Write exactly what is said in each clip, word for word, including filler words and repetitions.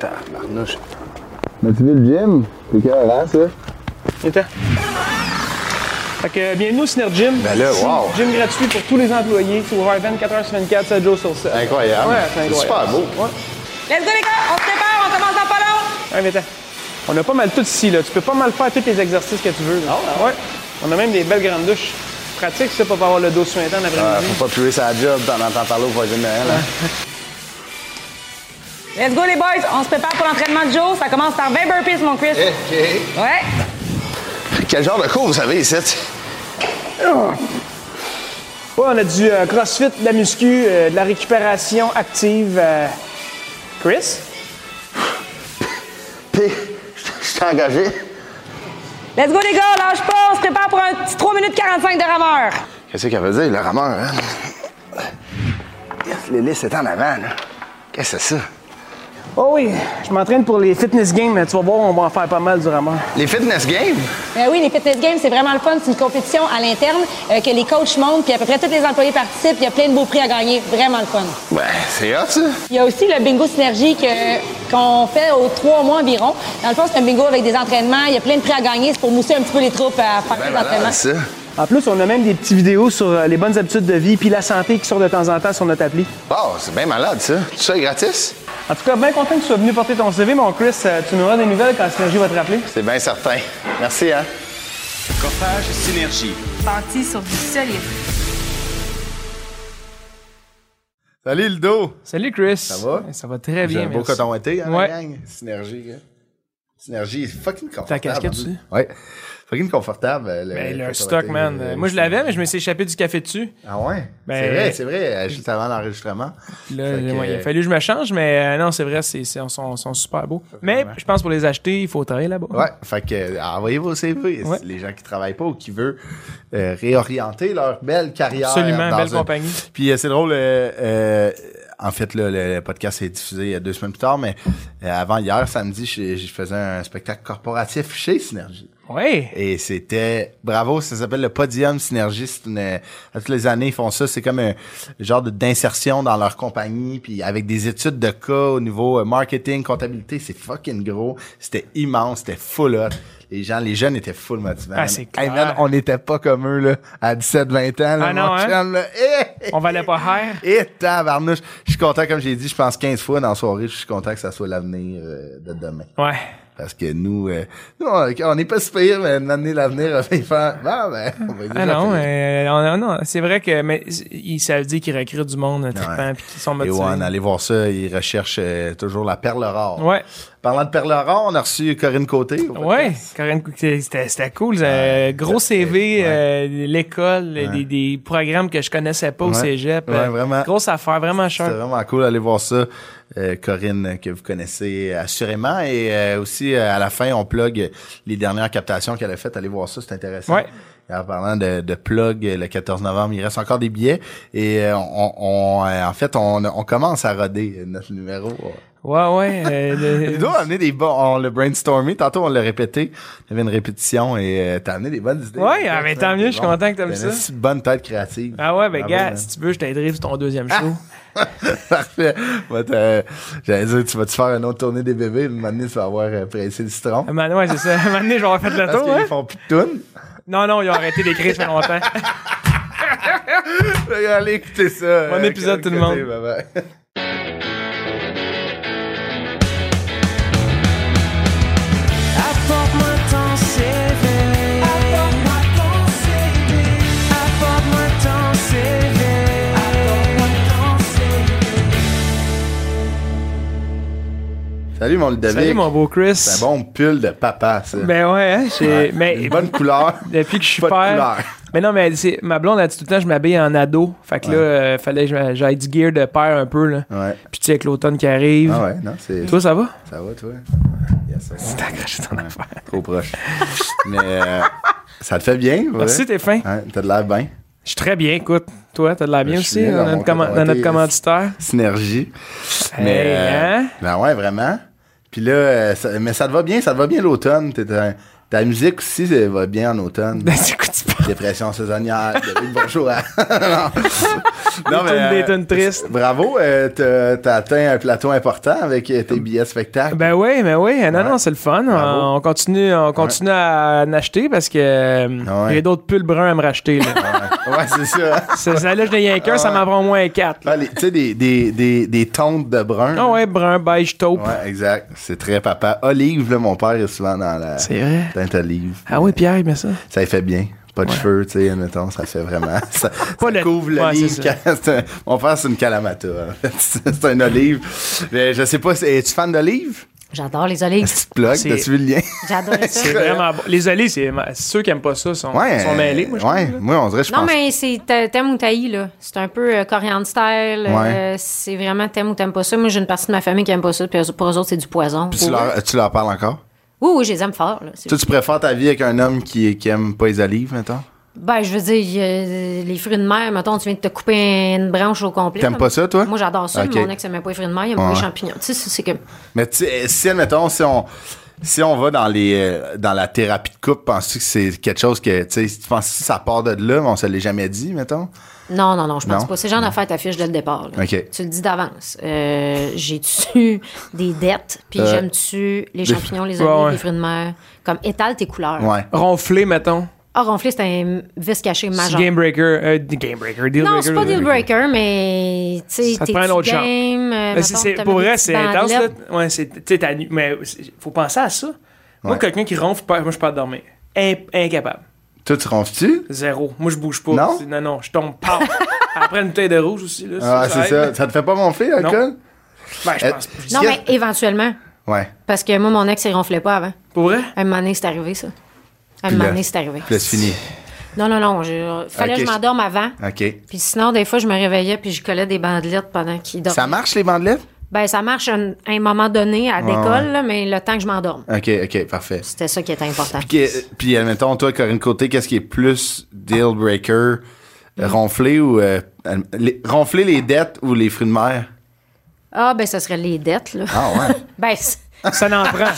Tabarnouche. As-tu vu le gym? C'est carré, ça? Attends. Fait que bienvenue au Synergym. Ben là, wow. Gym gratuit pour tous les employés. C'est ouvert vingt-quatre heures sur vingt-quatre, sept jours sur sept. Incroyable. Ouais, c'est incroyable. C'est super beau. Ouais. Let's go les gars, on se prépare, on commence dans pas long. Ouais, mais attends. On a pas mal tout ici, là. Tu peux pas mal faire tous les exercices que tu veux. Là. Ah, ouais. On a même des belles grandes douches. Pratique, ça, pour pas avoir le dos suintant Ah, l'après-midi. faut pas puer sa job t'en entends parler au voisin de Noël. Hein? Let's go les boys, on se prépare pour l'entraînement de jour. Ça commence par vingt burpees, mon Chris. OK. Ouais. Quel genre de cours vous avez ici? Ouais, on a du euh, crossfit, de la muscu, euh, de la récupération active. Euh... Chris? Puis, je suis engagé. Let's go les gars, lâche pas, on se prépare pour un petit trois minutes quarante-cinq de rameur. Qu'est-ce qu'elle veut dire, le rameur, hein? Yes, l'hélice est en avant, là. Qu'est-ce que c'est ça? Oh oui, je m'entraîne pour les fitness games. Tu vas voir, on va en faire pas mal du rameur. Les fitness games? Euh, oui, les fitness games, c'est vraiment le fun. C'est une compétition à l'interne euh, que les coachs montent, puis à peu près tous les employés participent. Il y a plein de beaux prix à gagner. Vraiment le fun. Ben, c'est hot, ça. Il y a aussi le bingo synergie que, qu'on fait aux trois mois environ. Dans le fond, c'est un bingo avec des entraînements. Il y a plein de prix à gagner. C'est pour mousser un petit peu les troupes à faire Ben, des voilà, entraînements. ça. En plus, on a même des petites vidéos sur euh, les bonnes habitudes de vie puis la santé qui sortent de temps en temps sur notre appli. Oh, c'est bien malade, ça. Tout ça est gratis? En tout cas, bien content que tu sois venu porter ton C V, mon Chris. Euh, tu nous auras des nouvelles quand Synergie va te rappeler. C'est bien certain. Merci, hein? Coffage Synergie. Bâti sur du solide. Salut, Ludo! Salut, Chris. Ça va? Ça va très J'ai bien, un beau merci. coton été, hein, Ouais. la gang? Synergie, hein? Synergie est fucking confortable. Ta casquette dessus? Ouais. Fucking confortable. euh, Le, Ben, le coton stock, été, man. euh, Moi, je l'avais, mais je me suis échappé du café dessus. Ah ouais? Ben, c'est vrai, c'est vrai, euh, juste avant l'enregistrement. Puis là, Fait que, ouais, il a euh, fallu que je me change, mais euh, non, c'est vrai, c'est, c'est, ils sont, sont super beaux. Mais je pense pour les acheter, il faut travailler là-bas. Ouais, fait que euh, envoyez vos C V. Ouais. Les gens qui travaillent pas ou qui veulent euh, réorienter leur belle carrière. Absolument, dans belle un- compagnie. Puis euh, c'est drôle, euh, euh, en fait, là, le, le podcast est diffusé euh, deux semaines plus tard, mais euh, avant hier, samedi, je, je faisais un spectacle corporatif chez Synergie. Oui. Et c'était, bravo, ça s'appelle le Podium Synergie. C'est une, à toutes les années, ils font ça. C'est comme un genre de, d'insertion dans leur compagnie, puis avec des études de cas au niveau euh, marketing, comptabilité. C'est fucking gros. C'était immense, c'était full hot. Les gens, les jeunes étaient full motivants. Ah, c'est clair. Hey, man, on n'était pas comme eux, là, à dix-sept vingt ans, là, Ah non, mon hein? chum, là. Eh! On valait pas haire. Et tabarnouche. Je suis content, comme j'ai dit, je pense quinze fois dans la soirée, je suis content que ça soit l'avenir euh, de demain. Ouais. Parce que nous, euh, nous on, on est pas si pire, mais une année l'avenir, on va y faire. Ah, ben, on va y Ah non, mais, euh, non, non, c'est vrai que mais il- ça veut dire qu'ils recrutent du monde trippant puis qu'ils sont Et motivés. ouais, allez voir ça, ils recherchent euh, toujours la perle rare. Ouais. Parlant de perle rare, on a reçu Corinne Côté. au Ouais, podcast. Corinne, c'était, c'était cool. Euh, gros C V, ouais. euh, l'école, Ouais. des, des programmes que je connaissais pas au Ouais. cégep. Ouais, euh, vraiment. Grosse affaire, vraiment C'était cher. vraiment cool d'aller voir ça. Euh, Corinne, que vous connaissez assurément. Et euh, aussi, euh, à la fin, on plug les dernières captations qu'elle a faites. Allez voir ça, c'est intéressant. Ouais. Et en parlant de, de plug, le quatorze novembre, il reste encore des billets. Et euh, on, on, euh, en fait, on, on commence à roder notre numéro. Ouais, ouais. euh, le- Il doit amener des bons. On l'a brainstormé. Tantôt, on l'a répété. Il y avait une répétition et euh, t'as amené des bonnes idées. Ouais, ah, ben, tant mieux, je suis content que t'aimes T'as ça. une bonne tête créative. Ah ouais, ben Bravo, gars, man. si tu veux, je t'aiderai sur ton deuxième show. Parfait. Moi, t'as- J'allais dire, tu vas-tu faire une autre tournée des bébés? Une année, tu vas avoir euh, pressé le citron. Ah, man, ouais, c'est ça. Un moment donné, je vais avoir fait le Parce tour, qu'ils hein? font plus de tunes. Non, non, ils ont arrêté d'écrire, ça fait longtemps. Allez écouter ça. Bon euh, épisode, tout le monde. bye bye. Apporte-moi ton C V. Apporte-moi ton C V. Apporte-moi ton C V. Apporte-moi ton C V. Salut, mon Ludovic. Salut, mon beau Chris. C'est un bon pull de papa, ça. Ben ouais, hein, j'ai... Mais, Une bonne couleur. depuis que je suis Pas de père... couleur. Mais non, mais c'est, ma blonde a dit tout le temps je m'habille en ado. Fait que là, euh, fallait que je- j'aille du gear de père un peu, là. Ouais. Puis tu sais, avec l'automne qui arrive. Ah ouais, non, c'est... Toi, ça va? Ça va, toi? Yes, ça va. T'as accroché ton affaire. Trop proche. Mais euh, ça te fait bien, ouais. Merci, t'es fin. Hein, t'as de l'air bien. Je suis très bien, écoute. Toi, t'as de l'air bien Je suis aussi, bien dans dans notre, mon comma- coton dans notre été. commanditaire. Synergie. Hey, Mais, euh, hein? ben ouais, vraiment. Puis là, euh, ça- mais ça te va bien, ça te va bien l'automne. T'es un, Ta musique aussi, ça va bien en automne. Ben, c'est quoi tu parles? Dépression saisonnière. Bonjour à... non, Des tunes- des tunes tristes. Bravo, euh, t'as, t'as atteint un plateau important avec euh, tes billets de spectacle. Ben oui, ben oui. Non, Ouais. non, c'est le fun. Bravo. On continue, on continue à en acheter parce que euh, Ah ouais. il y a d'autres pulls bruns à me racheter. Là. Ouais, ouais, c'est ça. ça, ça, là, je n'ai rien qu'un, ça m'en prend au moins quatre. Ah, les- tu sais, des, des, des, des tontes de brun. Ah ouais, brun, beige, taupe. Ouais, exact. C'est très papa. Olive, là, mon père est souvent dans la C'est vrai. teinte olive. Ah oui, Pierre, il met ça. Ça lui fait bien. Pas de cheveux, tu sais, admettons, ça fait vraiment. Ça, ça le- couvre Ouais, l'olive. c'est ça. quand- c'est un- mon père, c'est une calamata. En fait. C'est un olive. Mais je sais pas, c'est- es-tu fan d'olive? J'adore les olives. Est-ce que tu te plugues? C'est- T'as-tu vu le lien? J'adore ça. C'est vraiment bon. Les olives, c'est ceux qui aiment pas ça sont, Ouais. sont mêlés, moi, je ouais, trouve, là. moi, on dirait, je Non, pense. mais c'est t'a- t'aimes ou taillis, là. C'est un peu euh, coriandre style. Ouais. euh, c'est vraiment t'aimes ou t'aimes pas ça. Moi, j'ai une partie de ma famille qui aime pas ça. Puis pour eux autres, c'est du poison. Puis tu leur, tu leur parles encore? Oui, oui, je les aime fort. Là. C'est- Toi, tu préfères ta vie avec un homme qui, qui aime pas les olives, mettons? Ben, je veux dire, il y a les fruits de mer, mettons, tu viens de te couper une branche au complet. T'aimes là. pas ça, toi? Moi, j'adore ça. Ok. Mais mon ex aimait pas les fruits de mer, il aime pas Ouais. les champignons. Tu sais, c'est c'est que. Mais tu sais, si, admettons, si on, si on va dans les euh, dans la thérapie de couple, penses-tu que c'est quelque chose que, tu sais, tu penses que ça part de là, mais on se l'est jamais dit, mettons? Non, non, non, je pense Non? pas. C'est le genre d'affaire t'affiches dès le départ. là. OK. Tu le dis d'avance. Euh, J'ai-tu des dettes, puis Euh, j'aime-tu les champignons, les Ouais, olives, ouais. les fruits de mer? Comme étale tes couleurs. Ouais. Ronfler, mettons. Ah, ronfler, c'est un vice caché C'est majeur. game breaker. Euh, game breaker, deal Non, breaker. c'est pas deal breaker, mais tu sais, Ça te t'es prend un autre game. genre. euh, Mais c'est- mettons, c'est- t'as pour mis des vrai, petites c'est intense. Là. bandelettes. Ouais, c'est, tu sais, t'as nu- mais c'est- faut penser à ça. Moi, Ouais. quelqu'un qui ronfle, pas- moi, je peux pas dormir. In- incapable. Toi, tu ronfles-tu? Zéro. Moi, je bouge pas. Non? C'est- Non, non, je tombe. Paf! Après une bouteille de rouge aussi. Là, Ah, c'est aide, ça. mais- Ça te fait pas gonfler, l'alcool? Ben, je Euh, pense pas. Non, Qu'est-ce- mais éventuellement. Ouais. Parce que moi, mon ex, il ronflait pas avant. Pour vrai? À un moment donné, c'est arrivé, ça. À un Puis moment là- donné, c'est arrivé. Puis là, c'est fini. Non, non, non. Il fallait Ok, que je je- m'endorme avant. OK. Puis sinon, des fois, je me réveillais puis je collais des bandelettes pendant qu'il dormait. Ça marche, les bandelettes? Ben, ça marche à un, à un moment donné à Ouais, l'école, ouais. là, mais le temps que je m'endorme. OK, OK, parfait. C'était ça qui était important. Puis, puis admettons, toi, Corinne Côté, qu'est-ce qui est plus deal breaker? euh, Ronfler ou... euh, les- ronfler les dettes ou les fruits de mer? Ah, ben, ça serait les dettes, là. Ah ouais. Ben, c'est Ça n'en prend.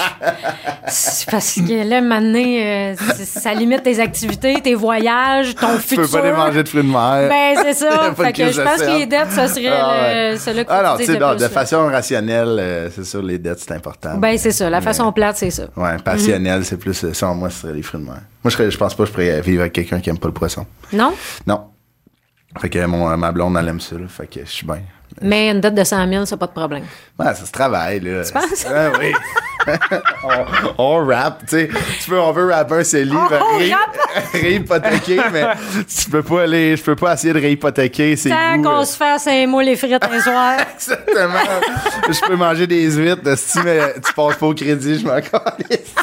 c'est parce que là, maintenant, euh, c'est- ça limite tes activités, tes voyages, ton Tu futur. peux pas les manger de fruits de mer. Ben, c'est Y a ça. pas de Fait que crise je de pense que cernes. les dettes, ça serait Ah le, ouais. celui que Ah non, tu tu sais, utilises non, le de plus, là. façon rationnelle, euh, c'est sûr, les dettes, c'est important. Ben, c'est ça. La façon plate, c'est ça. Ouais, passionnel, c'est plus... euh, Selon moi, ce serait les fruits de mer. Moi, je, serais- je pense pas que je pourrais vivre avec quelqu'un qui aime pas le poisson. Non? Non. Fait que mon, ma blonde, elle aime ça, là. Fait que je suis bien. Mais une dette de cent mille, c'est pas de problème. Ouais, ça se travaille, là. Tu penses? Ah oui. on, on rappe, tu sais. Tu peux, on veut rapper un C E L I, On- ben, on ré- rappe? réhypothéquer, mais tu peux pas aller, je peux pas essayer de réhypothéquer, c'est Tant goûts, qu'on euh, se fasse un moule et frites un soir. Exactement. Je peux manger des huîtres, de style, mais tu passes pas au crédit, je m'en calisse.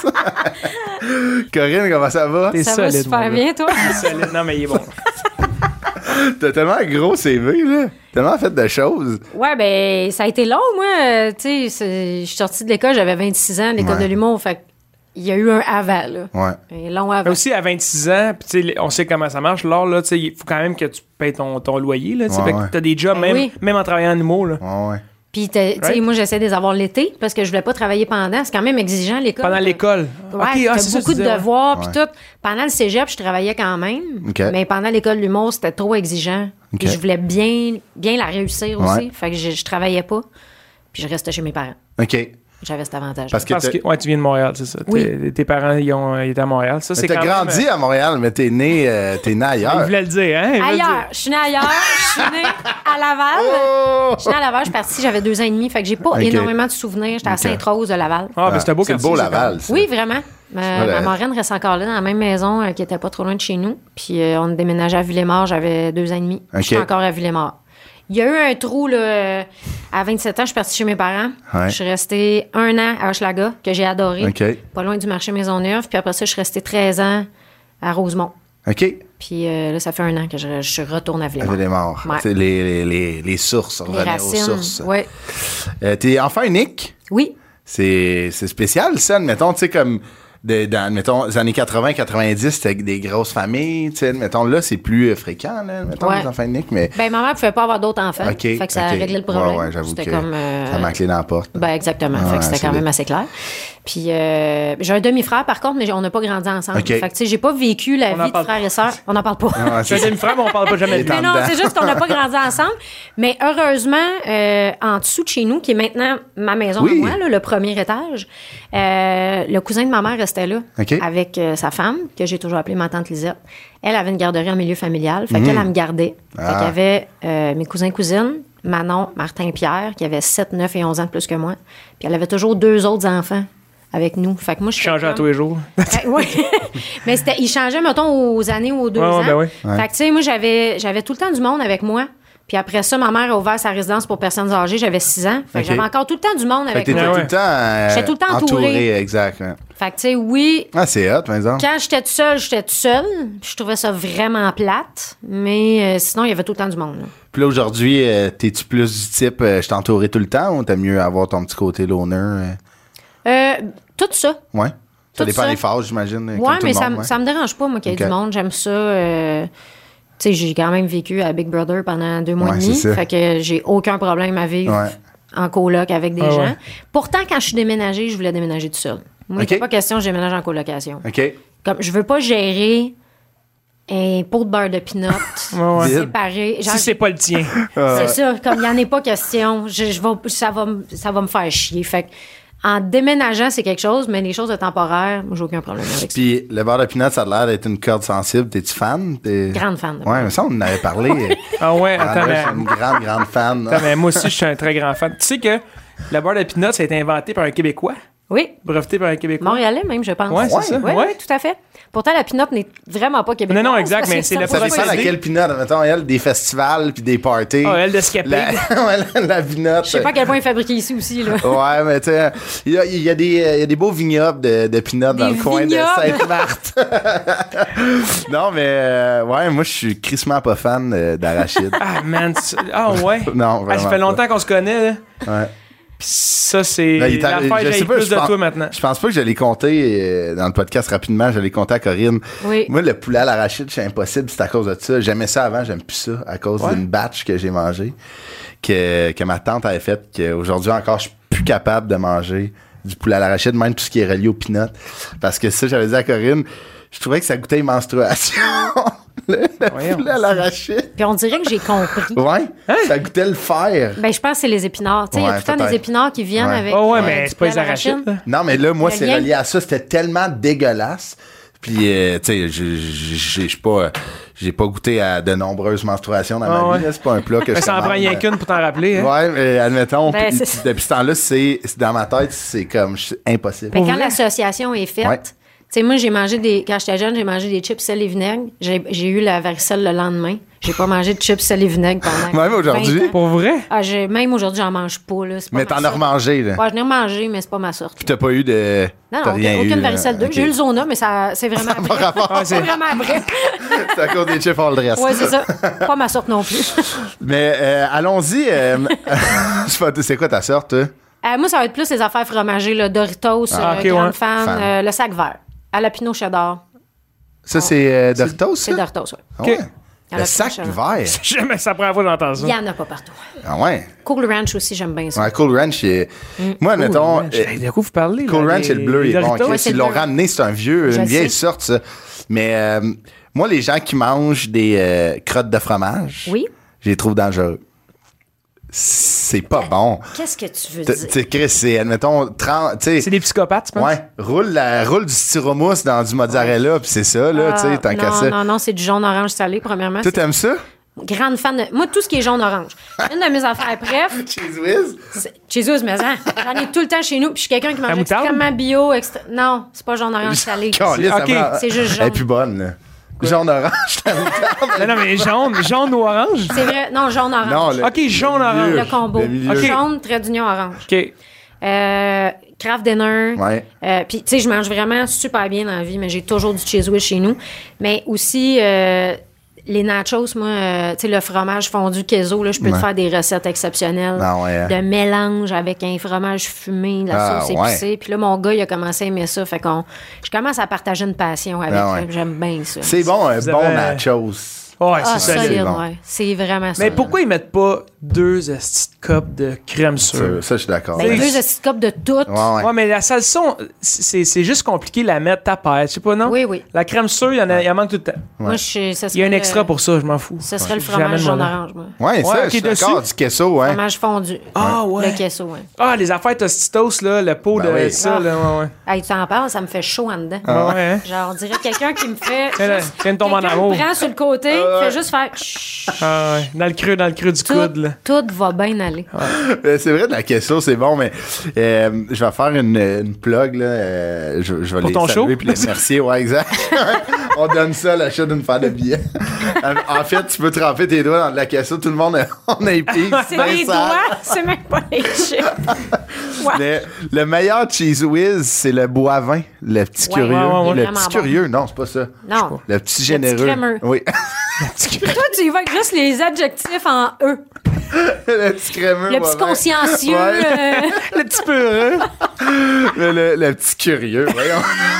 Corinne, comment ça va? T'es Ça va solide, super mon gars. bien, toi? Solide. Non, mais il est bon. T'as tellement un gros C V, là. Tellement fait de choses. Ouais, ben, ça a été long, moi. euh, Tu sais, c'est- je suis sortie de l'école, j'avais vingt-six ans, l'école Ouais. de l'humour. Fait il y a eu un avant, là. Ouais. Un long Mais avant. aussi, à vingt-six ans, puis tu sais, on sait comment ça marche. Là, là, tu sais, il faut quand même que tu payes ton, ton loyer. Là, tu sais. Ouais, Fait que ouais. t'as des jobs, Ben même, oui. même en travaillant en humour. Là. Ouais, ouais. Puis, t'as- tu sais, Right. moi, j'essaie de les avoir l'été parce que je voulais pas travailler pendant. C'est quand même exigeant, l'école. Pendant l'école. Ouais, Ok, t'as ah, c'est ça, beaucoup tu de disais, ouais. devoirs, puis Ouais. tout. Pendant le cégep, je travaillais quand même. OK. Mais pendant l'école de l'humour, c'était trop exigeant. OK. Puis je voulais bien, bien la réussir aussi. Ouais. Fait que je, je travaillais pas. Puis je restais chez mes parents. OK. J'avais cet avantage. Parce que Parce t'as- que ouais, tu viens de Montréal, c'est ça. Oui. Tes, tes parents, ils, ont, ils étaient à Montréal. Ça, Mais c'est t'as quand grandi même, à Montréal, mais t'es né, euh, t'es né euh, Il ailleurs. voulait le dire, hein? Il voulait le Ailleurs. dire. Je suis née ailleurs. Je suis née à Laval. Oh! Je suis née à Laval. Je suis partie, j'avais deux ans et demi. Fait que j'ai pas OK. énormément de souvenirs. J'étais à OK. Sainte-Rose de Laval. Ah, ben c'est un beau C'est le quartier, beau ça, Laval, ça. Oui, vraiment. Ma, Voilà. ma marraine reste encore là, dans la même maison, euh, qui était pas trop loin de chez nous. Puis euh, on déménageait à Villemort, j'avais deux ans et demi. OK. Je suis encore à Villemort. Il y a eu un trou, là, euh, à vingt-sept ans, je suis partie chez mes parents. Ouais. Je suis restée un an à Hochelaga, que j'ai adoré. OK. Pas loin du marché Maisonneuve. Puis après ça, je suis restée treize ans à Rosemont. OK. Puis euh, là, ça fait un an que je, je suis retournée à Villemort. Avait des morts. Ouais. C'est Les, les, les, les sources, Les revenir aux racines. sources. Ouais. Euh, t'es enfant unique. Oui. C'est c'est spécial, ça. Admettons, tu sais, comme de, dans, admettons, les années quatre-vingts quatre-vingt-dix, c'était avec des grosses familles. Tu sais, admettons, là, c'est plus euh, fréquent, là, admettons, Ouais. les enfants uniques. Mais, Ben, ma mère pouvait pas avoir d'autres enfants. OK. Fait que ça a OK. réglé le problème. Ouais, ouais, j'avoue C'était que comme. euh, ça m'a clé dans la porte. Ben, exactement. Ouais, fait que c'était c'est quand bien. même assez clair. Puis euh, j'ai un demi-frère, par contre, mais on n'a pas grandi ensemble. OK. Fait que, tu sais, j'ai pas vécu la On en vie de parle frère et sœur. On n'en parle pas. Ah, J'ai c'est un demi-frère, mais on parle pas jamais de Mais lui. non, dedans. c'est juste qu'on n'a pas grandi ensemble. Mais heureusement, euh, en dessous de chez nous, qui est maintenant ma maison Oui. à moi, là, le premier étage, euh, le cousin de ma mère restait là OK. avec euh, sa femme, que j'ai toujours appelée ma tante Lisette. Elle avait une garderie en milieu familial, fait Mhm. qu'elle, elle me gardait. Fait Ah. qu'il y avait euh, mes cousins cousines, Manon, Martin, Pierre, qui avaient sept, neuf et onze ans de plus que moi. Puis elle avait toujours deux autres enfants avec nous. Fait que moi, je Je changeais à tous les jours. oui. Mais c'était, il changeait, mettons, aux années ou aux deux Ouais, ouais, ans. ben oui. Fait que, tu sais, moi, j'avais, j'avais tout le temps du monde avec moi. Puis après ça, ma mère a ouvert sa résidence pour personnes âgées. J'avais six ans. Fait que OK. j'avais encore tout le temps du monde Fait avec que t'étais moi. tout le temps, euh, J'étais tout le temps entourée. exact. ouais. Fait que, tu sais, oui, Ah, c'est hot, par exemple. quand j'étais toute seule, j'étais toute seule. Puis je trouvais ça vraiment plate. Mais euh, sinon, il y avait tout le temps du monde. Là. Puis là, aujourd'hui, euh, t'es-tu plus du type euh, je suis entouré tout le temps ou t'aimes mieux avoir ton petit côté loner? euh? Euh, tout ça. Ouais. Ça Tout dépend ça. des phases, j'imagine. euh, Ouais, comme tout mais le ça, monde, me- ouais. ça me dérange pas, moi, qu'il y ait OK. du monde. J'aime ça. euh, tu sais, j'ai quand même vécu à Big Brother pendant deux mois Ouais, et demi. c'est ça. Fait que j'ai aucun problème à vivre Ouais. en coloc avec des Ah gens. ouais. Pourtant, quand je suis déménagée, je voulais déménager tout seul. Moi, il OK. n'était pas question que je déménage en colocation. OK. Comme, je veux pas gérer un pot de beurre de pinot Ouais, ouais. séparé. Genre, Si c'est pas le tien. c'est ça, comme il n'y en est pas question, je, je vais, ça, va, me- ça va me faire chier. Fait que, en déménageant, c'est quelque chose, mais les choses de temporaire, moi, j'ai aucun problème avec ça. Puis le beurre de peanut, ça a l'air d'être une corde sensible. T'es-tu fan? T'es- Grande fan. de Ouais, mais ça, on en avait parlé. Ah ouais, Ah, attends, là, mais, je suis une grande, grande fan. attends, mais moi aussi, je suis un très grand fan. Tu sais que la beurre de peanuts, ça a été inventé par un Québécois, Oui, breveté par un Québécois. Montréalais même, je pense. Ouais, c'est ça. Oui, Ouais. oui, tout à fait. Pourtant, la pinot n'est vraiment pas québécoise. Non, non, exact, parce mais que c'est ça la peut Ça pas dépend procédé. laquelle peanut. Mettons, elle, des festivals puis des parties. Ah, elle de Scapé. La, ouais, la, la peanut. Je sais pas à quel point il est fabriqué ici aussi, là. Ouais, mais tu sais, il y a, il y, a des- il y a des beaux vignobles de, de peanuts dans Des le coin vignobles? de Sainte-Marthe. Non, mais euh, ouais, moi, je suis crissement pas fan euh, d'arachide. Ah, man. tu- Ah, ouais. Non, Ah, vraiment ça fait longtemps qu'on se connaît, là. Ouais. Pis ça, c'est Là, il est l'affaire arri- que j'ai pas, plus je de pense- toi maintenant. Je pense pas que je l'ai compté euh, dans le podcast rapidement. Je l'ai compté à Corinne. Oui. Moi, le poulet à l'arachide, c'est impossible. C'est à cause de ça. J'aimais ça avant, j'aime plus ça. À cause Ouais. d'une batch que j'ai mangé, que, que ma tante avait faite, qu'aujourd'hui encore, je suis plus capable de manger du poulet à l'arachide, même tout ce qui est relié au peanut. Parce que ça, j'avais dit à Corinne, je trouvais que ça goûtait les menstruations. le le Voyons. poulet à l'arachide. Puis on dirait que j'ai compris. Ouais. Ça goûtait le fer. Ben, je pense que c'est les épinards. Tu sais, il y a Ouais, tout le temps peut-être. des épinards qui viennent Ouais. avec. Oh, ouais, euh, mais du c'est pas poulet les à l'arachide. arachides. là. Non, mais là, moi, Le c'est lien. relié à ça. C'était tellement dégueulasse. Puis, euh, tu sais, je- je je- je suis pas, j'ai pas goûté à de nombreuses menstruations dans Ah, ma ouais. vie. là. C'est pas un plat que Mais je ça en prend commande. rien qu'une pour t'en rappeler. Hein? Ouais, mais admettons, Ben, puis- c'est ça. depuis ce temps-là, c'est, c'est dans ma tête, c'est comme c'est impossible. Ben, quand l'association est faite, Ouais. tu sais, moi, j'ai mangé des. Quand j'étais jeune, j'ai mangé des chips sel et vinaigre. J'ai, j'ai eu la varicelle le lendemain. J'ai pas mangé de chips sel et vinaigre pendant. Même aujourd'hui? vingt ans. Pour vrai? Ah, j'ai, même aujourd'hui, j'en mange pas, là. C'est pas Mais ma t'en as sorte. remangé, là. Ouais, j'en ai remangé, mais c'est pas ma sorte. Puis t'as pas eu de. Non, t'as non, rien aucune eu, varicelle là. deux. Ok. J'ai eu le zona, mais ça, c'est vraiment après. Ah, c'est c'est- vraiment après. C'est à cause des chips all dress. Ouais, c'est ça. Pas ma sorte non plus. Mais euh, allons-y. euh, je sais pas, c'est quoi ta sorte, toi? Euh, moi, ça va être plus les affaires fromagées, le Doritos, Ah, euh, ok, grande ouais. fan, Fan. euh, le sac vert, à la Pinot Cheddar. Ça, c'est euh, Doritos, C'est ça? Doritos, ouais. Ah ouais. À Le la sac Pinot vert. Jamais c'est la première fois que j'entends ça. Il y en a pas partout. Ah ouais. Cool Ranch aussi, j'aime bien ça. Ouais, Cool Ranch, il est- Mm. moi, admettons, Cool Ranch. euh, Hey, de quoi vous parlez? Cool là, Ranch, c'est le bleu, il est bon. Doritos? ok, Ouais, c'est S'ils le l'ont bleu. ramené, c'est un vieux, Je une le vieille sais. sorte, ça. Mais euh, moi, les gens qui mangent des euh, crottes de fromage, Oui? je les trouve dangereux. C'est pas bon. Qu'est-ce que tu veux Tu dire? sais, Chris, c'est, admettons, trente, tu sais, C'est des psychopathes, tu penses? ouais, roule, la, roule du styromousse dans du mozzarella, puis c'est ça, là, tu sais, tant Ah, qu'à non, ça. non, non, c'est du jaune-orange salé, premièrement. Toi, t'aimes ça? Grande fan de... Moi, tout ce qui est jaune-orange. Une de mes affaires, bref, Cheese whiz? c'est Jesus, mais hein, j'en ai tout le temps chez nous. Puis je suis quelqu'un qui mange La moutarde? extrêmement bio. Extra... Non, c'est pas jaune-orange salé. Calisse, Ok, ça prend- c'est juste Elle est jaune. plus bonne, là. Jaune orange, t'as Non, non, mais jaune, jaune ou orange? C'est vrai. Non, jaune-orange. Non, le, Ok, jaune-orange. Le combo. le milieu. Ok. Jaune, trait d'union orange. OK. Euh, Kraft Dinner. Ouais. Euh, Puis, tu sais, je mange vraiment super bien dans la vie, mais j'ai toujours du cheese whiz chez nous. Mais aussi, euh, les nachos, moi, euh, tu sais, le fromage fondu queso, là, je peux Ouais. te faire des recettes exceptionnelles Ah ouais, hein. de mélange avec un fromage fumé, la Ah sauce ouais. épicée. Puis là, mon gars, il a commencé à aimer ça. Fait qu'on, je commence à partager une passion avec Ah ouais. ça. J'aime bien ça. C'est bon, un Vous bon avez- nachos. Ouais, Ah, c'est solide, solide. bon. ouais. C'est vraiment Mais solide. pourquoi ils mettent pas deux esti de copes de crème Ça, sûre? ça, je suis d'accord. Ben, Ouais. deux petites copes de toutes. Ouais, ouais. Ouais, mais la salsa, c'est c'est juste compliqué de la mettre tapette. Je sais pas, non? Oui, oui. La crème sûre, il y en a, il en manque tout le temps. Moi, je, ça Il y a un serait extra le- pour ça, je m'en fous. Ça serait le Jamais fromage de jaune mon- orange, moi. Ouais, ça, Ouais, je suis ok, d'accord. dessus. Du queso, ouais. Fromage fondu. Ah, ouais. Le queso, ouais. Ah, les affaires Tostitos, là, le pot Ben de oui. ça, Ah. là, ouais, ouais. Hey, tu en parles, ça me fait chaud en dedans. Ah ouais, hein? Genre, on dirait quelqu'un qui me fait. Elle, juste- elle tombe en quelqu'un amour. me prend sur le côté, fait juste faire. Chut, Ah, ouais. Dans le creux, dans le creux du tout, coude, là. tout va bien aller. Euh, C'est vrai, de la question, c'est bon, mais euh, je vais faire une, une plug, là. euh, je, je vais Pour les ton saluer show? puis les remercier. Ouais, exact. On donne ça à l'achat d'une paire de billets. En fait, tu peux tremper tes doigts dans de la question. Tout le monde, a- on a épique. C'est les doigts, c'est même pas les chips. Ouais. Le, le meilleur cheese whiz, c'est le boivin, le petit Ouais, curieux. ouais, ouais, ouais. Le Vraiment petit bon. curieux, non, c'est pas ça. Non. Le petit généreux. crémeux. Oui. Toi, tu y vas avec juste les adjectifs en E. le petit crémeux. Le petit boivin. consciencieux. Ouais. euh, Le petit peu, hein? Le, le- le petit curieux, voyons.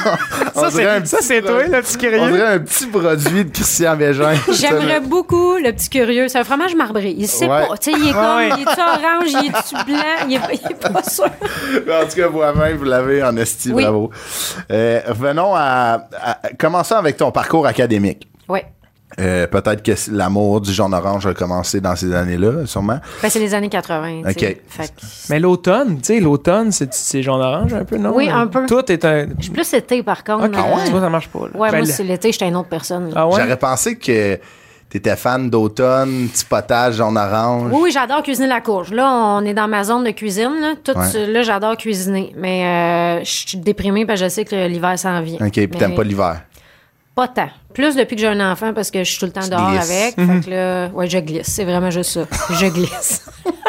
On Ça, dirait un c'est ça, petit c'est toi, pro- le petit On curieux. dirait un petit produit de Christian Bégin. J'aimerais beaucoup le petit curieux. C'est un fromage marbré. Il sait Ouais. pas. Tu sais, il est comme. Ouais. Il est-tu orange? Il est-tu blanc? Il est, il est pas sûr. En tout cas, Boivin, vous l'avez en esti, Oui. bravo. Euh, revenons à, à- Commençons avec ton parcours académique. Oui. Euh, peut-être que l'amour du jaune orange a commencé dans ces années-là, sûrement. Ben, c'est les années quatre-vingts. tu sais. OK. Fait que Mais l'automne, tu sais, l'automne, c'est c'est jaune-orange un peu, non? Oui, un peu. Tout est un. je suis plus été, par contre. Ok, euh, tu vois, ça marche pas. Là. Ouais, Ben, moi, le- c'est l'été, j'étais une autre personne. là. Ah ouais? J'aurais pensé que t'étais fan d'automne, petit potage jaune orange. Oui, oui, j'adore cuisiner la courge. Là, on est dans ma zone de cuisine. Là, Tout Ouais. ce- là j'adore cuisiner. Mais euh, je suis déprimée parce que je sais que l'hiver s'en vient. OK, puis t'aimes Mais pas l'hiver. Pas tant. Plus depuis que j'ai un enfant parce que je suis tout le temps Tu dehors glisses. avec. Fait que là, ouais, je glisse. C'est vraiment juste ça. Je glisse.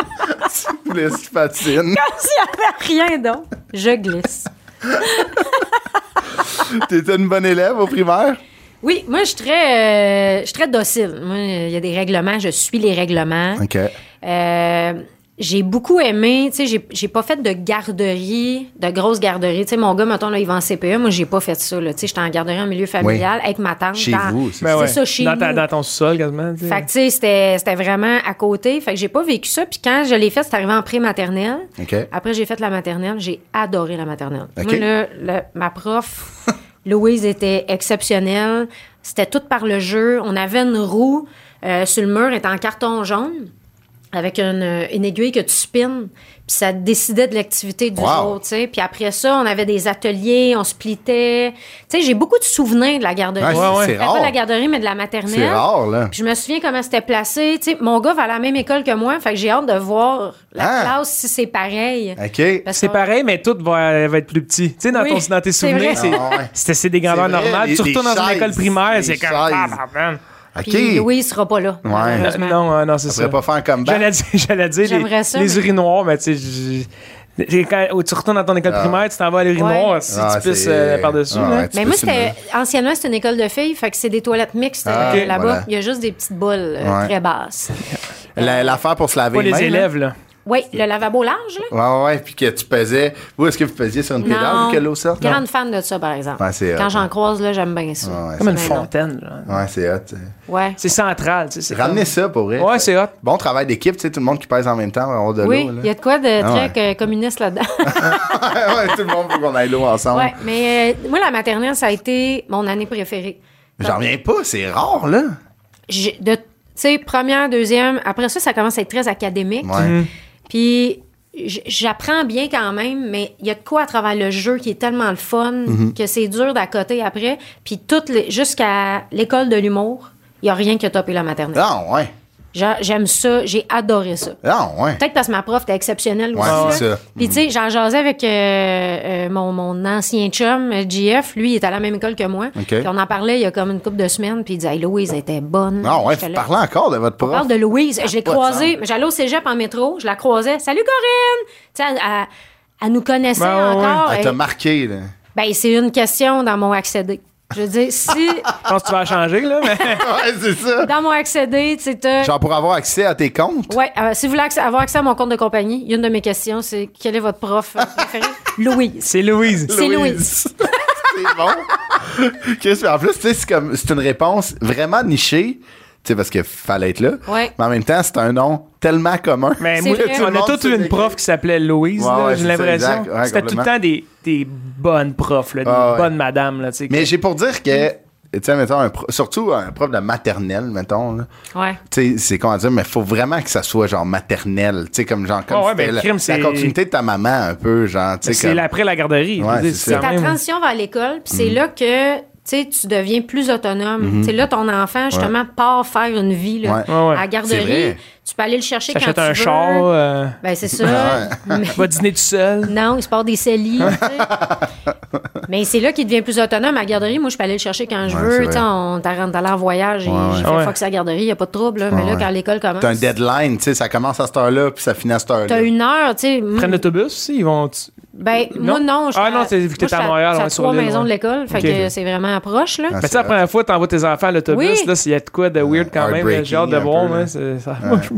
Laisse patine. S'il n'y avait rien d'autre, je glisse. T'étais une bonne élève au primaire? Oui, moi, je suis très, euh, je suis très docile. Moi, il y a des règlements, je suis les règlements. OK. Euh, j'ai beaucoup aimé, tu sais, j'ai, j'ai pas fait de garderie, de grosse garderie. Tu sais, mon gars, mettons, là, il va en C P E. Moi, j'ai pas fait ça, là. Tu sais, j'étais en garderie en milieu familial avec ma tante. Chez dans- vous, c'est Ben C'est ouais. ça, chez dans, ta- nous. dans ton sous-sol, quasiment. tu sais. Fait que, tu sais, c'était, c'était vraiment à côté. Fait que j'ai pas vécu ça. Puis quand je l'ai fait, c'est arrivé en pré-maternelle. OK. Après, j'ai fait la maternelle. J'ai adoré la maternelle. OK. Moi, là, le- ma prof, Louise, était exceptionnelle. C'était tout par le jeu. On avait une roue euh, sur le mur, elle était en carton jaune, avec une, une aiguille que tu spins. Puis ça décidait de l'activité du Wow. jour, tu sais. Puis après ça, on avait des ateliers, on splitait. Tu sais, j'ai beaucoup de souvenirs de la garderie. Ouais, c'est- c'est Pas rare. de la garderie, mais de la maternelle. C'est rare, là. Puis je me souviens comment c'était placé. Tu sais, mon gars va à la même école que moi, fait que j'ai hâte de voir la Ah. classe si c'est pareil. OK. Parce C'est qu'on- pareil, mais tout va, va être plus petit. Tu sais, dans, Oui, ton- dans tes c'est souvenirs, vrai. c'est Ah ouais. c'est- c'est des grandeurs C'est vrai, normales. les- Tu retournes les dans une école chaises, primaire, les c'est comme. chaises. Ah, man. OK. Puis Louise sera pas là. Ouais. malheureusement. Non, euh, non, c'est Ça ça. pourrait pas faire un comeback. J'allais dire, j'allais dire J'aimerais les, ça, les mais- urinoirs, mais tu sais, j'ai- j'ai- quand où tu retournes dans ton école Ah. primaire, tu t'en vas à l'urinoir, Ouais. si Ah, tu pisses c'est- euh, par-dessus. Ah, là. ouais, tu Mais peux moi, se le- c'était anciennement, c'était une école de filles, fait que c'est des toilettes mixtes Ah, euh, ok. là-bas. Voilà. Il y a juste des petites boules euh, Ouais. très basses. La- L'affaire pour se laver Pas les les mains, là. élèves, là. Oui, le lavabo large, là. Ouais, ouais, ouais, puis que tu pesais. Vous, est-ce que vous pesiez sur une pédale Non. ou que l'eau sorte? Grande fan de ça, par exemple. Ouais, c'est hot, Quand j'en ouais. croise, là, j'aime bien ça. Ouais, Comme une Mais non. fontaine, là. Ouais, c'est hot. c'est- Ouais. C'est central, tu sais. c'est Ramenez comme- ça pour vrai. Ouais, c'est hot. Bon travail d'équipe, tu sais, tout le monde qui pèse en même temps va avoir de Oui, l'eau. il y a de quoi de Ah très ouais. euh, communiste là-dedans. ouais, tout le monde veut qu'on aille l'eau ensemble. Ouais, mais euh, moi, la maternelle, ça a été mon année préférée. J'en reviens pas, c'est rare, là. J'ai- de, tu sais, première, deuxième, après ça, ça commence à être très académique. Ouais. Puis j- j'apprends bien quand même, mais il y a de quoi à travers le jeu qui est tellement le fun Mm-hmm. que c'est dur d'à côté après. Puis toutes les- jusqu'à l'école de l'humour, il n'y a rien qui a topé la maternelle. Ah, ouais. J'a- J'aime ça, j'ai adoré ça. Ah, ouais. Peut-être parce que ma prof était exceptionnelle Ouais, aussi. c'est là. ça. Puis, tu sais, j'en jasais avec euh, euh, mon, mon ancien chum, euh, J F. Lui, il est à la même école que moi. OK. Puis, on en parlait il y a comme une couple de semaines. Puis, il disait, hey, Louise, elle était bonne. Ah, ouais, J'étais vous là. parlez encore de votre On prof. parle de Louise. Je l'ai Pas de croisée. sens. J'allais au cégep en métro. Je la croisais. Salut, Corinne! Tu sais, elle, elle- elle nous connaissait Ben, ouais, encore. Elle t'a Elle- marqué, là. ben, c'est une question dans mon accédé. Je veux dire, si Je pense que tu vas changer, là, mais. ouais, c'est ça. dans mon accédé, tu sais, t'as- Genre pour avoir accès à tes comptes. Ouais, euh, si vous voulez accès- avoir accès à mon compte de compagnie, une de mes questions, c'est quel est votre prof euh, préféré? Louise. C'est Louise. C'est Louise. c'est bon. Chris, mais en plus, tu sais, c'est comme, c'est une réponse vraiment nichée. sais, parce qu'il fallait être là. Ouais. Mais en même temps, c'est un nom tellement commun. Mais C'est moi, vrai. on Tout le a monde toute sait une c'est prof qui. qui s'appelait Louise, Ouais, là, ouais, j'ai c'est ça, l'impression. exact. Ouais, C'était tout le complètement. temps des, des bonnes profs, là, des Ah, ouais. bonnes madames. Là, tu sais, Mais que- j'ai pour dire que, tu sais, mettons, un pro- surtout un prof de maternelle, mettons, là. Ouais. Tu sais, c'est comment dire, mais faut vraiment que ça soit genre maternelle. Tu sais, comme genre, comme Ah ouais, c'était ben, la, crime, la c'est- continuité de ta maman, un peu, genre, tu sais, c'est comme. après la garderie. Ouais, je veux dire, c'est ça. quand Ta même- transition vers l'école, puis c'est Mhm. là que tu sais, tu deviens plus autonome. Tu sais, là, ton enfant, justement, part faire une vie là, Ouais. Ouais, ouais. à la C'est garderie. vrai. Tu peux aller le chercher quand T'achètes tu un veux. char, euh, Ben, c'est ça. Mais- va dîner tout seul. non, il se part des cellies. tu sais. Mais c'est là qu'il devient plus autonome. À la garderie, moi, je peux aller le chercher quand je Ouais, veux. c'est Tu sais, vrai. on t'a rendu en voyage et Ouais, ouais. j'ai fait Ouais. fuck sa garderie, il n'y a pas de trouble. Là. Mais Ouais, là, ouais. quand l'école commence. T'as un deadline, tu sais, ça commence à cette heure-là, puis ça finit à cette heure-là. T'as une heure, tu sais. Ils prennent l'autobus aussi, ils vont. Ben, Non? moi, non. je Ah suis non, c'est vu que moi, t'étais je à suis Montréal, c'est à ouais, sur trois l'île, maisons ouais. de l'école. Fait Ok. que c'est vraiment proche, là. Ah, Mais tu sais, la première fois, t'envoies tes enfants à l'autobus, Oui. là, s'il y a de quoi de weird quand même, là, j'ai hâte de Heartbreaking, un voir, peu, là, là. c'est ça.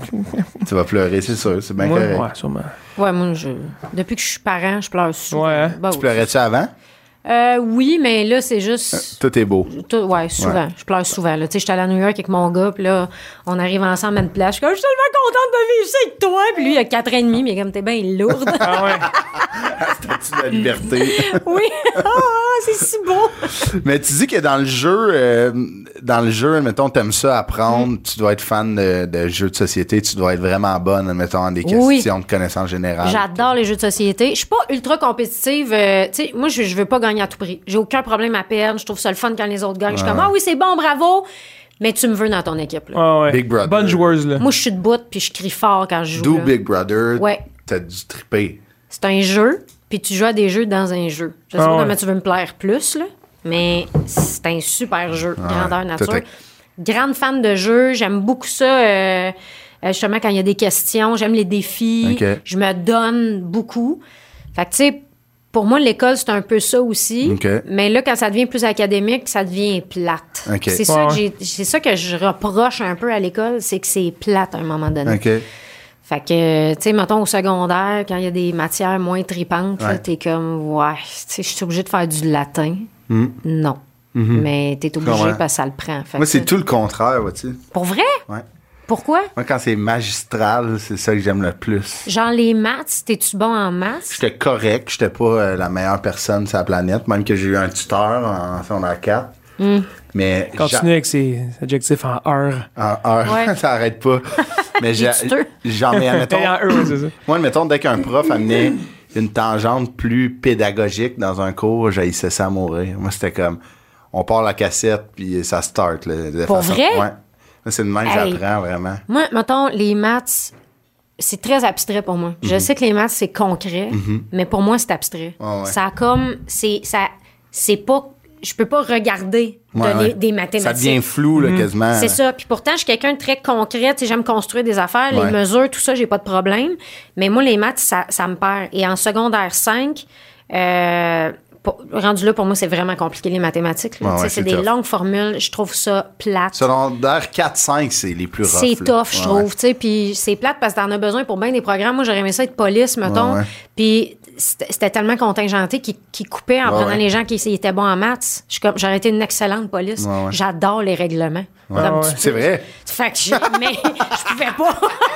Tu vas pleurer, c'est sûr, c'est bien Moi, correct. ouais, sûrement. Ouais, moi, je... depuis que je suis parent, je pleure souvent. Ouais, hein? Ben, Tu oui. pleurais-tu avant? Euh, oui, mais là, c'est juste. Tout est beau. Tout- ouais, souvent. Ouais. Je pleure souvent. là. Tu sais, j'étais allée à New York avec mon gars, puis là, on arrive ensemble à une plage. Je suis comme, je suis tellement contente de vivre ça avec toi. Puis lui, il a quatre ans et demi, mais comme t'es bien lourde. Ah ouais. Statue de la liberté. oui. Ah, c'est si beau. Mais tu dis que dans le jeu, euh, dans le jeu, mettons, t'aimes ça apprendre, tu dois être fan de, de jeux de société, tu dois être vraiment bonne, mettons, des questions Oui. de connaissances générales. J'adore les jeux de société. Je suis pas ultra compétitive. euh, tu sais, moi, je, je veux pas gagner à tout prix. J'ai aucun problème à perdre. Je trouve ça le fun quand les autres gagnent. Je suis comme, ah oui, c'est bon, bravo. Mais tu me veux dans ton équipe. Là. Ah ouais. Big Brother. Bonne joueuse, là. Moi, je suis debout puis je crie fort quand je joue. Do là. Big Brother, Ouais. t'as dû triper. C'est un jeu, puis tu joues à des jeux dans un jeu. Je sais Ah pas ouais. comment tu veux me plaire plus, là, mais c'est un super jeu, grandeur nature. tout est- Grande fan de jeux, j'aime beaucoup ça. euh, euh, justement, quand il y a des questions, j'aime les défis. Ok. Je me donne beaucoup. Fait que, tu sais, pour moi, l'école, c'est un peu ça aussi. Ok. Mais là, quand ça devient plus académique, ça devient plate. Ok. C'est Ouais, ça, que ouais. j'ai- c'est ça que je reproche un peu à l'école, c'est que c'est plate à un moment donné. OK. Fait que, tu sais, mettons au secondaire, quand il y a des matières moins tripantes, là, Ouais. t'es comme, ouais, tu sais, je suis obligée de faire du latin. Mm. Non. Mais t'es obligé comprends. parce que ça le prend. Fait Moi, que, c'est tout le contraire, vois-tu. Pour vrai? Ouais. Pourquoi? Moi, quand c'est magistral, c'est ça que j'aime le plus. Genre les maths, t'es-tu bon en maths? J'étais correct, j'étais pas euh, la meilleure personne sur la planète, même que j'ai eu un tuteur en secondaire quatre. Hmm. Mais Continue avec ses adjectifs en heure. j'a- en heure, Ouais. ça arrête pas. Mais j'ai- tuteux. j'en mets, admettons, Et en heure, c'est ça. moi, admettons, dès qu'un prof amenait une tangente plus pédagogique dans un cours, j'haïssais ça à mourir. Moi, c'était comme, on part la cassette, puis ça start. Là, de Pour façon- vrai? Ouais. Moi, c'est de même que Hey. j'apprends, vraiment. Moi, mettons, les maths, c'est très abstrait pour moi. Je sais que les maths, c'est concret, mais pour moi, c'est abstrait. Ah ouais. Ça a comme, c'est, ça, c'est pas, je peux pas regarder Ouais, donner ouais. des mathématiques. Ça devient flou, là, quasiment. C'est ça. Puis pourtant, je suis quelqu'un de très concret. Tu sais, j'aime construire des affaires, Ouais. les mesures, tout ça, j'ai pas de problème. Mais moi, les maths, ça, ça me perd. Et en secondaire cinq, euh, pour- rendu là, pour moi, c'est vraiment compliqué, les mathématiques. là. Ouais, Tu sais, ouais, c'est c'est des tough. longues formules. Je trouve ça plate. Secondaire quatre cinq, c'est les plus rough. C'est là. tough, je Ouais, trouve. ouais. tu sais. Puis c'est plate parce que t'en as besoin pour bien des programmes. Moi, j'aurais aimé ça être police, mettons. Ouais, ouais. Puis c'était c'était tellement contingenté qu'ils qu'ils coupaient en Ouais, prenant ouais. les gens qui étaient bons en maths. Je suis comme- J'aurais été une excellente police. Ouais, ouais. J'adore les règlements. Comme ouais. tu C'est peux. vrai. Fait que je, mais je pouvais pas.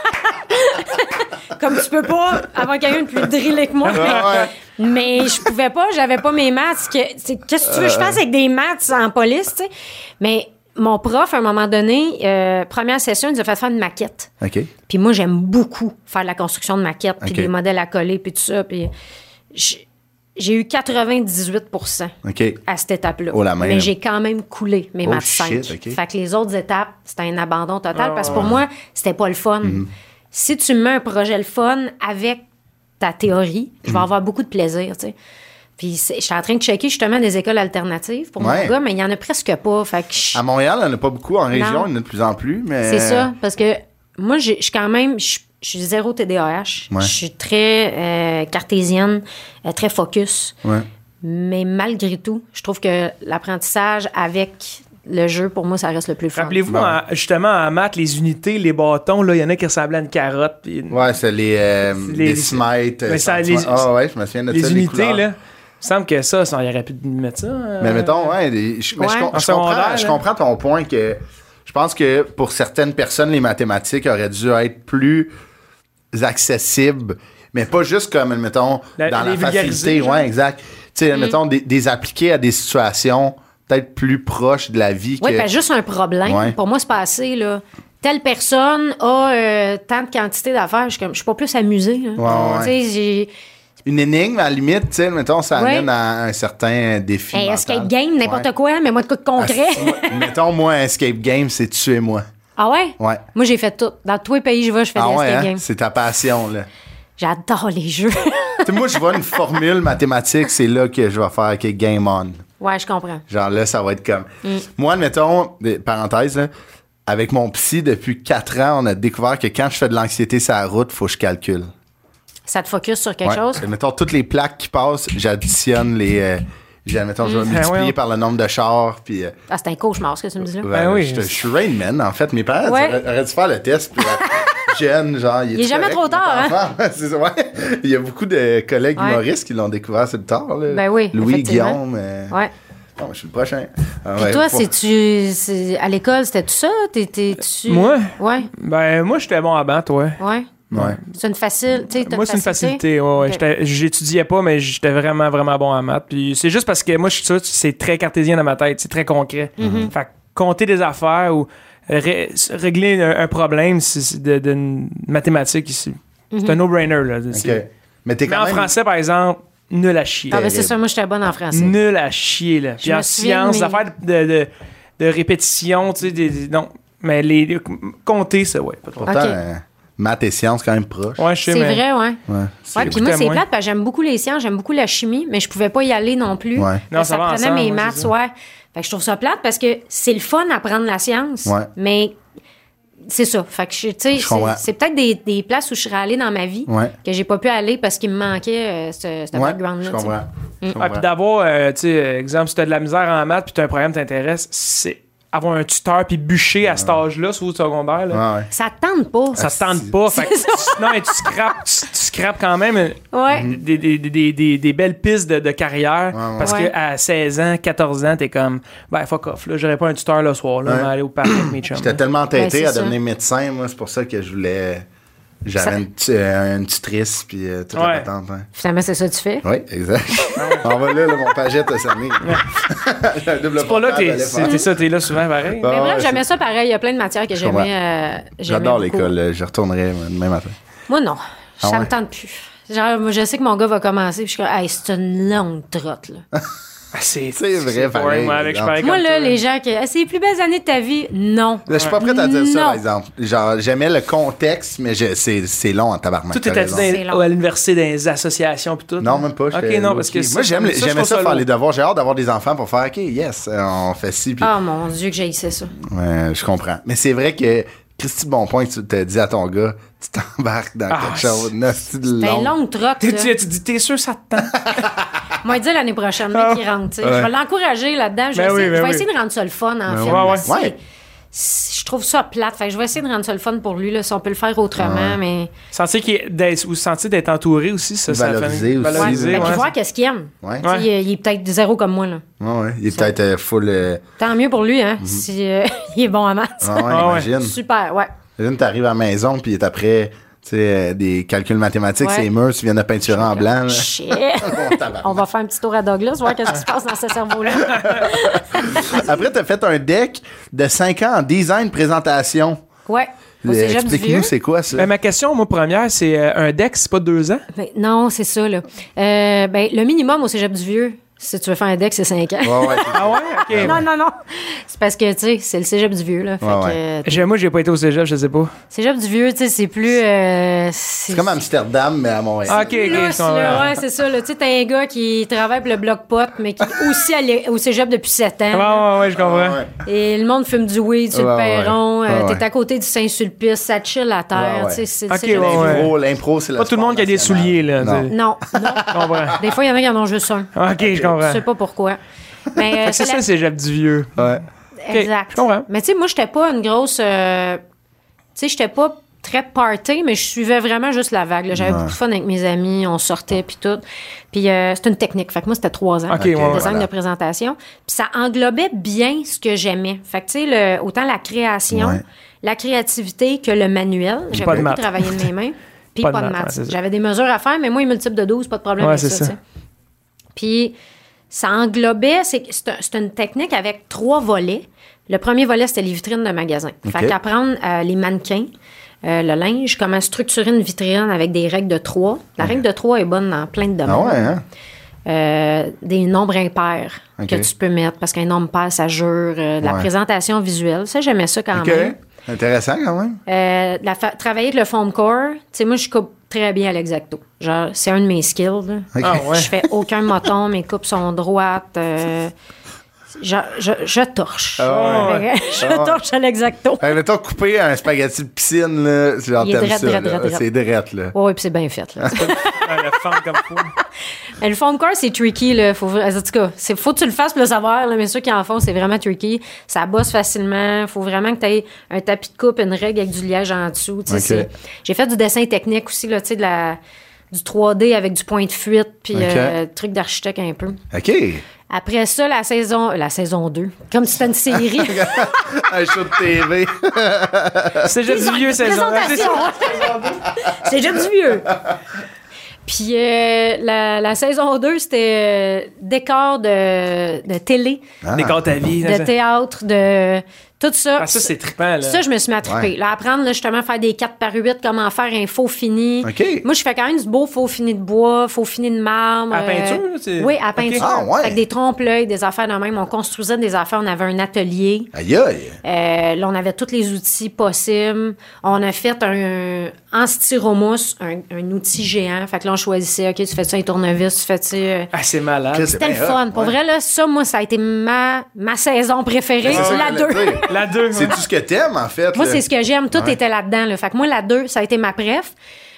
Comme tu peux pas avoir quelqu'un de plus drillé que moi. Mais, ouais. mais je pouvais pas, j'avais pas mes maths. Que- c'est- Qu'est-ce que tu veux que je fasse avec des maths en police, tu sais? Mais mon prof, à un moment donné, euh, première session, il nous a fait faire une maquette. OK. Puis moi, j'aime beaucoup faire de la construction de maquettes, puis OK. des modèles à coller, puis tout ça. Puis j'ai j'ai eu quatre-vingt-dix-huit pour cent OK. à cette étape-là. Oh, la main, Mais là. j'ai quand même coulé mes Oh, maths cinq. shit, OK. Fait que les autres étapes, c'était un abandon total parce que Ah. pour moi, c'était pas le fun. Mm-hmm. Si tu me mets un projet le fun avec ta théorie, je Mm-hmm. vais avoir beaucoup de plaisir, tu sais. Puis c'est- je suis en train de checker justement des écoles alternatives pour Ouais. mon gars, mais il y en a presque pas. Fait que je- À Montréal, il n'y en a pas beaucoup. En région, Non. il y en a de plus en plus. Mais... c'est ça, parce que moi, j'ai- je suis quand même, je je suis zéro T D A H. Ouais. Je suis très euh, cartésienne, euh, très focus. Ouais. Mais malgré tout, je trouve que l'apprentissage avec le jeu, pour moi, ça reste le plus fun. Rappelez-vous, Bon. en- justement, en maths, les unités, les bâtons, là, il y en a qui ressemblaient à une carotte. puis une- Ouais, c'est les, euh, Les- décimètres. Mais ça, centimètres. les- Ah ouais, je me souviens de les ça. unités, couleurs. là. Il me semble que ça, ça, il aurait pu mettre ça. euh, Mais mettons, ouais, les- je, mais je Ouais. com- En je comprends, secondaire, je là. comprends ton point que Je pense que pour certaines personnes, les mathématiques auraient dû être plus accessibles, mais pas juste comme, admettons, La- dans les la vulgariser, facilité. genre. Ouais, exact. Tu sais, admettons, des, des appliquer à des situations peut-être plus proches de la vie Oui, que... ben juste un problème. Ouais. Pour moi, c'est pas assez, là. Telle personne a euh, tant de quantité d'affaires, je suis comme, je suis pas plus amusée. Hein. Ouais, ouais. Tu sais, j'ai... Une énigme, à la limite, tu sais, mettons, ça Ouais. amène à un certain défi Un mental. escape game, n'importe Ouais. quoi, mais moi, de quoi de concret. Ah, si, moi- mettons, moi, un escape game, c'est tuer moi. Ah ouais? Ouais. Moi, j'ai fait tout. Dans tous les pays où je vais, je fais Ah des ouais, escape hein? games. C'est ta passion, là. J'adore les jeux. Tu sais, moi, je vois une formule mathématique, c'est là que je vais faire OK, game on. Ouais, je comprends. Genre là, ça va être comme. Moi, admettons, des parenthèses, là, avec mon psy, depuis quatre ans, on a découvert que quand je fais de l'anxiété sur la route, faut que je calcule. Ça te focus sur quelque Ouais. chose? Mettons, toutes les plaques qui passent, j'additionne les. Euh, j'ai- mettons, je vais multiplier ouais. par le nombre de chars, puis. euh, Ah, c'est un cauchemar, ce que tu me dis là. ouais, Ben oui. Je, je suis Rain Man, en fait. Mes parents Ouais. auraient, auraient dû faire le test, puis euh, jeune, genre. Il est jamais trop tard, hein? hein? C'est ça, ouais. Il y a beaucoup de collègues Ouais. humoristes qui l'ont découvert sur le tard, là. Ben oui, Louis, effectivement. Guillaume. euh, Ouais. Bon, je suis le prochain. Ah, Puis ouais, toi, pour- c'est-tu. c'est- À l'école, c'était tout ça? T'étais-tu. Moi? Ouais. Ben, moi, j'étais bon à battre, ouais. Ouais. Ouais. C'est une facile. tu sais, t'as Moi, c'est une facilité. Ouais, ouais. Ok. J'étais- J'étudiais pas, mais j'étais vraiment, vraiment bon en maths. Puis c'est juste parce que moi, je suis sûr, c'est très cartésien dans ma tête. C'est très concret. Mm-hmm. Fait que compter des affaires ou ré- régler un, un problème c'est- c'est de, de une mathématique, c'est Mm-hmm. c'est un no-brainer. Là. OK. C'est- Mais t'es Mais quand en même. français, par exemple, nul à chier. Ah, ben c'est ça, moi, j'étais bonne en français. Nul à chier, là. Puis me en souviens de sciences, mes- affaires de, de, de répétition, tu sais, des, des- non. Mais les, les- compter, ça, ouais. Pas de problème. Pourtant, Ok. euh, maths et sciences, quand même proches. Ouais, je sais, C'est mais... vrai, ouais. Ouais. Ouais, puis moi, Écoutez, c'est moi. plate parce que j'aime beaucoup les sciences, j'aime beaucoup la chimie, mais je pouvais pas y aller non plus. Ouais. Non, ça ça va prenait ensemble, mes ouais, maths, c'est ça. ouais. Fait que je trouve ça plate parce que c'est le fun d'apprendre la science, Ouais. mais c'est ça. Fait que, je- tu sais, Je comprends. c'est- c'est peut-être des, des places où je serais allée dans ma vie Ouais. que j'ai pas pu aller parce qu'il me manquait euh, ce, ce Ouais, background-là. je tu sais. comprends. Je Ah, comprends. puis d'avoir, euh, tu sais, euh, exemple, si t'as de la misère en maths puis t'as un programme qui t'intéresse, c'est avoir un tuteur puis bûcher à cet âge-là, sur le secondaire, là. Ouais, ouais. Ça te tente pas. Ça te tente pas. Fait que tu- non, mais tu scrapes, tu, tu scrapes quand même euh, Ouais. des, des, des, des, des belles pistes de, de carrière. Ouais, ouais. Parce Ouais. qu'à seize ans, quatorze ans, t'es comme, ben, fuck off, là, j'aurais pas un tuteur le soir, là, Ouais. je vais aller au parc avec mes chums. J'étais là. tellement Ben, tenté c'est à ça. devenir médecin, moi, c'est pour ça que je voulais. J'avais Ça- une, tu- euh, une tutrice, puis euh, toute la Ouais. patente. Hein. Finalement, c'est ça que tu fais. Oui, exact. On va là, là, mon pagette a sonné. C'est pas là que t'es, c'est, t'es ça, t'es là souvent pareil. Ah, Mais bref, ouais, j'aimais ça pareil. Il y a plein de matières que comprends. j'aimais. euh, j'aimais J'adore beaucoup. l'école, euh, je retournerai euh, demain matin. Moi, non. Ah ça ouais? me tente plus. Genre, moi, je sais que mon gars va commencer, puis je suis comme, hey, c'est une longue trotte, là. Ah, c'est, C'est vrai, boring, pareil, moi, avec, je non. pareil Moi, comme là, toi. les gens qui. Ah, c'est les plus belles années de ta vie. Non. Là, je suis pas prête à dire ça, Non. par exemple. Genre, j'aimais le contexte, mais je- c'est c'est long en tabarnak. Tout t'as était raison. C'est long. à l'université, dans les associations, puis tout. Non, même pas. Ok, j'étais non, parce que low-key. Moi, ça, j'aime ça, les- je j'aimais trouve ça ça faire lourd. les devoirs. J'ai hâte d'avoir des enfants pour faire, OK, yes, euh, on fait ci. Puis, Oh mon Dieu, que j'ai essayé ça. ouais, je comprends. Mais c'est vrai que, Christy, bon point que tu t'as dit à ton gars, tu t'embarques dans Ah, quelque chose de nasty de C'est long. une longue trotte, Tu, là. tu, tu dis, t'es sûr, ça te tente? Moi, dire l'année prochaine, dès qu'il rentre, tu sais. Ouais. Je vais l'encourager là-dedans. Je vais, Ben oui, essayer, ben je vais oui. essayer de rendre ça le fun, en fait. ouais, ouais. parce que Ouais. c'est- Je trouve ça plate. Fait que je vais essayer de rendre ça le fun pour lui, là, si on peut le faire autrement, mais. Sentir qu'il est, d'être, ou sentir d'être entouré aussi, ça, ça Valoriser fait- aussi. Ouais. Valoriser, Mais puis ouais. voir qu'est-ce qu'il aime. Ouais. Tu sais, Il, est- il est peut-être zéro comme moi, là. Ouais, ouais. Il est peut-être euh, full. euh, Tant mieux pour lui, hein, si euh, il est bon à maths. Ah ouais, Ah ouais. imagine. Super, ouais. Imagine, t'arrives à la maison, puis il est après, tu sais, euh, des calculs mathématiques, Ouais. c'est murs, tu viens de peinturer en blanc. là. Shit. Oh, tabarnak. On va faire un petit tour à Douglas, voir qu'est-ce qui se passe dans ce cerveau-là. Après, t'as fait un deck de cinq ans en design présentation. Ouais. Au Euh, cégep du Vieux. Explique-nous, c'est quoi ça? Ben, ma question, moi, première, c'est euh, un deck, c'est pas deux ans? Ben, non, c'est ça, là. Euh, ben, le minimum au cégep du Vieux, si tu veux faire un deck, c'est cinq ans. Ouais, ouais. Ah ouais? OK. Non, non, non. C'est parce que, tu sais, c'est le cégep du Vieux, là. Fait Ouais, que, ouais. euh, J'ai- Moi, j'ai pas été au cégep, je sais pas. cégep du Vieux, tu sais, c'est plus. euh, c'est C'est comme Amsterdam, mais à Montréal. Ah, OK, OK. lousse, je comprends. là, ouais, c'est ça. Là. Tu sais, t'as un gars qui travaille pour le bloc-pot, mais qui est aussi allé au cégep depuis sept ans. Ouais, ouais, ouais, je comprends. Ouais. Et le monde fume du weed sur Ouais, le ouais. perron. euh, Ouais, T'es ouais. à côté du Saint-Sulpice, ça chill à terre. Ouais, ouais. Tu sais, c'est le Ok, cégep ouais, du ouais. Vieux. L'impro, l'impro, c'est le Pas tout le sport monde qui a des national. souliers, là. Non. c'est- Non, non. Je comprends. Des fois, il y en a qui en ont juste un. OK, je comprends. Je sais pas pourquoi. Mais, euh, Fait que c'est c'est ça, la- le cégep du vieux. Ouais. Exact. je comprends. Mais tu sais, moi, j'étais pas une grosse. euh, Tu sais, j'étais pas très party, mais je suivais vraiment juste la vague. là. J'avais Ouais. beaucoup de fun avec mes amis, on sortait, puis tout. Puis euh, c'était une technique. Fait que moi, c'était trois ans. Ok, ouais, le ouais, design voilà. de présentation. Puis ça englobait bien ce que j'aimais. Fait que, tu sais, le- autant la création, Ouais. la créativité que le manuel. pas J'avais de beaucoup maths. travaillé de mes mains. Puis Pas pas, de de maths, maths. ouais, c'est ça. J'avais des mesures à faire, mais moi, les multiples de douze, pas de problème Ouais, avec c'est ça, ça. tu sais. Puis ça englobait, c'est, c'est, un- c'est une technique avec trois volets. Le premier volet, c'était les vitrines de magasins. OK. Fait qu'apprendre euh, les mannequins, euh, le linge, comment structurer une vitrine avec des règles de trois. La règle de trois est bonne dans plein de Ah domaines. ouais, hein? Euh, des nombres impairs OK. que tu peux mettre, parce qu'un nombre pair, ça jure. euh, de la Ouais. présentation visuelle, ça, j'aimais ça quand OK. même. Intéressant quand même. Euh, la fa- travailler avec le foam core, tu sais, moi, je coupe très bien à l'exacto. Genre, c'est un de mes skills. là. OK. Ah ouais. Je fais aucun moton, mes coupes sont droites. euh, je, je, je torche. Ah ouais. je Ah ouais. torche à l'exacto. Hey, mettons, couper un spaghetti de piscine, là, c'est genre, Il est t'aimes drette, ça, drette, là. drette, drette. C'est drette, là. Oui, puis c'est bien fait. Là. Ah, le fond comme fou. Mais le foam core, c'est tricky. Là. Faut, en tout cas, c'est, faut que tu le fasses pour le savoir. Là, mais ceux qui en font, c'est vraiment tricky. Ça bosse facilement. Faut vraiment que tu aies un tapis de coupe, une règle avec du liège en dessous. Tu sais, OK. c'est- J'ai fait du dessin technique aussi, là, tu sais, de la, du trois D avec du point de fuite, puis OK. euh, truc d'architecte un peu. OK. Après ça, la saison la saison deux, comme si c'était une série. Un show de T V. C'est juste du vieux saison. Présentation. C'est déjà du vieux. Puis euh, la, la saison deux, c'était euh, décor de, de télé, Décore ta vie. là, de ça. théâtre, de tout ça. Ah, ça, c'est trippant, là. Ça, je me suis mis à triper. Ouais. Là, apprendre là, justement à faire des quatre par huit, comment faire un faux fini. OK. Moi, je fais quand même du beau faux fini de bois, faux fini de marbre. À la peinture, là, c'est- Oui, à la OK. peinture. Ah, ouais. Avec des trompe-l'œil, des affaires de même. On construisait des affaires, on avait un atelier. Aïe, aïe. Euh, là, on avait tous les outils possibles. On a fait un, en styromousse, un, un outil géant. Fait que là, on choisissait, OK, tu fais ça un tournevis, tu fais ça... euh, Ah, c'est malade. Qu'est-ce- C'était le bien fun. hot, Pour ouais. vrai, là, ça, moi, ça a été ma, ma saison préférée. C'est ça que La j'allais deux. dire. La deux. C'est tout ce que t'aimes, en fait. Moi, là. c'est ce que j'aime. Tout Ouais. était là-dedans. Là. Fait que moi, la deux, ça a été ma préf.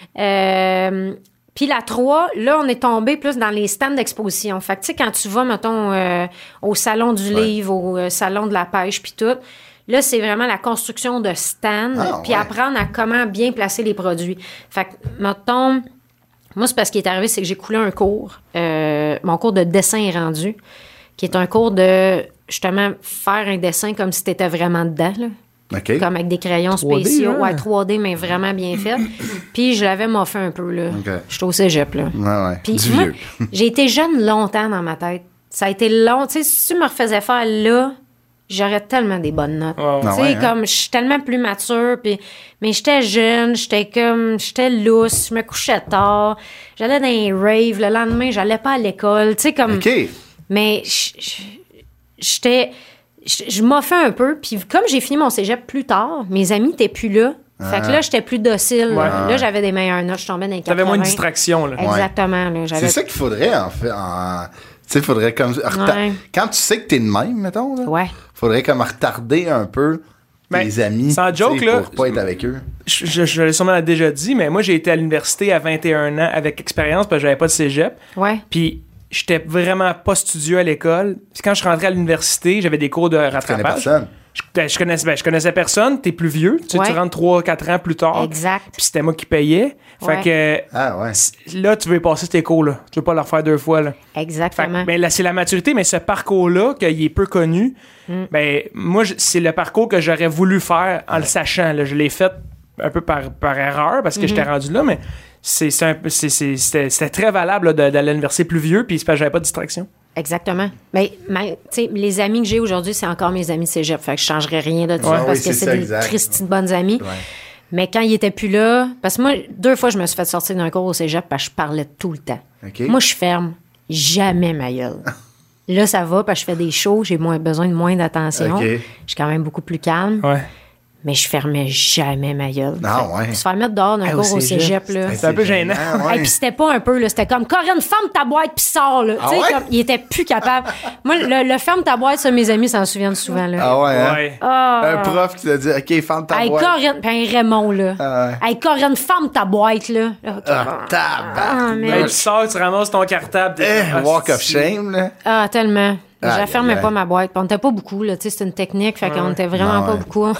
Euh, Puis la trois, là, on est tombé plus dans les stands d'exposition. Fait que, tu sais, quand tu vas, mettons, euh, au salon du Ouais. livre, au euh, salon de la pêche, puis tout, là, c'est vraiment la construction de stands, Ah, puis ouais. apprendre à comment bien placer les produits. Fait que, mettons, moi, c'est parce qu'il est arrivé, c'est que j'ai coulé un cours. Euh, mon cours de dessin est rendu, qui est un cours de, justement, faire un dessin comme si t'étais vraiment dedans, là. OK. Comme avec des crayons trois D, spéciaux. là. Ouais, trois D, mais vraiment bien fait. Puis je l'avais moffé un peu, là. OK. J'étais au cégep, là. Ouais, ouais. Puis Du moi, vieux. j'ai été jeune longtemps dans ma tête. Ça a été long. Tu sais, si tu me refaisais faire là, j'aurais tellement des bonnes notes. Ouais, ouais. Tu sais, Ah ouais, hein? comme, je suis tellement plus mature, puis, mais j'étais jeune, j'étais comme, j'étais lousse, je me couchais tard, j'allais dans les raves, le lendemain, j'allais pas à l'école, tu sais, comme... OK. Mais je- je- j'étais... Je, je m'offais un peu, puis comme j'ai fini mon cégep plus tard, mes amis n'étaient plus là. Fait que là, j'étais plus docile. Ouais. Là, j'avais des meilleures notes, je tombais dans les quatre-vingts. T'avais moins de distraction, là. Exactement. Là, j'avais... C'est ça qu'il faudrait, en fait. En... Tu sais, il faudrait comme. reta- Ouais. Quand tu sais que t'es de même, mettons, là, Ouais. faudrait comme retarder un peu Ben, tes amis. sans tu sais, joke, là, Pour pas être avec eux. Je, je, je l'ai sûrement déjà dit, mais moi, j'ai été à l'université à vingt et un ans avec expérience parce que j'avais pas de cégep. Ouais. Puis j'étais vraiment pas studieux à l'école. Puis quand je rentrais à l'université, j'avais des cours de Tu connais rattrapage. personne. Je, ben, je connaissais, ben, je connaissais personne. T'es plus vieux. Tu, sais, Ouais. tu rentres trois quatre ans plus tard. Exact. Puis c'était moi qui payais. Fait Ouais. que Ah, ouais. c- là, tu veux passer tes cours, là. Tu veux pas le refaire deux fois, là. Fait que, Exactement. ben, là, c'est la maturité, mais ce parcours-là, qu'il est peu connu, Mm. ben, moi, je- c'est le parcours que j'aurais voulu faire en le sachant. Là. Je l'ai fait un peu par, par erreur parce que Mm-hmm. j'étais rendu là, mais c'est, c'est un peu- c'est- c'est- c'était, c'était très valable là, de- d'aller à l'université plus vieux, puis c'est parce que j'avais pas de distraction. Exactement. Mais, mais, tu sais, les amis que j'ai aujourd'hui, c'est encore mes amis de cégep. Fait que je changerais rien de ça Ouais, parce oui, que c'est c'est ça, des exact. tristis de bonnes amies. Ouais. Mais quand ils étaient plus là, parce que moi, deux fois, je me suis fait sortir d'un cours au cégep parce que je parlais tout le temps. OK. Moi, je ferme jamais ma gueule. Là, ça va parce que je fais des shows, j'ai moins besoin de moins d'attention. OK. Je suis quand même beaucoup plus calme, Ouais. mais je fermais jamais ma gueule. Ah, Fait- ouais. Se faire mettre dehors d'un Ah, au cours au cégep, cégep, là. C'est un peu gênant. ouais. Et puis c'était pas un peu, là, c'était comme Corinne, ferme ta boîte puis sors, là. Ah Tu sais, ouais? comme, il était plus capable. Moi, le, le ferme ta boîte, ça, mes amis s'en souviennent souvent, là. Ah, ouais, hein? Ouais. Ah. Un prof qui t'a dit, OK, ferme ta Hey, boîte. Corinne, puis un Raymond, là. Ah ouais. Hey, Corinne, ferme ta boîte, là. OK. Ah, Ah, tabarnak. mais- Ben, tu sors, tu ramasses ton cartable. t'es- Eh, Ah, walk of c'est- shame, là. Ah, tellement. Aïe, Je la fermais aïe, pas aïe. ma boîte. Puis on était pas beaucoup, là. Tu sais, c'était une technique, fait qu'on était vraiment Ah, pas ouais. beaucoup.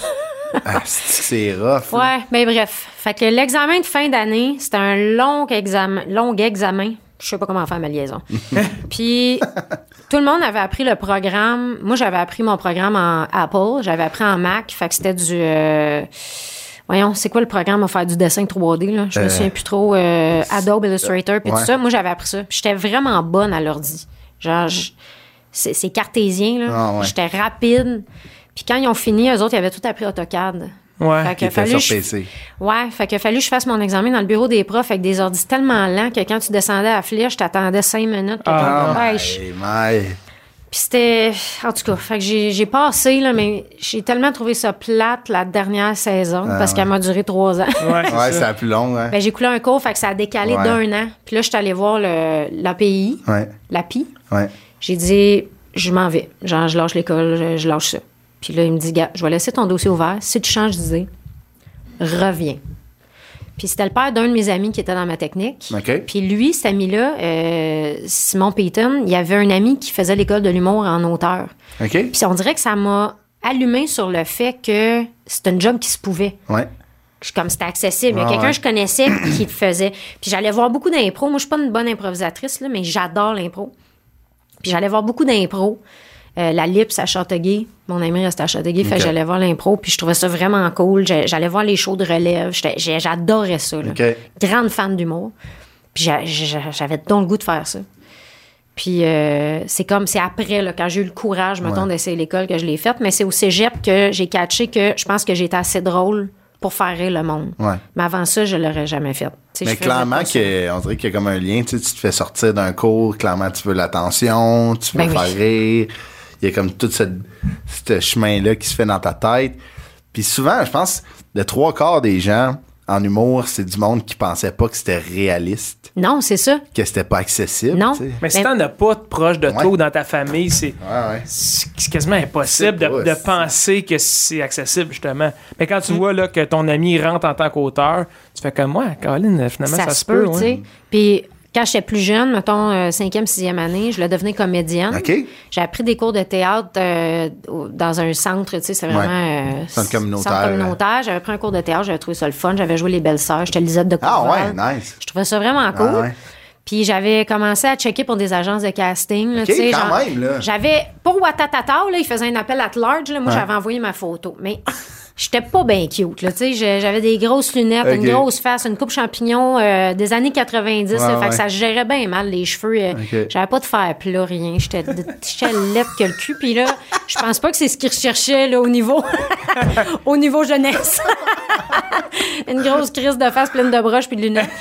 Ah, c'est c'est rough. là. Ouais, mais bref. Fait que l'examen de fin d'année, c'était un long examen. Long examen. Je sais pas comment faire ma liaison. Puis, tout le monde avait appris le programme. Moi, j'avais appris mon programme en Apple. J'avais appris en Mac. Fait que c'était du... euh, Voyons, c'est quoi le programme à faire du dessin trois D, là? Je me Euh, souviens plus trop. euh, Adobe Illustrator, puis ouais. tout ça. Moi, j'avais appris ça. Puis j'étais vraiment bonne à l'ordi. Genre, je- c'est, c'est cartésien, là. Ah, ouais. J'étais rapide. Puis quand ils ont fini, eux autres, ils avaient tout appris AutoCAD. Ouais. Fait Qui qu'il a était fallu sur je- P C. Ouais, fait qu'il a fallu que je fasse mon examen dans le bureau des profs avec des ordis tellement lents que quand tu descendais à la flèche, t'attendais cinq minutes. Ah, Ah, ouais, je- Hey, my. Puis c'était... En tout cas, fait que j'ai, j'ai passé, là, mais j'ai tellement trouvé ça plate la dernière saison parce qu'elle m'a duré trois ans. Ouais, c'est Ouais, ça. c'est la plus longue. Hein? Ben, j'ai coulé un cours, fait que ça a décalé Ouais. d'un an. Puis là, je suis allée voir le, l'A P I, Ouais. l'A P I. Ouais. J'ai dit, je m'en vais. Genre, je lâche l'école, je, je lâche ça. Puis là, il me dit, gars, je vais laisser ton dossier ouvert. Si tu changes d'idée, reviens. Puis c'était le père d'un de mes amis qui était dans ma technique. OK. Puis lui, cet ami-là, euh, Simon Payton, il y avait un ami qui faisait l'école de l'humour en auteur. OK? Puis on dirait que ça m'a allumé sur le fait que c'était un job qui se pouvait. Ouais. Je- Comme c'était accessible. Il y a Ah, quelqu'un ouais. que je connaissais qui le faisait. Puis j'allais voir beaucoup d'impro. Moi, je suis pas une bonne improvisatrice, là, mais j'adore l'impro. Puis j'allais voir beaucoup d'impro. Euh, la Lips à Châteauguay. Mon ami restait à Châteauguay. Fait que OK. j'allais voir l'impro. Puis je trouvais ça vraiment cool. J'ai- J'allais voir les shows de relève. J'étais- j'ai- J'adorais ça. Là. OK. Grande fan d'humour. Puis j'a- j'a- j'avais donc le goût de faire ça. Puis euh, c'est comme, c'est après, là, quand j'ai eu le courage, mettons, Ouais. d'essayer l'école que je l'ai faite. Mais c'est au cégep que j'ai catché que je pense que j'étais assez drôle pour faire rire le monde. Ouais. Mais avant ça, je l'aurais jamais fait. Tu sais, Mais je faisais clairement, pas ça. que, on dirait qu'il y a comme un lien. Tu sais, tu te fais sortir d'un cours, clairement, tu veux l'attention, tu veux Ben oui. faire rire. Il y a comme tout ce, ce chemin-là qui se fait dans ta tête. Puis souvent, je pense, le trois quarts des gens en humour, c'est du monde qui pensait pas que c'était réaliste, Non, c'est ça. que c'était pas accessible. Non. tu sais. Mais si Ben- t'en as pas de proche de toi Ouais. ou dans ta famille, c'est, Ouais, ouais. c'est c'est quasiment impossible C'est de, pas, de c'est- penser que c'est accessible, justement. Mais quand Mm. tu vois là, que ton ami rentre en tant qu'auteur, tu fais comme moi, Caroline, finalement, ça, ça, se se peut, peut. tu ouais. sais. Puis quand j'étais plus jeune, mettons euh, cinquième, sixième année, je voulais devenir comédienne. OK. J'ai appris des cours de théâtre euh, au- dans un centre, tu sais, c'est vraiment... Ouais. euh, Centre communautaire, centre communautaire. J'avais pris un cours de théâtre, j'avais trouvé ça le fun. J'avais joué Les Belles-Sœurs, j'étais Lisette de Ah Courval. ouais, nice. Je trouvais ça vraiment cool. Ah ouais. Puis j'avais commencé à checker pour des agences de casting. Là, OK, tu sais, quand genre, même, là. J'avais, pour Watatata, là, ils faisaient un appel at large. Là, moi, Ouais. j'avais envoyé ma photo. Mais j'étais pas bien cute. Là, tu sais, j'ai- j'avais des grosses lunettes, OK. une grosse face, une coupe champignon euh, des années quatre-vingt-dix. Ouais, là, fait ouais. que ça se gérait bien mal, les cheveux. euh, OK. J'avais pas de fer plat, rien. J'étais j'étais laide que le cul. Puis là, je pense pas que c'est ce qu'ils recherchaient là, au niveau, au niveau jeunesse. Une grosse crise de face pleine de broches puis de lunettes.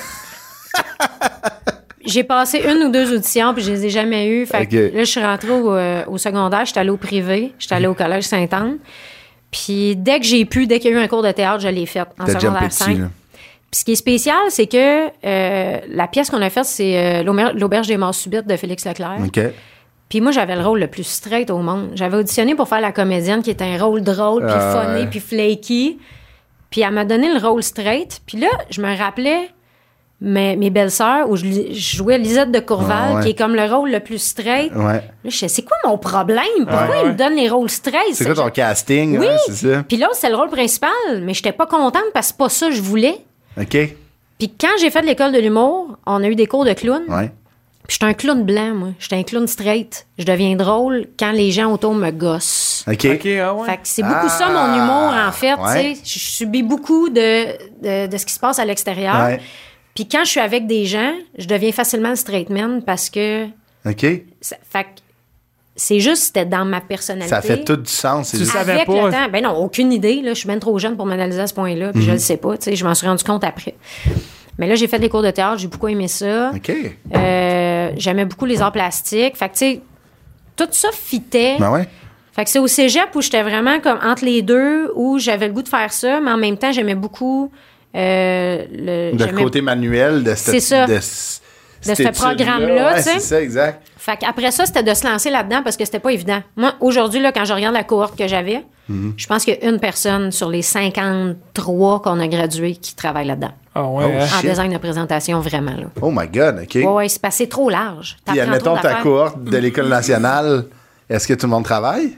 J'ai passé une ou deux auditions, puis je les ai jamais eues. Fait que OK. là, je suis rentrée au, euh, au secondaire, j'étais allée au privé, j'étais allée au collège Sainte-Anne. Puis dès que j'ai pu, dès qu'il y a eu un cours de théâtre, je l'ai fait en T'as jumpé secondaire dessus, cinq. là. Puis ce qui est spécial, c'est que euh, la pièce qu'on a faite, c'est euh, L'Auber- L'Auberge des Morts Subites de Félix Leclerc. OK. Puis moi, j'avais le rôle le plus straight au monde. J'avais auditionné pour faire la comédienne, qui était un rôle drôle, puis Ah, funny, ouais. puis flaky. Puis elle m'a donné le rôle straight. Puis là, je me rappelais mes, mes belles-sœurs, où je, li- je jouais Lisette de Courval, Ah, ouais. qui est comme le rôle le plus straight. Ouais. Là, je sais, c'est quoi mon problème? Pourquoi Ouais, ils ouais. me donnent les rôles straight? C'est quoi ton casting? Oui. hein, c'est ça? Puis là, c'est le rôle principal, mais j'étais pas contente parce que c'est pas ça que je voulais. OK. Puis quand j'ai fait de l'école de l'humour, on a eu des cours de clown. Ouais. Puis j'étais un clown blanc, moi. J'étais un clown straight. Je deviens drôle quand les gens autour me gossent. OK. OK, ah ouais. Fait que c'est beaucoup Ah, ça, mon humour, en fait. ouais. tu sais. Je subis beaucoup de, de, de ce qui se passe à l'extérieur. Ouais. Puis quand je suis avec des gens, je deviens facilement le straight man parce que... OK. ça- fait que c'est juste, c'était dans ma personnalité. Ça fait tout du sens. c'est Tu juste- savais Avec pas. le temps, ben non, aucune idée. Là, je suis bien trop jeune pour m'analyser à ce point-là, puis je Mhm. le sais pas. Tu sais, je m'en suis rendu compte après. Mais là, j'ai fait des cours de théâtre, j'ai beaucoup aimé ça. OK. Euh, j'aimais beaucoup les arts plastiques. Fait que, tu sais, tout ça fitait. Ben ouais. Fait que c'est au cégep où j'étais vraiment comme entre les deux, où j'avais le goût de faire ça, mais en même temps, j'aimais beaucoup euh, le. De j'aimais- côté manuel de, cette, C'est ça. de, De cette ce étude-là. programme-là, Ouais, tu sais. c'est ça, exact. Fait qu'après ça, c'était de se lancer là-dedans parce que c'était pas évident. Moi, aujourd'hui, là, quand je regarde la cohorte que j'avais, Mhm. je pense qu'il y a une personne sur les cinquante-trois qu'on a gradués qui travaille là-dedans. Ah ouais. Oh, hein. En shit. design de présentation, vraiment, là. Oh my God, OK. Ouais, ouais, c'est passé trop large. Puis T'apprends admettons trop ta d'affaires. cohorte de l'École nationale, est-ce que tout le monde travaille?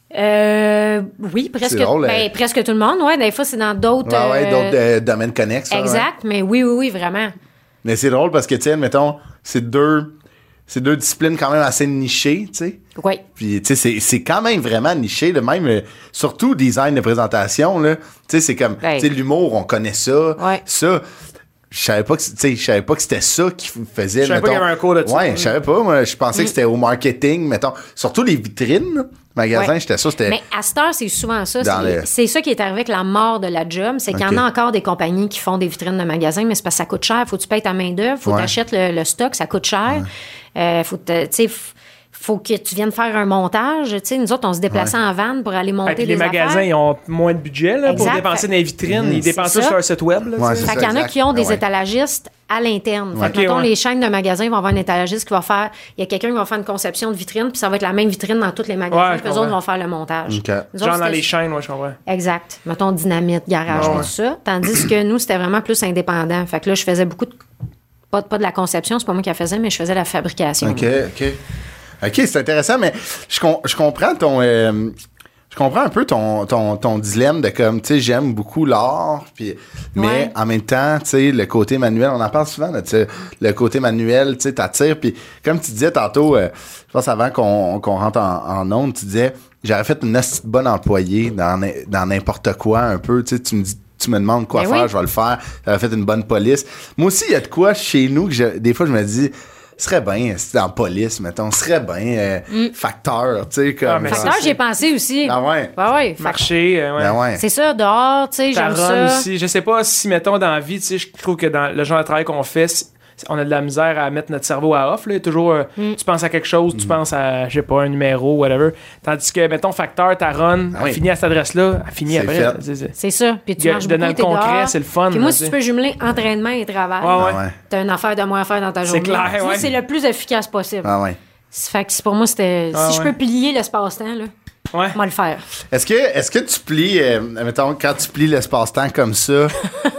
Euh, oui, presque, C'est drôle, ben, euh. presque tout le monde. Ouais, des fois, c'est dans d'autres... Ouais, ouais, euh, d'autres euh, domaines connexes. ça, Exact, ouais. mais oui, oui, oui, vraiment. Mais c'est drôle parce que, tu sais, mettons, c'est deux, c'est deux disciplines quand même assez nichées, tu sais. Oui. Puis, tu sais, c'est, c'est quand même vraiment niché, là, même, euh, surtout design de présentation, là. Tu sais, c'est comme, Ouais. tu sais, l'humour, on connaît ça. Ouais. Ça, je savais pas que, tu sais, je savais pas que c'était ça qui faisait, Je savais pas mettons- qu'il y avait un cours de ça. Ouais, je savais pas, moi, je pensais que c'était au marketing, mettons. Surtout les vitrines, là. Magasin, Ouais. j'étais ça, c'était... Mais à cette heure, c'est souvent ça. Dans C'est, le- c'est ça qui est arrivé avec la mort de la job. C'est qu'il y en Ok. a encore des compagnies qui font des vitrines de magasins, mais c'est parce que ça coûte cher. Faut que tu payes ta main-d'œuvre, faut que Ouais. tu achètes le, le stock, ça coûte cher. Euh, faut te- tu sais, f- faut que tu viennes faire un montage. Tu sais, nous autres, on se déplaçait en van pour aller monter Et puis des les magasins, affaires. ils ont moins de budget là, pour Exact. dépenser dans les vitrines. Ils C'est dépensent ça. ça sur leur site web. Là, Ouais, tu sais. c'est Fait ça, qu'il y en a exact. qui ont des Ah ouais. étalagistes à l'interne. Fait que, Ok, mettons, ouais. les chaînes de magasins vont avoir un étalagiste qui va faire... Il y a quelqu'un qui va faire une conception de vitrine, puis ça va être la même vitrine dans tous les magasins. Ouais, je puis eux autres comprends. vont faire le montage. Ok. Nous Genre autres, dans c'était- les chaînes, moi, je comprends. Exact. Mettons dynamite, garage, Ouais, tout ouais. ça. Tandis que nous, c'était vraiment plus indépendant. Fait que là, je faisais beaucoup de... Pas, pas de la conception, c'est pas moi qui la faisais, mais je faisais la fabrication. OK, OK. OK, c'est intéressant, mais je, com- je comprends ton... euh, je comprends un peu ton, ton, ton dilemme de comme, tu sais, j'aime beaucoup l'art, puis, mais Ouais. en même temps, tu sais, le côté manuel, on en parle souvent, là, tu sais, le côté manuel, tu sais, t'attires, puis comme tu disais tantôt, euh, je pense avant qu'on qu'on rentre en, en onde, tu disais, j'aurais fait une assez bonne employée dans, n- dans n'importe quoi un peu, tu sais, tu me dis, tu me demandes quoi Ben faire, oui. je vais le faire, j'aurais fait une bonne police. Moi aussi, il y a de quoi chez nous que je- des fois, je me dis, ce serait bien, c'était en police, mettons, ce serait bien euh, facteur, tu sais, comme... Ah, mais Fait que là, j'ai pensé aussi. Ah ouais? Ouais, ouais. Fait que Marché, euh, ouais. Ben ouais. c'est ça, dehors, tu sais, Ta j'aime run ça. aussi. Je sais pas si, mettons, dans la vie, tu sais, je trouve que dans le genre de travail qu'on fait, c'est- on a de la misère à mettre notre cerveau à off. Là. Toujours, euh, Mm. tu penses à quelque chose, Mm. tu penses à, je sais pas, un numéro, whatever. Tandis que, mettons, facteur, ta run, Ah elle oui. finit à cette adresse-là, elle finit C'est après. fait. C'est- c'est- C'est ça. Puis tu Ga- marches dans beaucoup, le t'es concret, dehors. c'est le fun, Puis moi, là, si tu tu sais. peux jumeler entraînement et travail, Ouais, ouais. Ah ouais. t'as une affaire de moins à faire dans ta C'est journée. clair, Tu vois, ouais. c'est le plus efficace possible. Ah ouais. C'est- Fait que pour moi, c'était... Ah si je ouais. peux plier l'espace-temps, là, Ouais. on va le faire. Est-ce que, est-ce que tu plies, euh, mettons, quand tu plies l'espace-temps comme ça...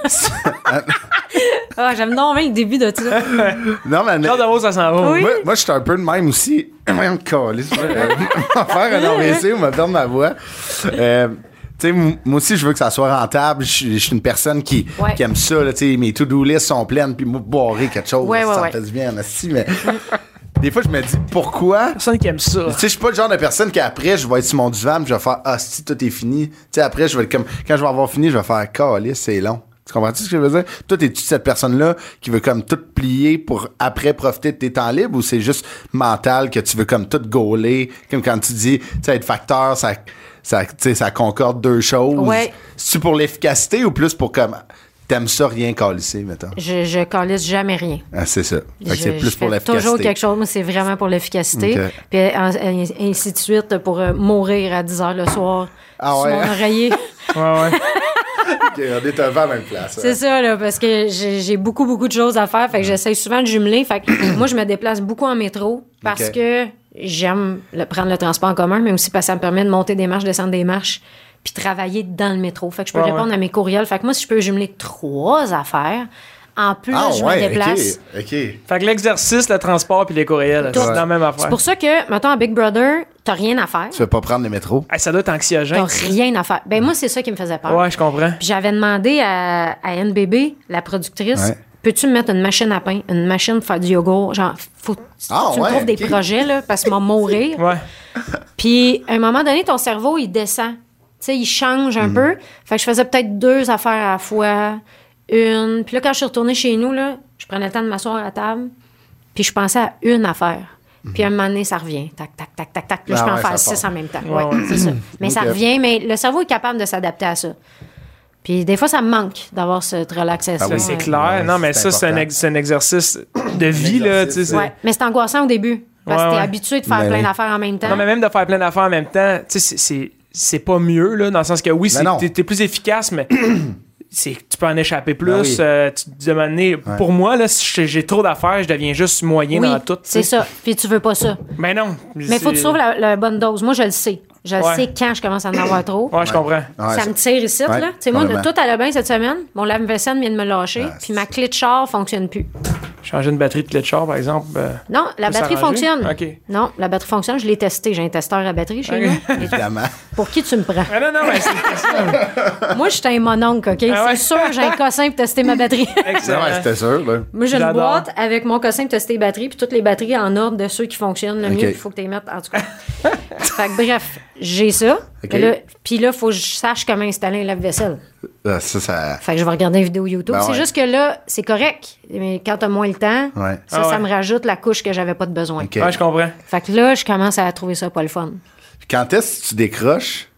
Ah, j'aime donc bien le début de ça. non, mais... Genre de où ça s'en va. Oui. Moi, moi je suis un peu de même aussi. Même câlisse, moi, euh, faire un A V C ou me perdre ma voix. Euh, tu sais, m- moi aussi, je veux que ça soit rentable. Je suis je suis une personne qui, Ouais. qui aime ça. Là, tu sais, mes to-do lists sont pleines, puis moi, boirer quelque chose, Ouais, ouais, ça ouais. me fait du bien, en asti, mais des fois, je me dis, pourquoi? Personne qui aime ça. Tu sais, je suis pas le genre de personne qu'après, je vais être sur mon divan, puis je vais faire, ah, si tout est fini. Tu sais, après, je vais être comme, quand je vais avoir fini, je vais faire, câlisse, c'est long. Tu comprends-tu ce que je veux dire? Toi, es-tu cette personne-là qui veut comme tout plier pour après profiter de tes temps libres ou c'est juste mental que tu veux comme tout gauler? Comme quand tu dis, tu sais, être facteur, ça, ça, tu sais, ça concorde deux choses. Ouais. C'est-tu pour l'efficacité ou plus pour comme, t'aimes ça rien calisser, mettons? Je, je calisse jamais rien. Ah, c'est ça. Fait que Je- c'est plus je pour fais l'efficacité. toujours quelque chose. Moi, c'est vraiment pour l'efficacité. Ok. Puis en- en- ainsi de suite pour euh, mourir à dix heures le soir Ah sur ouais? mon oreiller. Ouais, ouais. Ok, on est un peu à la même place. C'est ça, là, parce que j'ai j'ai beaucoup, beaucoup de choses à faire. Fait que j'essaie souvent de jumeler. Fait que moi, je me déplace beaucoup en métro parce Ok. que j'aime le- prendre le transport en commun, mais aussi parce que ça me permet de monter des marches, descendre des marches, puis travailler dans le métro. Fait que je peux Ouais, répondre ouais. à mes courriels. Fait que moi, si je peux jumeler trois affaires, en plus, Ah je ouais, me déplace. ok, ok. Fait que l'exercice, le transport puis les courriels, Tout. c'est la même affaire. C'est pour ça que, mettons, à Big Brother, t'as rien à faire. Tu veux pas prendre les métros? Hey, ça doit être anxiogène. T'as rien à faire. Ben moi, c'est ça qui me faisait peur. Ouais, je comprends. Puis j'avais demandé à, à N B B, la productrice, Ouais. peux-tu me mettre une machine à pain, une machine pour faire du yogourt? Genre, faut que Ah, tu ouais, me trouves des ok. projets, là, parce que m'en mourir. Ouais. Puis à un moment donné, ton cerveau, il descend. Tu sais, il change Mm. un peu. Fait que je faisais peut-être deux affaires à la fois, une. Puis là, quand je suis retournée chez nous, là, je prenais le temps de m'asseoir à la table, puis je pensais à une affaire. Puis à un moment donné, ça revient. Tac, tac, tac, tac, tac. Là, Ah je peux ouais, en faire ça six part. en même temps. Ouais, Ouais, ouais. c'est ça. Mais ça Ok. revient, mais le cerveau est capable de s'adapter à ça. Puis des fois, ça me manque d'avoir cette relaxation. Ah oui, Ça, c'est euh, clair. Ouais, non, mais c'est ça, c'est un, important. ex- c'est un exercice de vie, là. Tu sais, c'est- Ouais, mais c'est angoissant au début. Parce Ouais, que t'es ouais. habitué de faire Ben plein oui. d'affaires en même temps. Non, mais même de faire plein d'affaires en même temps, tu sais, c'est- c'est- c'est pas mieux, là, dans le sens que oui, c'est- non. t'es t'es plus efficace, mais c'est tu peux en échapper plus. Ben oui. euh, tu te demandes, pour moi, là, si j'ai- j'ai trop d'affaires, je deviens juste moyen oui, dans tout. tu c'est sais. ça. Puis tu veux pas ça. Ben non. Mais il faut que tu trouves la, la bonne dose. Moi, je le sais. Je le Ouais. sais quand je commence à en avoir trop. Ouais, je comprends. Ouais, ça me tire ici, Ouais, là. Tu sais, moi, complètement. tout allait bien cette semaine. Mon lave-vaisselle vient de me lâcher. Ah, puis ma clé de char fonctionne plus. Changer une batterie de clé de char, par exemple. euh, Non, la peut batterie s'arranger? fonctionne. OK. Non, la batterie fonctionne. Je l'ai testé. J'ai un testeur à batterie chez Ok. nous. Et Évidemment. pour qui tu me prends? Ah non, non, mais c'est ça. Moi, je suis un mononcle, OK? Ah ouais? C'est sûr, j'ai un cossin pour tester ma batterie. Excellent. Ouais, c'était sûr, là. Moi, j'ai une J'adore. boîte avec mon cossin pour tester les batteries, puis toutes les batteries en ordre de ceux qui fonctionnent le OK. mieux. Il faut que tu les mettes, en tout cas. Fait que bref, j'ai ça. OK. Mais là, puis là, il faut que je sache comment installer un lave-vaisselle. Ah, ça, ça... Fait que je vais regarder une vidéo YouTube. Ben c'est ouais. juste que là, c'est correct. Mais quand t'as moins le temps, Ouais. ça, Ah ça ouais. me rajoute la couche que j'avais pas de besoin. OK. Ouais, je comprends. Fait que là, je commence à trouver ça pas le fun. Quand est-ce que tu décroches?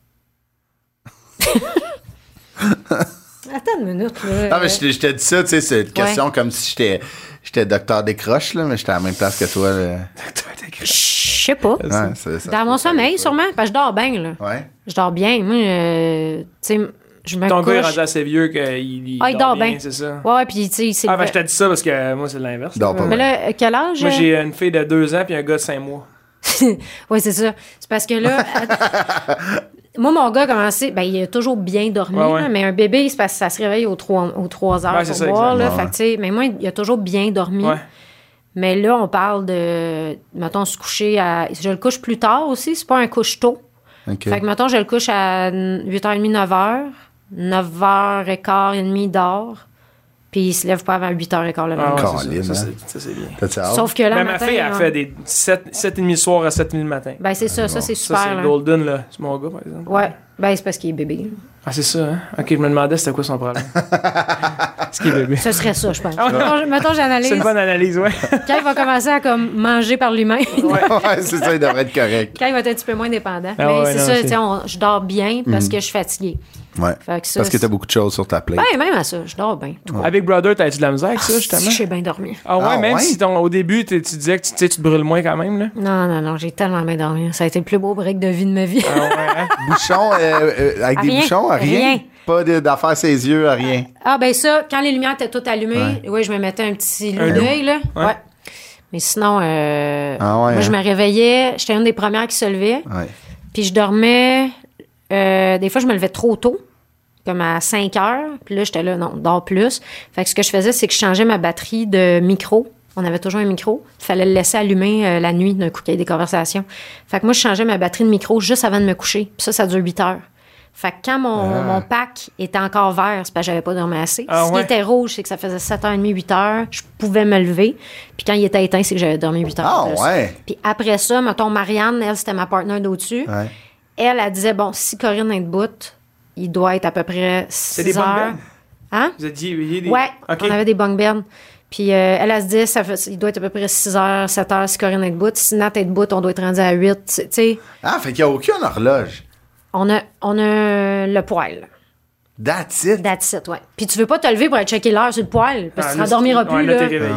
Attends une minute, là. Non, mais je t'ai- je t'ai dit ça, tu sais, c'est une question comme si j'étais j'étais docteur décroche, là, mais j'étais à la même place que toi. Là. Je sais pas. Ouais, c'est ça. Dans mon sommeil, sûrement. Parce que je dors bien, là. Ouais. Je dors bien. Moi, euh, tu sais, je me Ton gars est couche. rendu assez vieux qu'il il Ah, il dort bien. c'est ça. Ouais, ouais, puis tu sais, c'est Ah, le- ben, je t'ai dit ça parce que euh, moi, c'est l'inverse. Dors pas Mais bien. là, euh, quel âge? Moi, j'ai une fille de deux ans puis un gars de cinq mois. Oui, c'est ça. C'est parce que là, att- moi, mon gars a commencé, ben, il a toujours bien dormi, Ouais, ouais. là, mais un bébé, c'est parce que ça se réveille aux trois, aux trois heures Ouais, c'est pour ça, boire. Là, exactement. fait que, tu sais, mais moi, il a toujours bien dormi. Ouais. Mais là, on parle de, mettons, se coucher à... Je le couche plus tard aussi, c'est pas un couche tôt. OK. Fait que, mettons, je le couche à huit heures trente, neuf heures. neuf heures quinze, et demi, il dort. Puis il se lève pas avant huit heures quinze le Ah, matin. ouais, c'est Colin, ça, ça, hein. c'est- ça, c'est bien. T'as-tu hâte? Sauf que là, Mais le ma matin, fille, elle on- fait des sept et demi le soir à sept et demi le matin. Ben, c'est ça, ça, c'est Ça, super. c'est là. Golden, là. C'est mon gars, par exemple. Ouais. Ben, c'est parce qu'il est bébé. Ah, c'est ça, hein? Ok, je me demandais c'était quoi son problème. Ce qui est bébé. Ce serait ça, je pense. Ah ouais. Mettons, mettons, j'analyse. C'est une bonne analyse, ouais. Quand il va commencer à comme, manger par lui-même, Ouais, c'est ça, il devrait être correct. quand il va être un petit peu moins dépendant. Ah Mais ouais, c'est non, ça, c'est- tu sais, on- je dors bien parce que je suis fatiguée. Ouais. Fait que ça, Parce que t'as c'est- beaucoup de choses sur ta plate. Ben, même à ça, je dors bien. Tout À Big Brother, t'as-tu de la misère avec ça, justement? Si, j'ai bien dormi. Ah ouais, Ah même ouais? si ton- au début, t'es- tu disais que tu, tu sais, tu te brûles moins quand même, là. Non, non, non, j'ai tellement bien dormi. Ça a été le plus beau break de vie de ma vie. Ah ouais, hein? Bouchons, euh, euh, avec des Rien. bouchons, à rien. Rien. Pas de- d'affaires ses yeux, à rien. Ah, ben ça, quand les lumières étaient toutes allumées, ouais, je me mettais un petit Un loup d'œil, là. Ouais. Ouais. Mais sinon, euh, Ah ouais, moi, je hein? me réveillais. J'étais une des premières qui se levait. Ouais. Puis je dormais. euh, des fois, je me levais trop tôt, comme à cinq heures. Puis là, j'étais là, non, dors plus. Fait que ce que je faisais, c'est que je changeais ma batterie de micro. On avait toujours un micro. Il fallait le laisser allumer euh, la nuit d'un coup qu'il y ait des conversations. Fait que moi, je changeais ma batterie de micro juste avant de me coucher. Puis ça, ça dure huit heures. Fait que quand mon, mon pack était encore vert, c'est parce que j'avais pas dormi assez. Ah S'il ouais? était rouge, c'est que ça faisait sept heures trente, huit heures. Je pouvais me lever. Puis quand il était éteint, c'est que j'avais dormi huit heures. Ah de plus. ouais. Puis après ça, mettons, Marianne, elle, c'était ma partenaire d'au-dessus. Ouais. Elle, elle disait, bon, si Corinne est debout, il doit être à peu près C'est des six bunk heures. beds? Hein? Vous êtes dit, il y a des... Ouais, OK. on avait des bunk beds. Puis euh, elle, elle se disait, ça fait, il doit être à peu près six heures, sept heures si Corinne est debout. Si Nat est debout, on doit être rendu à huit. Tu sais, Ah, fait qu'il n'y a aucune horloge. on a, on a le poil. That's it. That's it, ouais. Puis tu veux pas te lever pour aller checker l'heure sur le poil, parce que Ah, tu là, ne dormiras c'est- ouais, plus, là, là. t'es réveillé.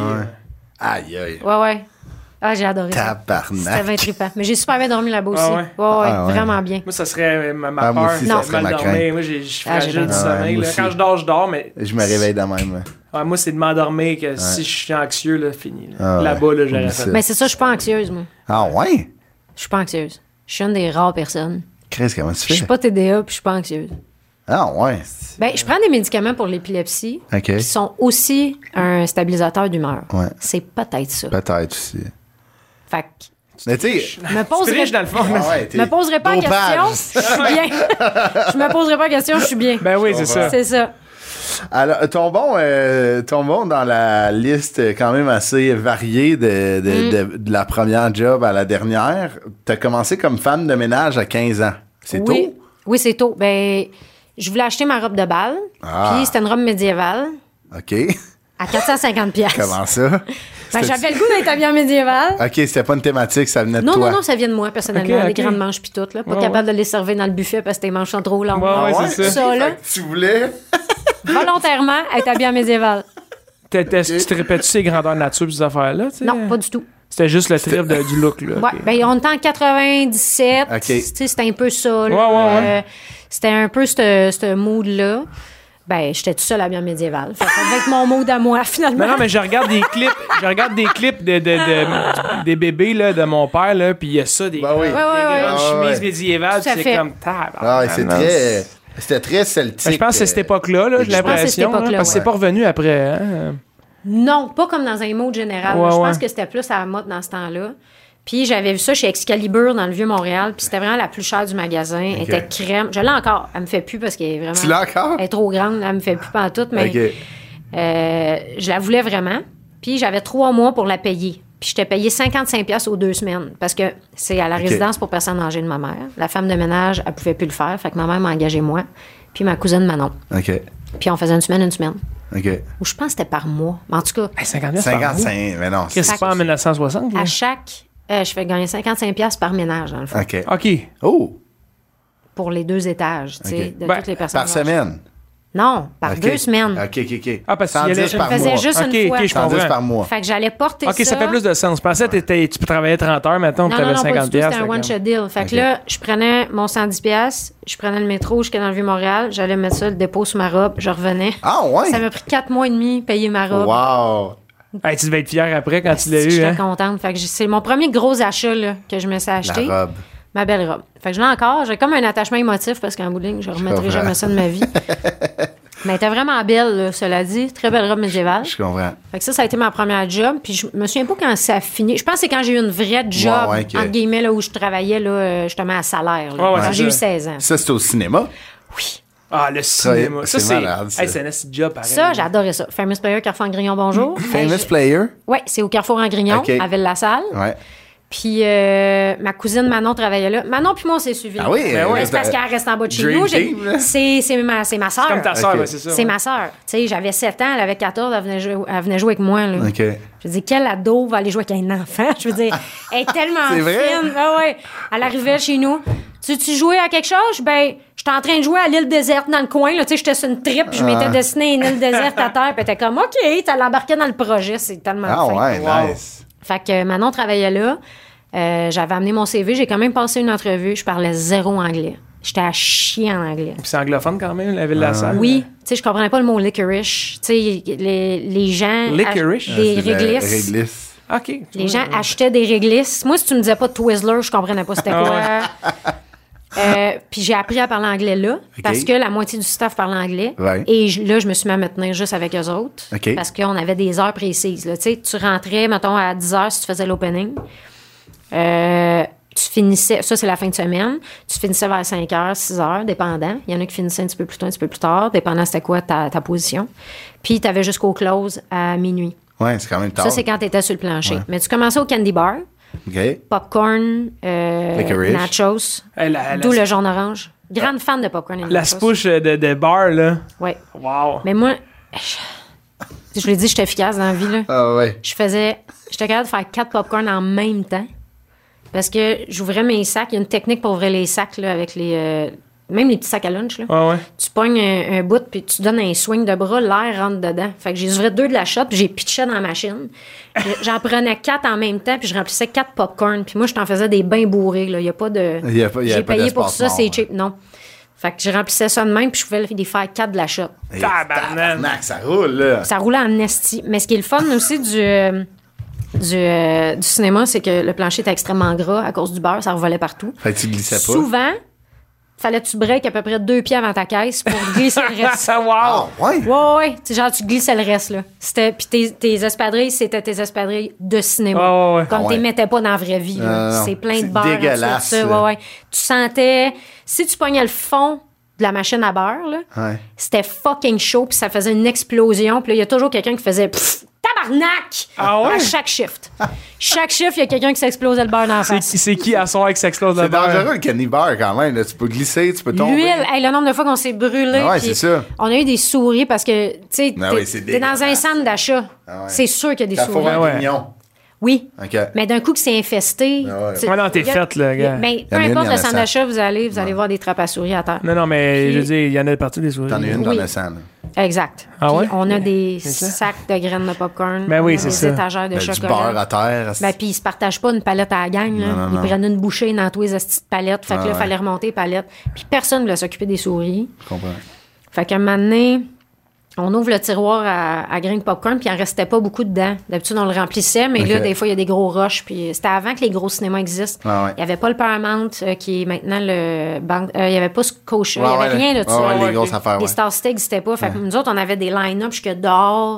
Aïe, aïe. Ouais, ouais. Ah, j'ai adoré ça. Tabarnak. C'était bien trippant. Mais j'ai super bien dormi là-bas aussi. Ah ouais, ouais? ouais, Ah ouais. vraiment bien. Moi, ça serait ma, ma Ah, moi peur. aussi, c'est ça de serait mal ma dormir. crainte. Moi, j'ai- je suis Ah, j'ai fragile bien du dormi. sommeil. Ouais, moi là. aussi. Quand je dors, je dors, mais... Je me réveille de même. Ouais, moi, c'est de m'endormir que si je suis anxieux, là, fini. là. Ah ouais. Là-bas, là, j'aurais Oublie fait. ça. Mais c'est ça, je suis pas anxieuse, moi. Ah ouais? Je suis pas anxieuse. Je suis une des rares personnes. Chris, comment tu Je fais? suis pas T D A puis je suis pas anxieuse. Ah ouais. Ben, je prends des médicaments pour l'épilepsie OK. qui sont aussi un stabilisateur d'humeur. Ouais. C'est peut-être ça. Peut-être aussi. Fait que Mais tu sais... je me C'est poserai, riche, dans le fond. mais- Ah ouais, je me poserai pas la dopage. question, je suis bien. Je me poserai pas la question, je suis bien. Ben oui, c'est ça. C'est ça. Alors, tombons, euh, tombons dans la liste quand même assez variée de, de, Mm. de, de la première job à la dernière. Tu as commencé comme femme de ménage à quinze ans. C'est Oui. tôt? Oui, c'est tôt. Ben, je voulais acheter ma robe de bal, Ah. puis c'était une robe médiévale OK. à quatre cent cinquante piastres. Comment ça? Ben, C'était- j'avais le goût d'être habillée en médiéval. OK, c'était pas une thématique, ça venait de Non, toi. non, non, ça vient de moi, personnellement. Ok, Les ok. grandes manches puis tout, là. Pas Ouais, capable de les servir dans le buffet parce que tes manches sont trop longues. Ouais, ouais, Ah c'est ça. Ça, là, Tu voulais? volontairement, être habillée en médiéval. T'es- t'es- Tu te répètes ces grandeurs nature, ces affaires-là, tu sais? Non, pas du tout. C'était juste le trip de- du look, là. Ouais, ok. ben, on était en quatre-vingt-dix-sept. Ok. Tu sais, c'était un peu ça, là. Ouais, ouais, ouais. Euh, c'était un peu ce ce mood-là. Ben, j'étais toute seule habillée en médiéval. Fait que ça devait être mon mood à moi, finalement. Mais non, mais je regarde des clips, je regarde des clips de, de, de- des bébés là, de mon père, là, puis il y a ça, des, Ben oui. des Ouais, ouais, ouais. grandes Ah, chemises ouais. médiévales, Tout à puis fait. c'est comme tabarnak. Ah, ouais, c'est non. très... C'était très celtique. Ben, je pense que c'est cette époque-là, là, j'ai Je pense que c'est cette l'impression. hein, époque-là, parce que c'est ouais. pas revenu après. Hein. Non, pas comme dans un mode général. Ouais, je ouais. pense que c'était plus à la mode dans ce temps-là. Puis j'avais vu ça chez Excalibur dans le Vieux-Montréal. Puis c'était vraiment la plus chère du magasin. Elle était crème. Je l'ai encore. Elle me fait plus parce qu'elle est vraiment... Tu l'as encore? Elle est trop grande. Elle me fait plus pantoute. Mais OK. euh, je la voulais vraiment. Puis j'avais trois mois pour la payer. Puis je t'ai payé cinquante-cinq piastres aux deux semaines. Parce que c'est à la résidence pour personnes âgées de ma mère. La femme de ménage, elle pouvait plus le faire. Fait que ma mère m'a engagé moi. Puis ma cousine Manon. OK. Puis on faisait une semaine, une semaine. OK. Ou je pense que c'était par mois. Mais en tout cas, Hey, cinquante par mois. cinquante-cinq, mais non. Qu'est-ce que c'est pas en mille neuf cent soixante? là? à chaque... euh, je fais gagner cinquante-cinq piastres par ménage, dans le fond. OK. OK. Oh! Pour les deux étages, tu sais, Ok. de Ben, toutes les personnes. Par semaine? Non, par OK. deux semaines. OK, OK, OK. Ah, parce qu'il y cent dix allait- par Je faisais mois. juste OK, une fois. OK, je cent dix comprends. par mois. Fait que j'allais porter OK, ça. ça fait plus de sens. Je pensais que t'étais- tu travaillais trente heures, maintenant, Non, tu non, avais non, pas du cinquante tout, c'était piastres. un one-shot deal. Fait OK. que là, je prenais mon cent dix piastres, je prenais le métro jusqu'à dans le Vieux-Montréal, j'allais mettre ça, le dépôt sous ma robe, je revenais. Ah, ouais? Ça m'a pris quatre mois et demi payer ma robe. Wow! Hey, tu devais être fier après quand tu l'as eu. J'étais Hein? contente. Fait que j'ai- c'est mon premier gros achat là, que je me suis acheté. La robe. Ma belle robe. Fait que je l'ai encore. J'ai comme un attachement émotif parce qu'en bout de ligne, je ne remettrai comprends. jamais ça de ma vie. Mais elle était vraiment belle, là, cela dit. Très belle robe médiévale. Je comprends. Fait que ça, ça a été ma première job. Puis je me souviens pas quand ça a fini. Je pense que c'est quand j'ai eu une vraie job, Ouais, ouais, que- entre guillemets, là, où je travaillais là, euh, justement à salaire. là, Ouais, ouais, quand c'est j'ai eu ça. seize ans. Ça, c'est au cinéma? Oui. Ah, le cinéma. c'est Ça, c'est. malade, ça. Hey, c'est un esti de job pareil. Ça, j'adorais ça. Famous Player, Carrefour en Grignon, bonjour. Famous Player? Oui, c'est au Carrefour en Grignon, OK. à Ville-la-Salle. Ouais. Puis euh, ma cousine Manon travaillait là. Manon puis moi, on s'est suivis. Ah oui? Ben euh, ouais, C'est parce qu'elle reste en bas de chez Dream nous. J'ai- Team, là. C'est c'est ma, c'est ma soeur. Comme ta soeur, OK. ouais, c'est ça. C'est ouais. ma soeur. Tu sais, j'avais sept ans, elle avait quatorze, elle venait jouer, elle venait jouer avec moi. Là. OK. Je veux dire, quel ado va aller jouer avec un enfant? Je veux dire, elle est tellement C'est vrai? fine. Ah ouais. Elle arrivait chez nous. Tu tu jouais à quelque chose? Ben, j'étais en train de jouer à l'île déserte dans le coin. Là. Tu sais, j'étais sur une trip, puis je m'étais dessiné une île déserte à terre, puis elle était comme, OK, t'as l'embarqué dans le projet. C'est tellement Ah fin. ouais, Wow. nice. Fait que Manon travaillait là. Euh, j'avais amené mon C V. J'ai quand même passé une entrevue. Je parlais zéro anglais. J'étais à chier en anglais. Puis c'est anglophone quand même, la ville de la salle. Oui, tu sais, je comprenais pas le mot licorice. Tu sais, les, les gens... Licorice? ach- Des C'est la réglisses. réglisse. OK. tu Les vois. gens achetaient des réglisses. Moi, si tu me disais pas de Twizzler, je comprenais pas c'était quoi. Euh, puis j'ai appris à parler anglais là, parce que la moitié du staff parlait anglais. Ouais. Et je- là, je me suis mis à me tenir juste avec eux autres. OK. Parce qu'on avait des heures précises. Là. Tu sais, tu rentrais, mettons, à dix heures si tu faisais l'opening. Euh, tu finissais, ça c'est la fin de semaine, tu finissais vers cinq heures, six heures, dépendant. Il y en a qui finissaient un petit peu plus tôt, un petit peu plus tard, dépendant c'était quoi ta, ta position. Puis tu avais jusqu'au close à minuit. Ouais, c'est quand même tard. Ça, c'est quand tu étais sur le plancher. Ouais. Mais tu commençais au candy bar, OK. popcorn, euh, Licorice. nachos, Hey, la, la, d'où le jaune orange. Grande fan de popcorn et de la nachos. spouche de, de bar, là. Ouais. Wow. Mais moi, je, je l'ai dit, j'étais efficace dans la vie, là. Ah ouais. Je faisais. J'étais capable de faire quatre popcorn en même temps. Parce que j'ouvrais mes sacs. Il y a une technique pour ouvrir les sacs, là, avec les. euh, même les petits sacs à lunch, là. Ouais, ouais. Tu pognes un, un bout, puis tu donnes un swing de bras, l'air rentre dedans. Fait que j'ai ouvert deux de la shot, puis j'ai pitché dans la machine. Puis j'en prenais quatre en même temps, puis je remplissais quatre popcorn. Puis moi, je t'en faisais des bains bourrés, là. Il n'y a pas de. Il y a pas- il y a J'ai pas payé pour d'espace ça, mort, c'est ouais. cheap. Non. Fait que je remplissais ça de même, puis je pouvais les faire quatre de la shot. Hey, Tabarnak. tabarnak, ça roule, là. Ça roulait en esti. Mais ce qui est le fun aussi du, euh, du, euh, du cinéma, c'est que le plancher était extrêmement gras à cause du beurre, ça revolait partout. Fait que tu glissais pas. Souvent, fallait que tu breaks à peu près deux pieds avant ta caisse pour glisser le reste. wow. Ah ouais? Ouais, ouais. Tu sais, genre, tu glissais le reste, là. C'était, puis tes, tes espadrilles, c'était tes espadrilles de cinéma. Ouais, ouais, ouais. Comme Ah ouais. t'es mettais pas dans la vraie vie, là. Non, non, C'est plein c'est de beurre. en dessous de dégueulasse, ça. là. Ouais, ouais. Tu sentais... Si tu pognais le fond de la machine à beurre, là, Ouais. c'était fucking chaud, puis ça faisait une explosion. Puis là, il y a toujours quelqu'un qui faisait pfff, tabarnak! Ah ouais? À chaque shift. Chaque shift, il y a quelqu'un qui s'explosait le beurre dans la C'est face. qui, c'est qui à soir qui s'explose le C'est beurre? dangereux, le candy bar, quand même. Là. Tu peux glisser, tu peux tomber. L'huile, hey, le nombre de fois qu'on s'est brûlé. Ah ouais, puis c'est ça. On a eu des souris parce que, tu sais, Ah t'es, oui, c'est t'es dans un dégueulasse. centre d'achat. Ah ouais. C'est sûr qu'il y a des Carrefour souris. en ouais. Grignon. Oui. OK. Mais d'un coup que c'est infesté. Ah ouais. tu sais, Ouais, non, t'es y a- faite, là, y a- gars. Mais peu Il y en a une, importe il y en le a centre cent. d'achat, vous allez, vous allez voir des trappes à souris à terre. Non, non, mais Puis- je veux dire, il y en a partout des souris. T'en as une dans Oui. le sang, là. Exact. Ah Puis ouais? on a des C'est ça? sacs de graines de popcorn. Ben oui, on a c'est des ça. étagères de Ben, du chocolat. beurre à terre. Ben, puis ils se partagent pas une palette à la gang, là. Non, non, Ils non. prennent une bouchée dans tous les astis de palettes. Fait que Ah là, il ouais. fallait remonter les palettes. Puis personne ne voulait s'occuper des souris. Je comprends. Fait qu'à un moment donné, on ouvre le tiroir à, à grains de popcorn, puis il en restait pas beaucoup dedans. D'habitude, on le remplissait, mais là, Ok. des fois, il y a des gros rushs. Puis c'était avant que les gros cinémas existent. Ah ouais. Il y avait pas le Paramount, euh, qui est maintenant le... banque- euh, il y avait pas Scotia. Ouais, il y avait ouais, rien de ouais, ça. ouais, les Ouais, grosses ok. affaires, Les ouais. Star City n'existaient pas. Fait que nous autres, on avait des line-up jusque dehors,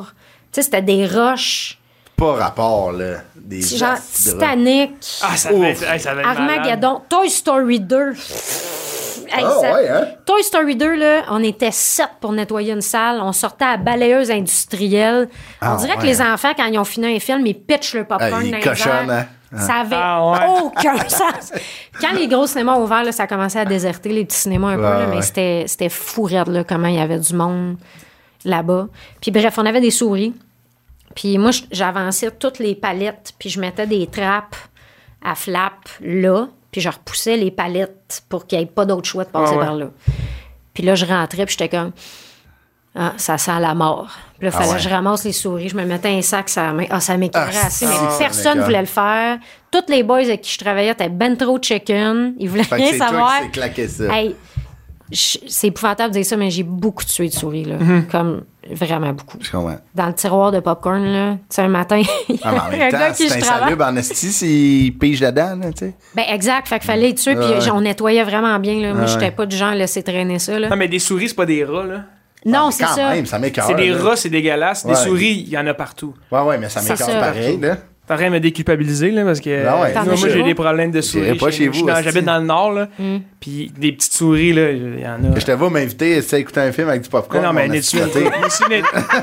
sais, c'était des roches, Pas rapport, là. Des genre hosties de roches. Titanic, Ah, ça va être, hey, ça va être malade. Armageddon, Toy Story deux. Hey, Ah, ça- ouais, hein? Toy Story deux, là, on était sept pour nettoyer une salle. On sortait à balayeuse industrielle. Ah, on dirait que ouais. les enfants, quand ils ont fini un film, ils pitchent le popcorn Ah, ils dans les cochonnent, airs. hein? Ça avait Ah, ouais. aucun sens. Quand les gros cinémas ont ouvert, là, ça commençait à déserter les petits cinémas un peu, Ouais, là, ouais. mais c'était, c'était fou raide, là, comment il y avait du monde là-bas. Puis bref, on avait des souris. Puis moi, j- j'avançais toutes les palettes, puis je mettais des trappes à flap là, puis je repoussais les palettes pour qu'il n'y ait pas d'autre choix de passer Ah ouais. par là. Puis là, je rentrais, puis j'étais comme... Ah, ça sent la mort. Puis là, il fallait ouais. que je ramasse les souris. Je me mettais un sac sur la main. Ah, ça m'écœurait Ah, assez. ça, Mais ça personne m'écoeure. voulait le faire. Tous les boys avec qui je travaillais étaient ben trop chicken. Ils voulaient Fait que rien c'est toi savoir. qui s'est claqué ça. Hey, je- c'est épouvantable de dire ça, mais j'ai beaucoup tué de souris, là. Comme vraiment beaucoup. Je comprends. Dans le tiroir de popcorn, là, tu sais, un matin, il y Ah, mais en a un même gars temps, qui c'est je travaille. insalubre en esti s'il pige là-dedans, là, tu sais. Ben, exact. Fait qu'il fallait être tuer, puis Ouais. on nettoyait vraiment bien, là. Moi, Ouais. j'étais pas du genre à laisser traîner ça, là. Non, mais des souris, c'est pas des rats, là. Non, Ah, c'est quand ça. même, ça m'écoeure. C'est des là. rats, c'est dégueulasse. Des Ouais. souris, il y en a partout. Ouais, ouais, mais ça C'est m'écoeure ça. pareil, là. T'as rien à me déculpabiliser, là, parce que Ah ouais. moi, T'en as moi, chez j'ai vous? des problèmes de J'irai souris. pas chez moi. Je suis vous, dans- hostie. J'habite dans le nord, là. Mm. Puis des petites souris, là, il y en a. Je te vois m'inviter, tu sais, écouter un film avec du popcorn. Non, non, mais on a Netflix, spoté. moi aussi, Net-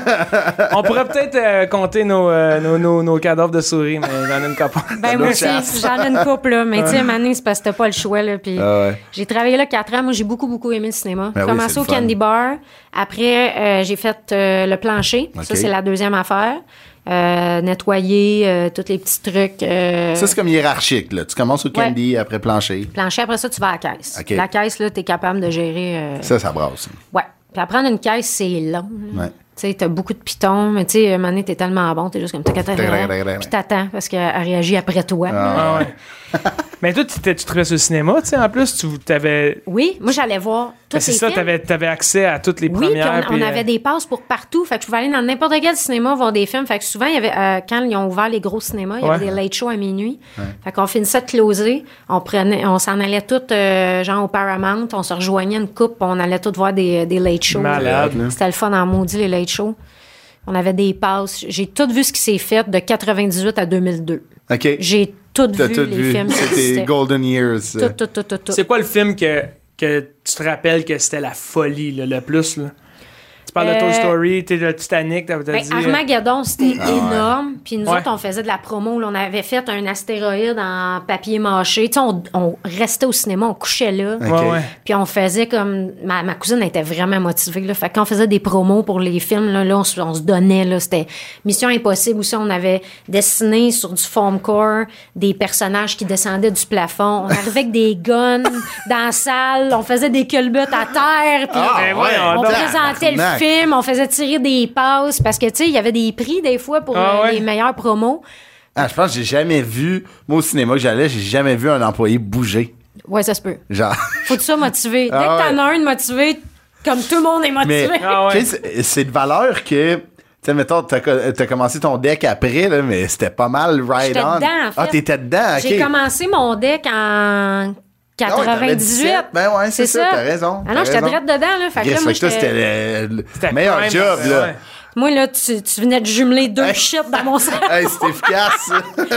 On pourrait peut-être euh, compter nos, euh, nos, nos, nos cadavres de souris, mais j'en ai une couple. Ben, Ça moi doit aussi, chasse. j'en ai une couple, là. Mais tu sais, à un moment donné, c'est parce que t'as pas le choix, là. Puis Ah ouais. j'ai travaillé là quatre ans. Moi, j'ai beaucoup, beaucoup aimé le cinéma. Ben J'ai oui, commencé c'est au le fun. Candy Bar. Après, euh, j'ai fait euh, le plancher. Ok. Ça, c'est la deuxième affaire. Euh, nettoyer, euh, tous les petits trucs. euh, Ça, c'est comme hiérarchique, là. Tu commences au candy, après plancher. plancher, après ça, tu vas à la caisse. Ok. La caisse, là, t'es capable de gérer. euh, Ça, ça brasse. Ouais. Puis apprendre une caisse, c'est long. là. Ouais. Tu sais, t'as beaucoup de pitons, mais tu sais, à un moment donné, t'es tellement bon, t'es juste comme... tac, tac, tac, tac, tac. Puis t'attends, parce qu'elle elle réagit après toi. Ah ouais. Mais toi, tu, t'es- tu travaillais sur le cinéma, tu sais, en plus, tu avais. Oui, moi, j'allais voir tous Ben, c'est les ça, films. t'avais, t'avais accès à toutes les Oui, puis premières. on, on puis, euh, avait des passes pour partout. Fait que je pouvais aller dans n'importe quel cinéma voir des films. Fait que souvent, il y avait, euh, quand ils ont ouvert les gros cinémas, il y avait Ouais. des late shows à minuit. Fait qu'on finissait de closer. On prenait, on s'en allait toutes, euh, genre au Paramount. On se rejoignait une coupe. On allait toutes voir des, des late shows. Malade, là. C'était le fun en maudit, les late shows. On avait des passes. J'ai tout vu ce qui s'est fait de quatre-vingt-dix-huit à deux mille deux. OK. J'ai tout T'as vu tout les vu. films. qui C'était existaient. Golden Years. ça. Tout, tout, tout, tout, tout. C'est quoi le film que, que tu te rappelles que c'était la folie, là, le plus, là? Tu parles de Euh, Toy Story, t'es le Titanic, t'as, t'as Ben, dit... euh, Armageddon, c'était Ah ouais. énorme. Puis nous Ouais. autres, on faisait de la promo. Là, on avait fait un astéroïde en papier mâché. Tu sais, on, on restait au cinéma, on couchait là. Ouais, OK. ouais. Puis on faisait comme... Ma, ma cousine était vraiment motivée. Là. Fait que quand on faisait des promos pour les films, là, là on, se- on se donnait. Là, c'était Mission Impossible aussi. On avait dessiné sur du foam core des personnages qui descendaient du plafond. On arrivait avec des guns dans la salle. On faisait des culbutes à terre. Puis Ah, Ben ouais, voyons on donc. présentait le tabarnak. film, on faisait tirer des passes parce que, tu sais, il y avait des prix des fois pour Ah euh, ouais? les meilleurs promos. Ah, je pense que j'ai jamais vu... Moi, au cinéma que j'allais, j'ai jamais vu un employé bouger. Ouais, ça se peut. Genre... Faut que tu sois motivé. Dès Ah que t'en ouais. as un de motivé, comme tout le monde est motivé. Mais Ah ouais. tu sais, c'est- c'est de valeur que... Tu sais, mettons, t'as, co- t'as commencé ton deck après, là, mais c'était pas mal ride J'étais on. dedans, en fait. Ah, t'étais dedans, OK. J'ai commencé mon deck en quatre-vingt-dix-huit. Ah ouais, ben ouais, c'est ça, t'as raison, Ah non, t'as j'étais raison. direct dedans, là. Fait que Yes, là, moi, fait que toi, j'étais- c'était le, le C'était meilleur prime, job, ouais, là. ouais. moi, là, tu, tu venais de jumeler deux Hey. shit dans mon sac. Hey, c'est efficace,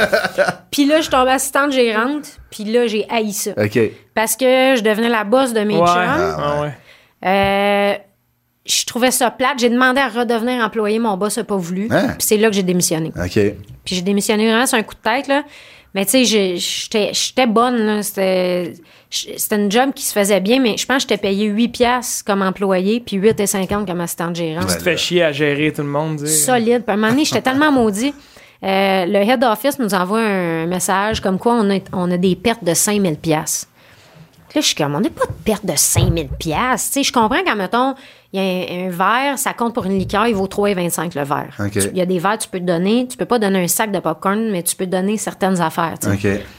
ça. Puis là, je suis tombée assistante gérante. Puis là, j'ai haï ça. OK. Parce que je devenais la boss de mes Ouais, chums. ah ouais. Euh, je trouvais ça plate. J'ai demandé à redevenir employé. Mon boss n'a pas voulu. Hein? Puis c'est là que j'ai démissionné. OK. Puis j'ai démissionné vraiment sur un coup de tête, là. Mais tu sais, j'ai- j'étais j'étais bonne, là. C'était c'était une job qui se faisait bien, mais je pense que j'étais payé huit piastres comme employé, puis huit et cinquante comme assistante gérante. Tu te fais chier à gérer tout le monde, dire. Solide. Puis à un moment donné, j'étais tellement maudit. Euh, le head office nous envoie un message comme quoi on a, on a des pertes de cinq mille piastres. Là, je suis comme, on n'a pas de perte de cinq mille piastres. Tu sais, je comprends quand, mettons, il y a un, un verre, ça compte pour une liqueur, il vaut trois vingt-cinq le verre. OK. Tu- Il y a des verres, tu peux te donner, tu peux pas donner un sac de popcorn, mais tu peux donner certaines affaires. tu sais. OK.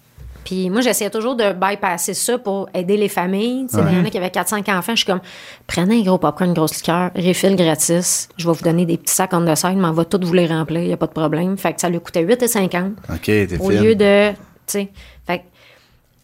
Puis moi, j'essayais toujours de bypasser ça pour aider les familles. Tu sais, il y en a qui avaient quatre cinq enfants. Je suis comme, prenez un gros popcorn, une grosse liqueur, refill gratis. Je vais vous donner des petits sacs on the side, mais on va tous vous les remplir, il n'y a pas de problème. Fait que ça lui coûtait huit et cinquante OK, t'es au fine. lieu de, tu sais, fait que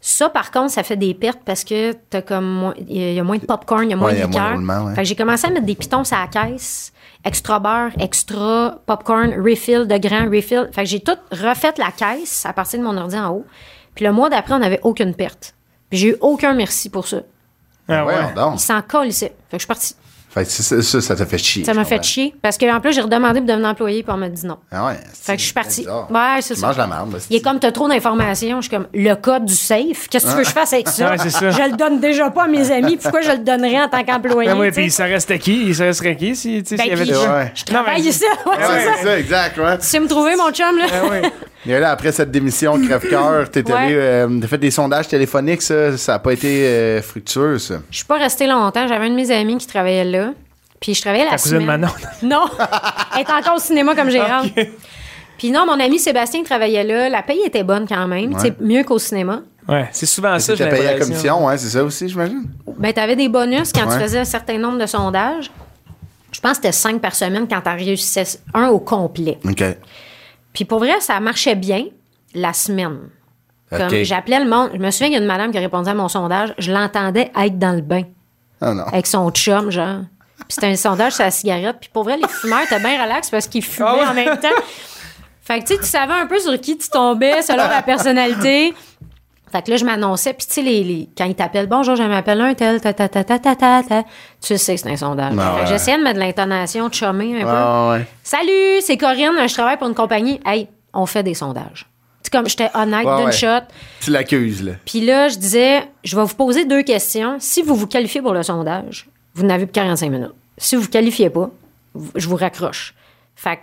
Ça, par contre, ça fait des pertes parce que t'as comme moins- il y a- il y a moins de popcorn, il y a moins Ouais, il y de a moins de liqueur. roulement, ouais. Fait que j'ai commencé à mettre des pitons sur la caisse, extra beurre, extra popcorn, refill de grand, refill. Fait que j'ai tout refait la caisse à partir de mon ordi en haut. Puis le mois d'après, on n'avait aucune perte. Puis j'ai eu aucun merci pour ça. Ah ouais. Voyons donc. Il s'en colissait. Fait que je suis partie. Fait que ça, ça, ça t'a fait chier. Ça je m'a fait comprends. chier. Parce que en plus, j'ai redemandé pour devenir employé, puis on m'a dit non. Ah ouais. Fait que je suis partie. bizarre. Ouais, c'est Tu ça. manges la merde. là, Il est c'est- comme, t'as trop d'informations. Je suis comme, le code du safe, qu'est-ce que tu veux que je fasse avec ça? Ouais, c'est ça. Je le donne déjà pas à mes amis, pourquoi je le donnerais en tant qu'employé? Ben oui, tu sais? puis ça restait qui? Il serait qui si, tu sais, Ben, s'il y avait puis de je, quoi? Ouais. je travaille mais- ici. Ouais, Ouais, c'est ça. c'est ça, exact, ouais. Tu sais me trouver, mon chum, là? Ah ouais. Et là, après cette démission crève-cœur, t'es Ouais. allé, euh, t'as fait des sondages téléphoniques, ça, ça a pas été euh, fructueux, ça. Je suis pas restée longtemps. J'avais un de mes amis qui travaillait là. Puis je travaillais la Ta cousine semaine. Manon. Non, elle est encore au cinéma comme gérante. Puis non, mon ami Sébastien travaillait là. La paye était bonne quand même. Ouais. C'est mieux qu'au cinéma. Ouais, c'est souvent ça, j'ai T'as payé la l'impression. commission, ouais, c'est ça aussi, j'imagine? Ben, t'avais des bonus quand Ouais. tu faisais un certain nombre de sondages. Je pense que c'était cinq par semaine quand t'en réussissais un au complet. OK. Puis pour vrai, ça marchait bien la semaine. Comme OK. j'appelais le monde. Je me souviens qu'il y a une madame qui a répondu à mon sondage. Je l'entendais être dans le bain Ah non. avec son chum, genre. Puis c'était un sondage sur la cigarette. Puis pour vrai, les fumeurs étaient bien relax parce qu'ils fumaient Ah ouais? en même temps. Fait que tu sais, tu savais un peu sur qui tu tombais selon la personnalité. Fait que là, je m'annonçais. Puis tu sais, les, les- quand ils t'appellent, bonjour, je m'appelle un tel, ta ta ta ta ta ta ta, tu sais que c'est un sondage. Ah Fait que ouais. j'essayais de mettre de l'intonation, de chummer un peu. Ah ouais. Salut, c'est Corinne, je travaille pour une compagnie. Hey, on fait des sondages. C'est comme j'étais honnête Ouais, d'une ouais. shot. Tu l'accuses, là. Puis là, je disais, je vais vous poser deux questions. Si vous vous qualifiez pour le sondage, vous n'avez plus quarante-cinq minutes. Si vous ne vous qualifiez pas, vous- je vous raccroche. Fait que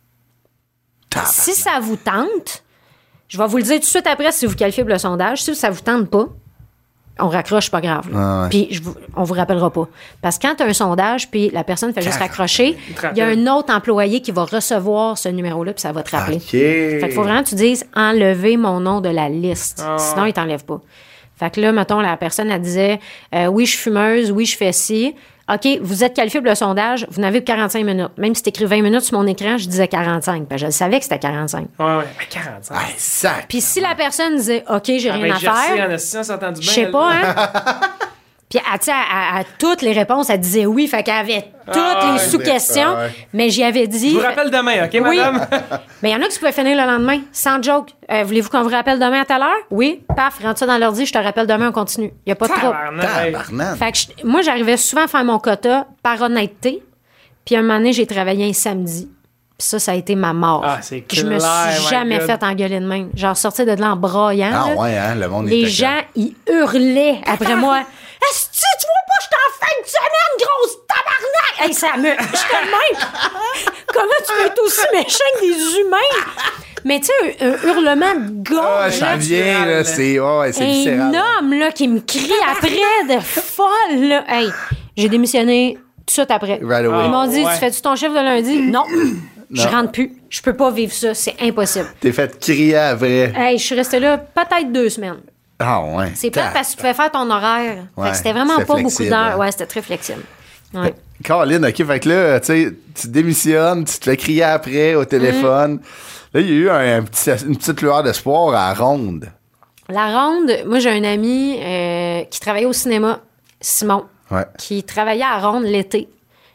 si ça vous tente, je vais vous le dire tout de suite après si vous vous qualifiez pour le sondage. Si ça vous tente pas, on raccroche, pas grave. là. Ah ouais. Puis je vous, on vous rappellera pas. Parce que quand tu as un sondage, puis la personne fait juste raccrocher, te il y a rappelle. un autre employé qui va recevoir ce numéro-là, puis ça va te rappeler. OK. Fait qu'il faut vraiment que tu dises enlever mon nom de la liste. Ah. Sinon, il t'enlève pas. Fait que là, mettons, la personne, elle disait euh, oui, je suis fumeuse, oui, je fais ci. OK, vous êtes qualifié pour le sondage, vous n'avez que quarante-cinq minutes. Même si tu écris vingt minutes sur mon écran, je disais quarante-cinq. Parce que je savais que c'était quarante-cinq. Ouais, ouais. Mais quarante-cinq. Ah, sac. Puis si la personne disait OK, j'ai rien à faire, en s'entend du je sais pas, hein. Puis, elle, tu sais, à, à- à toutes les réponses, elle disait oui. Fait qu'elle avait toutes Ah, les ouais, sous-questions. ouais. Mais j'y avais dit. Je vous rappelle demain, OK, Oui. madame? Mais il y en a qui pouvaient finir le lendemain, sans joke. Euh, voulez-vous qu'on vous rappelle demain à telle heure? Oui. Paf, rentre ça dans l'ordi, je te rappelle demain, on continue. Il n'y a pas de trouble. Tabarnak. Tabarnak. Fait que je- moi, j'arrivais souvent à faire mon quota par honnêteté. Puis un moment donné, j'ai travaillé un samedi. Puis ça, ça a été ma mort. Ah, c'est Je me clair, suis my jamais God. fait engueuler de même. Genre, sortir de là en braillant. Ah là. ouais, hein, le monde Les était gens, ils hurlaient après moi. Est-ce que tu vois pas, je suis en fin de semaine, grosse tabarnak? Hey, ça me. J'étais de même. Comment tu peux être aussi méchant que des humains? Mais tu sais, un, un hurlement de gars. Ah, ça là, vient, là, c'est ouais, ouais, c'est viscéral. un homme là, qui me crie après de folle. Là. Hey, j'ai démissionné tout de suite après. Right away. Ils m'ont dit, Ouais. tu fais-tu ton chiffre de lundi? Non. Je rentre plus. Je peux pas vivre ça. C'est impossible. T'es fait crier à vrai. Hey, je suis restée là peut-être deux semaines. Ah ouais. C'est plate parce que tu pouvais faire ton horaire. Fait Ouais, que c'était vraiment c'était pas beaucoup flexible, d'heures. ouais. Ouais, c'était très flexible. Ouais. Caroline, OK, fait que là, tu sais, tu démissionnes, tu te fais crier après au téléphone. Là, il y a eu un, un petit, une petite lueur d'espoir à la ronde. La ronde, moi, j'ai un ami euh, qui travaillait au cinéma, Simon, Ouais. qui travaillait à ronde l'été.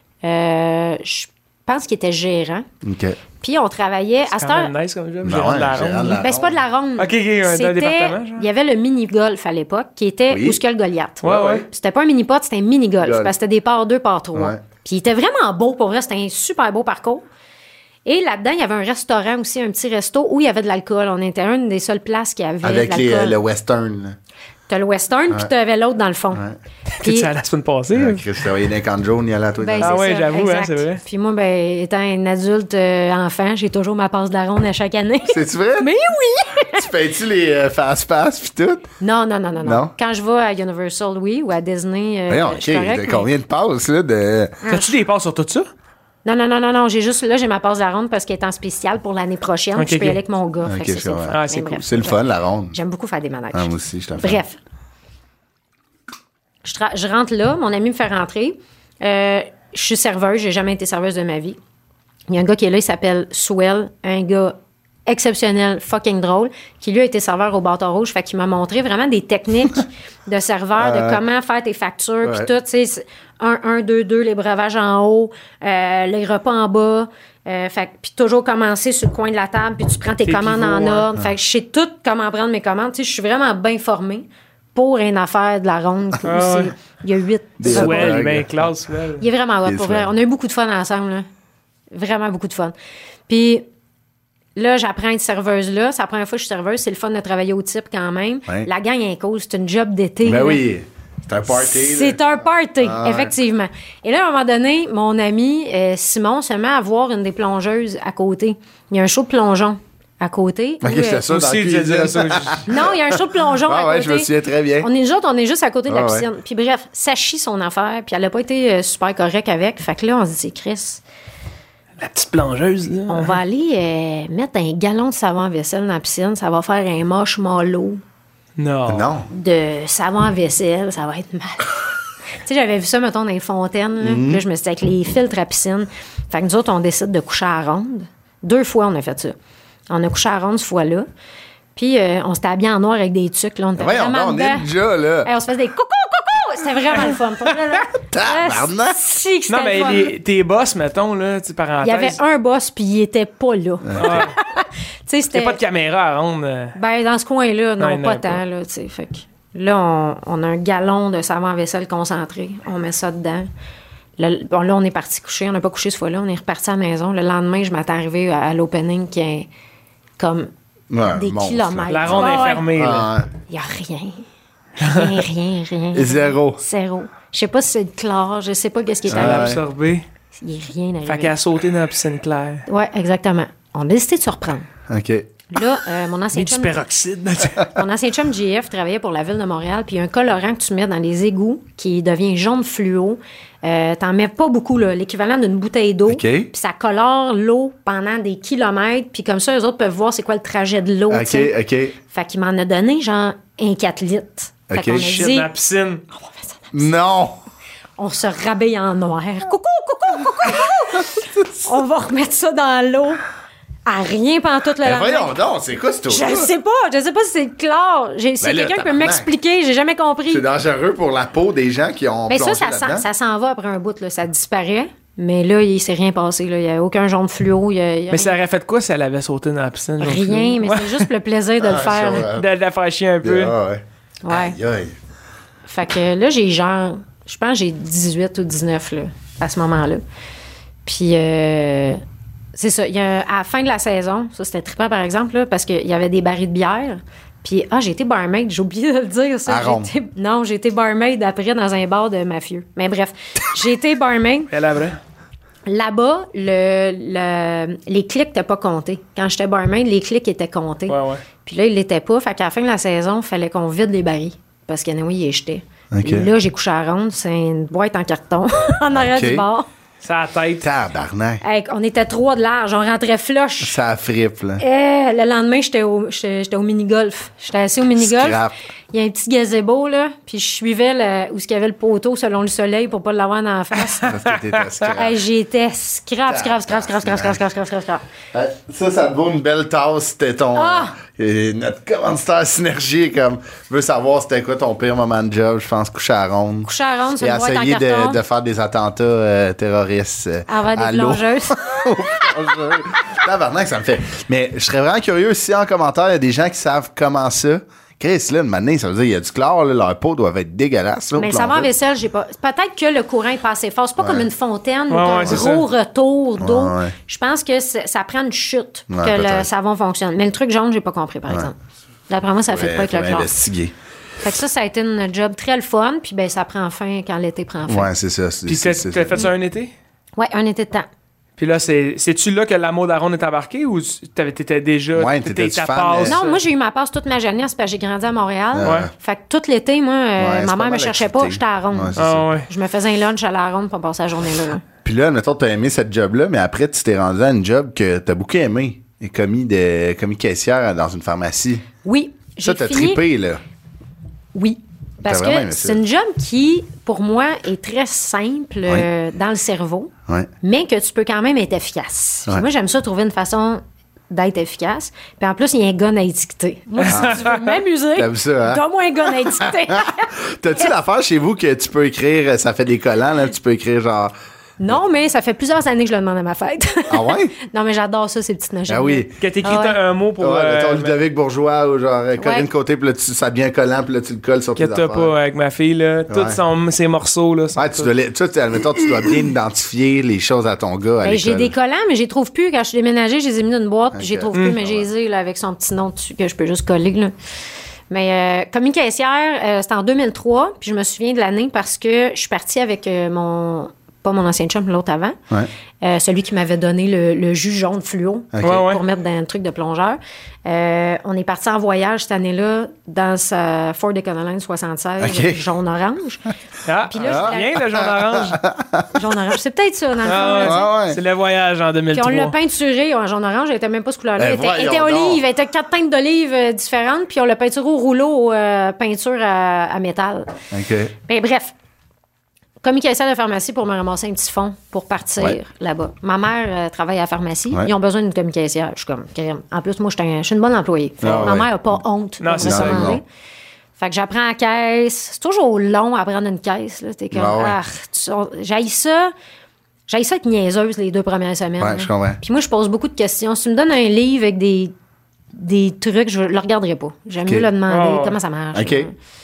Euh, je pense qu'il était gérant. OK. Puis on travaillait à cette C'est quand heure. même nice comme job. Ben gérant ouais, de la gérant ronde. de la- Ben, c'est pas de la ronde. OK, OK, un- d'un C'était- département, genre? Il y avait le mini-golf à l'époque, qui était Oui. où ce que le Goliath. Ouais, ouais. Puis c'était pas un mini-pot, c'était un mini-golf. Golf. Parce que c'était des parts deux, parts trois. Ouais. Puis il était vraiment beau, pour vrai. C'était un super beau parcours. Et là-dedans, il y avait un restaurant aussi, un petit resto où il y avait de l'alcool. On était une des seules places qui avait Avec de les, l'alcool. euh, le western. là. T'as le western, puis t'avais l'autre dans le fond. Puis- T'es-tu allé la semaine passée? Ah, là? Chris, je travaillais dans les camps de jaune, il y allait à toi. Ben, Ah c'est ouais, ça, j'avoue, hein, exact. c'est vrai. Puis moi, ben, étant un adulte euh, enfant, j'ai toujours ma passe de la ronde à chaque année. C'est-tu vrai? Mais oui! Tu payes-tu les euh, fast-pass pis tout? Non, non, non, non, non. Non? Quand je vais à Universal, oui, ou à Disney, euh, Voyons, je OK, suis correct, de mais- combien de passes, là, de... T'as-tu des passes sur tout ça? Non, non, non, non, non. J'ai juste, là, j'ai ma passe de la ronde parce qu'elle est en spécial pour l'année prochaine. Ok, je peux y ok. aller avec mon gars. Fait OK, que ça, je c'est le comprends. fun. Ah, c'est Mais cool. bref, C'est le fun, la ronde. J'aime beaucoup faire des manèges. Ah, moi aussi, je t'en fais. Bref. Je, tra- je rentre là, mon ami me fait rentrer. Euh, je suis serveuse, j'ai jamais été serveuse de ma vie. Il y a un gars qui est là, il s'appelle Swell, un gars exceptionnel, fucking drôle, qui lui a été serveur au Bâton Rouge. Fait qu'il m'a montré vraiment des techniques de serveur, Ouais. de comment faire tes factures, puis Ouais. tout, tu sais, un, un, deux, deux, les breuvages en haut, euh, les repas en bas. Euh, fait que- puis toujours commencer sur le coin de la table, puis tu prends tes Tes commandes pivots, en ouais. ordre. Fait que je sais tout comment prendre mes commandes. Tu sais, je suis vraiment bien formée pour une affaire de la ronde. où Ah c'est- ouais. Il y a huit. Des repas. Swell, il est hot bien dogs. classe, Swell. Il est vraiment hot, Des pour vrai. swell. On a eu beaucoup de fun ensemble, là. Vraiment beaucoup de fun. Puis là, j'apprends à être serveuse là. C'est la première fois que je suis serveuse. C'est le fun de travailler au type quand même. Ouais. La gang est cool. C'est une job d'été. Ben là. oui, c'est un party. là. C'est un party, Ah ouais. effectivement. Et là, à un moment donné, mon ami euh, Simon se met à voir une des plongeuses à côté. Il y a un show de plongeon à côté. Ok, où, euh, c'est ça, dans la Aussi, tu cuisine. disais ça. je- non, il y a un show de plongeon Ah à ouais, côté. je me souviens très bien. On est, nous autres, on est juste à côté de la Ah ouais. piscine. Puis bref, ça chie son affaire. Puis elle a pas été euh, super correcte avec. Fait que là, on se dit, c'est Chris, La petite plongeuse, là. on va aller euh, mettre un gallon de savon à vaisselle dans la piscine. Ça va faire un marshmallow Non. Non. de savon à vaisselle. Ça va être mal. Tu sais, j'avais vu ça, mettons, dans les fontaines. Là, Mhm. Puis là, je me suis dit, avec les filtres à piscine. Fait que nous autres, on décide de coucher à la ronde. Deux fois, on a fait ça. On a couché à la ronde ce fois-là. Puis, euh, on s'était habillés en noir avec des tucs. Là, on était Voyons vraiment donc, on est dedans. déjà là. Hey, on se faisait des coucou, coucou! C'était vraiment le fun. Pour vrai, là. Tabarnak! Ah, si que c'était Non, mais le fun. les- tes boss, mettons, là, tu sais, Il parenthèse. y avait un boss, puis il était pas là. Ah, Tu sais, T'as c'était... pas de caméra à rendre. euh. Ben, dans ce coin-là, non, Ouais, non, pas pas. tant, là, tu sais. Fait que là, on, on a un gallon de savon à vaisselle concentré. On met ça dedans. Le- bon, là, on est parti coucher. On n'a pas couché ce fois-là. On est reparti à la maison. Le lendemain, je m'étais arrivée à, à l'opening qui est comme Ouais, des monstre, kilomètres. La ronde Ouais, est ouais. fermée, là. Ah, ouais. Il n'y a rien. Rien, rien, rien. Et zéro. Zéro. Je sais pas si c'est de chlore. Je sais pas qu'est-ce qui est Elle a arrivé. absorbé. Il n'y a rien Fait arrivé. qu'elle a sauté dans la piscine claire. Ouais, exactement. On a décidé de se reprendre. OK. Là, euh, mon ancien Mis du chum... peroxyde. Mon ancien chum J F travaillait pour la Ville de Montréal, puis il y a un colorant que tu mets dans les égouts qui devient jaune fluo. Euh, T'en mets pas beaucoup, là, l'équivalent d'une bouteille d'eau. OK. Puis ça colore l'eau pendant des kilomètres, puis comme ça, eux autres peuvent voir c'est quoi le trajet de l'eau. tu OK, sais. OK. Fait qu'il m'en a donné, genre, un quatre litres. Fait OK. qu'on a Shit, dit, dans la piscine. Non! on se rhabille en noir. Coucou, coucou, coucou, coucou! On va remettre ça dans l'eau. À rien pendant toute le Ben lendemain. voyons donc, c'est quoi ce Je tour ne sais pas, je sais pas si c'est clair. J'ai- Si Ben là, quelqu'un peut tabarnak. m'expliquer, j'ai jamais compris. C'est dangereux pour la peau des gens qui ont Mais ça, plongé ça, s'en- là-dedans. ça s'en va après un bout, là, ça disparaît. Mais là, il s'est rien passé. là. Il n'y a aucun jaune fluo. Il y a, il y a Mais ça aurait fait quoi si elle avait sauté dans la piscine? genre, rien, mais Ouais. c'est juste le plaisir de le Ah, faire. ça, là. ouais. De la faire chier un peu. Ah, ouais. Ouais. Aïe, aïe. Fait que là, j'ai genre, je pense que j'ai dix-huit ou dix-neuf là, à ce moment-là. Puis, euh, c'est ça. Il y a, à la fin de la saison, ça c'était trippant par exemple, là, parce qu'il y avait des barils de bière. Puis, ah, j'ai été barmaid, j'ai oublié de le dire, ça. À J'ai Ronde. été- non, j'ai été barmaid après dans un bar de mafieux. Mais bref, j'ai été barmaid. Elle a vrai. Là-bas, le, le- les clics n'étaient pas comptés. Quand j'étais barmaid, les clics étaient comptés. Ouais, ouais. Puis là, il l'était pas. Fait qu'à la fin de la saison, il fallait qu'on vide les barils. Parce qu'il y en a, oui, il les jetait. OK. Puis là, j'ai couché à la ronde. C'est une boîte en carton en arrière OK. du bar. Ça a la tête. Tabarnak. Hey, on était trois de large. On rentrait flush. Ça frippe, là. Eh, le lendemain, j'étais au, j'étais, j'étais au mini-golf. J'étais assis au mini-golf. Scrap. Il y a un petit gazebo, là. Puis je suivais le, où il y avait le poteau selon le soleil pour pas l'avoir dans la face. Parce que t'étais scrap. Hey, j'étais scrap, scrap, scrap, scrap, scrap, scrap, scrap, scrap, scrap, scrap. Euh, Ça, ça te vaut une belle tasse. C'était ton. Ah! euh, notre commanditaire Synergie, comme, veut savoir c'était quoi ton pire moment de job, je pense, coucher à ronde. Coucher à ronde sur Et une boîte en essayer carton. de, de faire des attentats euh, terroristes euh, Avant à des l'eau. plongeuses. Plongeurs. Tabarnak, ça me fait. Mais je serais vraiment curieux si en commentaire, il y a des gens qui savent comment ça. Chris, là, une manée, ça veut dire qu'il y a du chlore, là, leur peau doit être dégueulasse. Là, Mais au le savon à plongeur. vaisselle, j'ai pas. Peut-être que le courant est pas assez fort. C'est pas comme une fontaine ou Ouais, un ouais, c'est gros retour d'eau. Ouais, ouais. Je pense que c'est- ça prend une chute Ouais, que le peut-être. savon fonctionne. Mais le truc jaune, j'ai pas compris, par exemple. D'après moi, ça ne fait Ouais, pas avec le faudrait chlore. investiguer. Fait que ça, ça a été une job très le fun. Puis ben, ça prend fin quand l'été prend fin. Ouais, c'est ça. c'est- Puis c'est- t'as c'est t'as ça. fait ça un été? Ouais, un été de temps. Puis là, c'est- c'est-tu là que l'amour d'Aaron est embarqué ou tu- t'avais- t'étais déjà. Ouais, t'étais t'étais-tu ta fan, passe? euh, Non, moi, j'ai eu ma passe toute ma jeunesse parce que j'ai grandi à Montréal. Ouais. Fait que tout l'été, moi, euh, Ouais, c'est ma pas mère me mal cherchait pas, activité. j'étais à la ronde. Ouais, c'est Ah ça. ouais. Je me faisais un lunch à la ronde pour passer la journée là. Puis là, mettons, t'as aimé cette job-là, mais après, tu t'es rendu à une job que t'as beaucoup aimé. Et commis, de, commis caissière dans une pharmacie. Oui, j'ai Ça, t'as fini... trippé, là. Oui. Parce T'as vraiment que aimé ça. c'est une job qui, pour moi, est très simple euh, dans le cerveau, Ouais. mais que tu peux quand même être efficace. Puis Ouais. moi, j'aime ça trouver une façon d'être efficace. Puis en plus, il y a un gun à étiqueter. Moi, si tu veux m'amuser, T'aimes ça, hein? donne-moi un gun à étiqueter. T'as-tu l'affaire chez vous que tu peux écrire, ça fait des collants, là, tu peux écrire genre... Non, mais ça fait plusieurs années que je le demande à ma fête. Ah ouais? Non, mais j'adore ça, ces petites notions. Ah oui. Que t'écris Ah ouais. un mot pour. Ouais, euh, mettons Ludovic Bourgeois ou genre euh, Corinne Ouais. Côté, puis là, tu, ça devient collant, puis là, tu le colles sur tes que affaires. t'as pas avec ma fille, là. Tous Ouais. son- ses morceaux, là. sont Ouais, tu tous- dois, les- tu, sais, admettons, tu dois bien identifier les choses à ton gars à Ben, l'école. j'ai des collants, mais je les trouve plus. Quand je suis déménagée, je les ai mis dans une boîte, puis je les Ok. trouve plus, mais je les ai là, avec son petit nom dessus que je peux juste coller. Là. Mais euh, commis caissière, euh, c'était en deux mille trois, puis je me souviens de l'année parce que je suis partie avec euh, mon... pas mon ancien chum, l'autre avant, Ouais. euh, celui qui m'avait donné le, le jus jaune fluo Ok. Ouais, ouais. pour mettre dans un truc de plongeur. Euh, on est parti en voyage cette année-là dans sa Ford Econoline soixante-seize Ok. jaune-orange. Ah, Puis là, ah, je- bien, le jaune orange. Jaune-orange. C'est peut-être ça, dans le fond. Ah, là, tu sais. Ouais, ouais. C'est le voyage en deux mille Puis on trois. l'a peinturé en jaune-orange, elle était même pas ce couleur-là. Ben Elle était, elle était voyons olive, donc. elle était quatre teintes d'olive euh, différentes, puis on l'a peinturé au rouleau, euh, peinture à, à métal. OK. Ben bref, commis caissière de pharmacie pour me ramasser un petit fonds pour partir Ouais. là-bas. Ma mère euh, travaille à la pharmacie, Ouais. ils ont besoin d'une commis caissière. Je suis comme, crème. En plus, moi, je suis un- je suis une bonne employée. Fait que Ah, ma ouais. mère n'a pas honte Non, de c'est me ça, demander. non. Fait que j'apprends à caisse. C'est toujours long à prendre une caisse. Là. T'es comme, Ah ouais. ah, tu- on- j'haïs ça. J'haïs ça être niaiseuse les deux premières semaines. Ouais, là. je comprends. Puis moi, je pose beaucoup de questions. Si tu me donnes un livre avec des, des trucs, je le regarderai pas. J'aime Ok. mieux le demander Oh. comment ça marche. OK. là.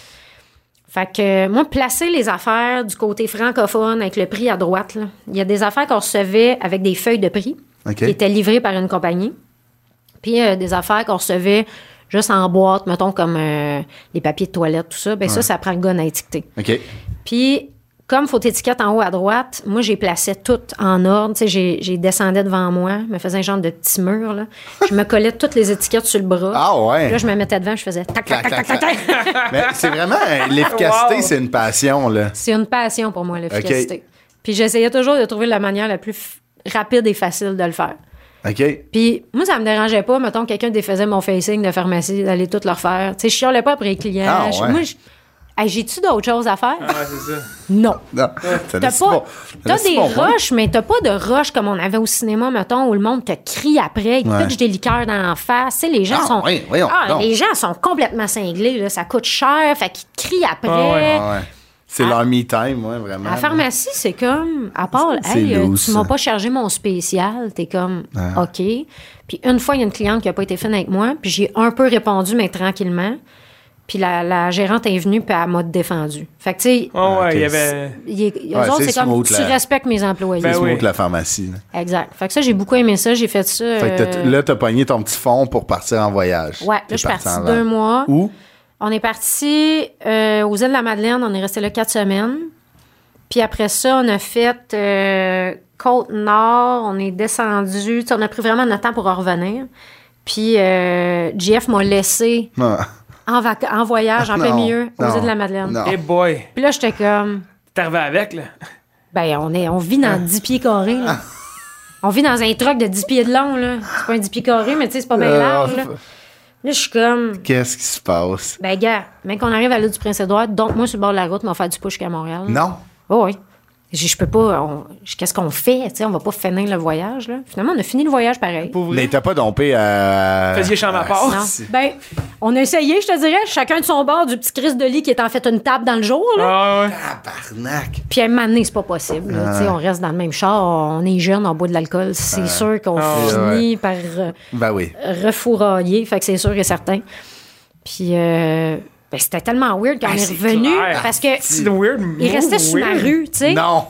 Fait que euh, moi, placer les affaires du côté francophone avec le prix à droite, là, il y a des affaires qu'on recevait avec des feuilles de prix OK. qui étaient livrées par une compagnie. Puis euh, des affaires qu'on recevait juste en boîte, mettons comme euh, les papiers de toilette, tout ça. Bien ça, ça prend le gun à étiqueter. OK. Puis, comme faut étiquette en haut à droite, moi, j'ai placé tout en ordre. Tu sais, j'ai, j'ai descendais devant moi, me faisais un genre de petit mur, là. Je me collais toutes les étiquettes sur le bras. Ah ouais. Puis là, je me mettais devant, je faisais tac, tac, tac, tac, tac, tac. Mais c'est vraiment euh, l'efficacité, Wow. c'est une passion là. C'est une passion pour moi, l'efficacité. Puis j'essayais toujours de trouver la manière la plus f- rapide et facile de le faire. OK. Puis moi, ça me dérangeait pas, mettons, quelqu'un défaisait mon facing de pharmacie, d'aller tout le refaire. Tu sais, je chialais pas après les clients. Ah, Je- ouais. Moi, je- Hey, j'ai-tu d'autres choses à faire? Ouais, c'est ça. Non. Non. Ça T'as laisse pas, bon- ça t'as laisse des bon point. rushs, mais t'as pas de rush comme on avait au cinéma, mettons, où le monde te crie après, il te Ouais. pitche des liqueurs dans la face. Tu sais, les gens Ah, sont. oui, voyons ah, donc. les gens sont complètement cinglés, là. Ça coûte cher, fait qu'ils te crient après. Ah ouais. Ah ouais. C'est À- leur me time, ouais, vraiment. À la pharmacie, c'est comme, à part, C'est hey, euh, loose, tu m'as ça. pas chargé mon spécial, t'es comme, OK. Puis une fois, il y a une cliente qui a pas été fine avec moi, puis j'ai un peu répondu, mais tranquillement. Puis la, la gérante est venue, puis elle m'a défendu. Fait que, tu sais, Oh, ouais, Ok. il y avait. il est- eux Ouais, autres, c'est c'est comme, smooth, tu là. respectes mes employés. Ben C'est oui. mieux que la pharmacie. là. Exact. Fait que ça, j'ai beaucoup aimé ça. J'ai fait ça. Fait que t'as- euh, là, t'as pogné ton petit fond pour partir en voyage. Ouais, là, T'es je suis partie en deux van. mois. Où? On est parti euh, aux îles de la Madeleine. On est resté là quatre semaines. Puis après ça, on a fait euh, Côte-Nord. On est descendu. Tu sais, on a pris vraiment notre temps pour en revenir. Puis euh, J F m'a laissé Ah. en, vac- en voyage en plein Non, milieu aux non, îles de la Madeleine. non. Hey boy. Puis là, j'étais comme... T'es arrivé avec, là. Ben, on, est, on vit dans dix pieds carrés, là. Ah. On vit dans un truck de dix pieds de long, là. C'est pas un dix pieds carrés, mais tu sais, c'est pas bien Euh, large, là. Là, je suis comme... Qu'est-ce qui se passe? Ben, gars, même qu'on arrive à l'île du Prince-Édouard, donc moi, sur le bord de la route, on va faire du push jusqu'à Montréal. Non. Oh, oui. Je, je peux pas... on- je- Qu'est-ce qu'on fait? Tu sais, on va pas finir le voyage, là. Finalement, on a fini le voyage pareil. Pour vrai. Mais t'as pas dompé à. Faisiez chambre à part. Non. Ben, on a essayé, je te dirais, chacun de son bord, du petit Christ de lit qui est en fait une table dans le jour, là. Ah, ouais. Tabarnak. Puis à un moment donné, c'est pas possible. là. Tu sais, on reste dans le même char, on est jeune, on boit de l'alcool. C'est sûr qu'on Ah, finit par euh, Ben oui. refourailler. Fait que c'est sûr et certain. Puis euh, ben, c'était tellement weird quand Ah, on est c'est revenu. clair. Parce que C'est weird. il move restait sur ma weird. rue, tu sais. Non.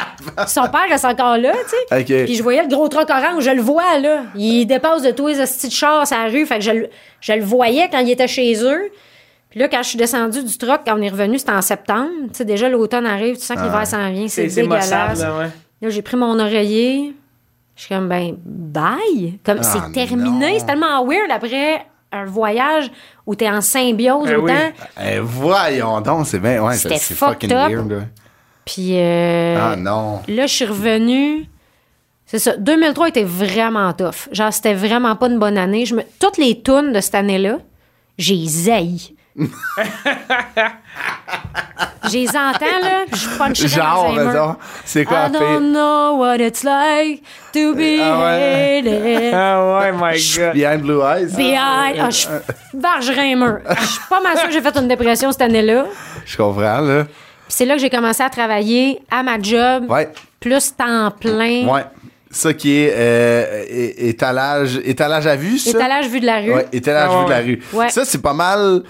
Son père reste encore là, tu sais. OK. Puis je voyais le gros truck orange, je le vois, là. Il dépasse de tous les hosties de chars sur la rue. Fait que je, le- je le voyais quand il était chez eux. Puis là, quand je suis descendue du truck, quand on est revenu, c'était en septembre. Tu sais, déjà, l'automne arrive, tu sens que l'hiver s'en vient. C'est C'est c'est dégueulasse. mossable, là, ouais. Là, j'ai pris mon oreiller. Je suis comme, ben, bye. Comme, Ah, c'est terminé. non. C'est tellement weird après un voyage où t'es en symbiose Ben autant. oui. Eh, voyons donc, c'est bien. Ouais, C'était c'est fucked fucking up. weird. là. Puis euh, Ah non. là, je suis revenue. C'est ça. deux mille trois était vraiment tough. Genre, c'était vraiment pas une bonne année. Je me... Toutes les tunes de cette année-là, j'ai zaï. Je les entends, là, puis je puncherais Genre, dans un mur. mettons, c'est quoi I la fille? don't know what it's like to be Ah ouais. hated. Ah ouais, my God. Behind Blue Eyes? Behind. Ah, je vargerais un mur. Je suis pas mal sûre que j'ai fait une dépression cette année-là. Je comprends, là. Puis c'est là que j'ai commencé à travailler à ma job, Ouais. plus temps plein. Ouais. Ça qui est euh, é- étalage, étalage à vue, ça? Étalage vu de la rue. Ouais, étalage Ah ouais. vue de la rue. Ouais. Ça, c'est pas mal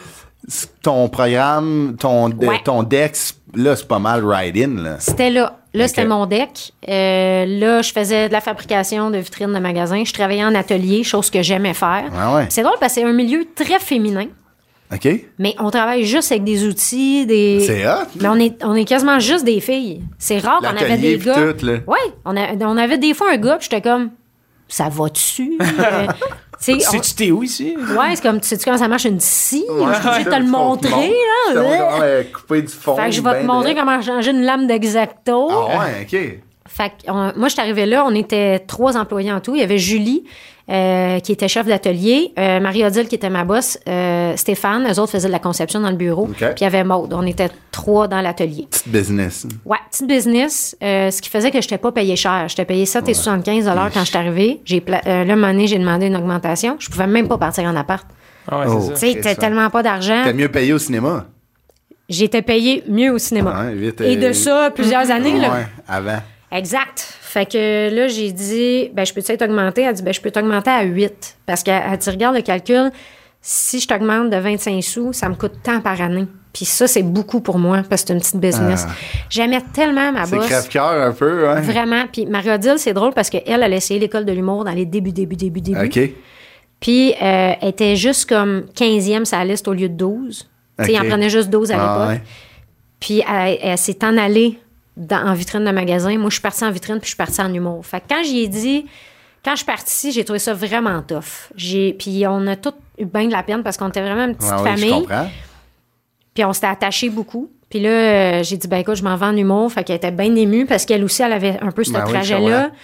ton programme, ton, de- Ouais. ton Dex, là, c'est pas mal ride-in, là. C'était là. Là, Ok. c'était mon deck. Euh, là, je faisais de la fabrication de vitrines de magasins. Je travaillais en atelier, chose que j'aimais faire. Ah ouais. C'est drôle parce que c'est un milieu très féminin, OK? mais on travaille juste avec des outils, des... C'est hot. Mais on est, on est quasiment juste des filles. C'est rare qu'on avait L'atelier des pis gars. tout, là. Oui, on, a- on avait des fois un gars, puis j'étais comme, ça va dessus? Euh, tu sais, on- Sais-tu t'es où ici? ouais, c'est comme, tu sais-tu comment ça marche une scie? Je suis obligée de te le Tu montrer, montres. là. Ça va Ouais. genre, euh, couper du fond. Fait que je vais te ben montrer drôle. comment changer une lame d'X-Acto. Ah ouais, OK. Fait que, on- moi, je suis arrivée là, on était trois employés en tout. Il y avait Julie, euh, qui était chef d'atelier, euh, Marie-Odile, qui était ma boss, euh, Stéphane, eux autres faisaient de la conception dans le bureau. OK. Puis il y avait Maude. On était trois dans l'atelier. Petite business. Ouais, petite business, euh, ce qui faisait que je n'étais pas payée cher. J'étais payée sept virgule soixante-quinze dollars quand je suis arrivée. J'ai pla- euh, là, à un moment donné, j'ai demandé une augmentation. Je pouvais même pas partir en appart. Ah ouais, Oh. c'est Tu ça. sais, t'as ça. tellement pas d'argent. T'es mieux payé au cinéma. J'étais payée mieux au cinéma. Ouais, vite, Et euh, de ça, plusieurs années, là. Ouais, avant. Exact. Fait que là, j'ai dit, ben, je peux être augmenter? Elle dit, ben, je peux t'augmenter à huit. Parce qu'elle elle dit, regarde le calcul, si je t'augmente de vingt-cinq sous, ça me coûte tant par année. Puis ça, c'est beaucoup pour moi, parce que c'est une petite business. Ah. J'aimais tellement ma C'est boss. crève-cœur un peu, hein? Vraiment. Puis Marie-Odile, c'est drôle parce qu'elle, elle a essayé l'école de l'humour dans les débuts, débuts, débuts, débuts. OK. Puis euh, elle était juste comme quinzième sur la liste au lieu de douze. Tu sais, il en OK. prenait juste douze à Ah, l'époque. ouais. Puis elle, elle s'est en allée dans- en vitrine de magasin. Moi, je suis partie en vitrine, puis je suis partie en humour. Fait que quand j'y ai dit, quand je suis partie, j'ai trouvé ça vraiment tough. J'ai, puis on a tous eu bien de la peine parce qu'on était vraiment une petite Ah oui, je famille. comprends. Puis on s'était attachés beaucoup. Puis là, euh, j'ai dit, ben écoute, je m'en vais en humour. Fait qu'elle était bien émue parce qu'elle aussi, elle avait un peu ce Ben oui, je trajet-là. comprends.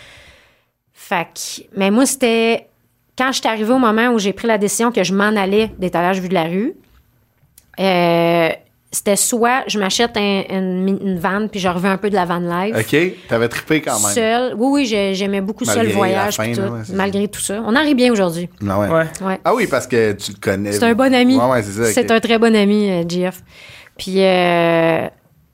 Fait que, mais moi, c'était quand je suis arrivée au moment où j'ai pris la décision que je m'en allais d'étalage vu de la rue. Euh, c'était soit je m'achète un- une, une van puis je reviens un peu de la van life. OK. T'avais trippé quand même. Seul. Oui, oui, j'ai- j'aimais beaucoup ça, Malgré le voyage la puis fin, tout. là, ouais, c'est malgré tout ça. On en rit bien aujourd'hui. Ah ouais. Ouais. Ouais. Ah oui, parce que tu le connais. C'est un bon ami. Ouais, ouais, c'est ça. C'est OK. un très bon ami, euh, G F. Puis, euh,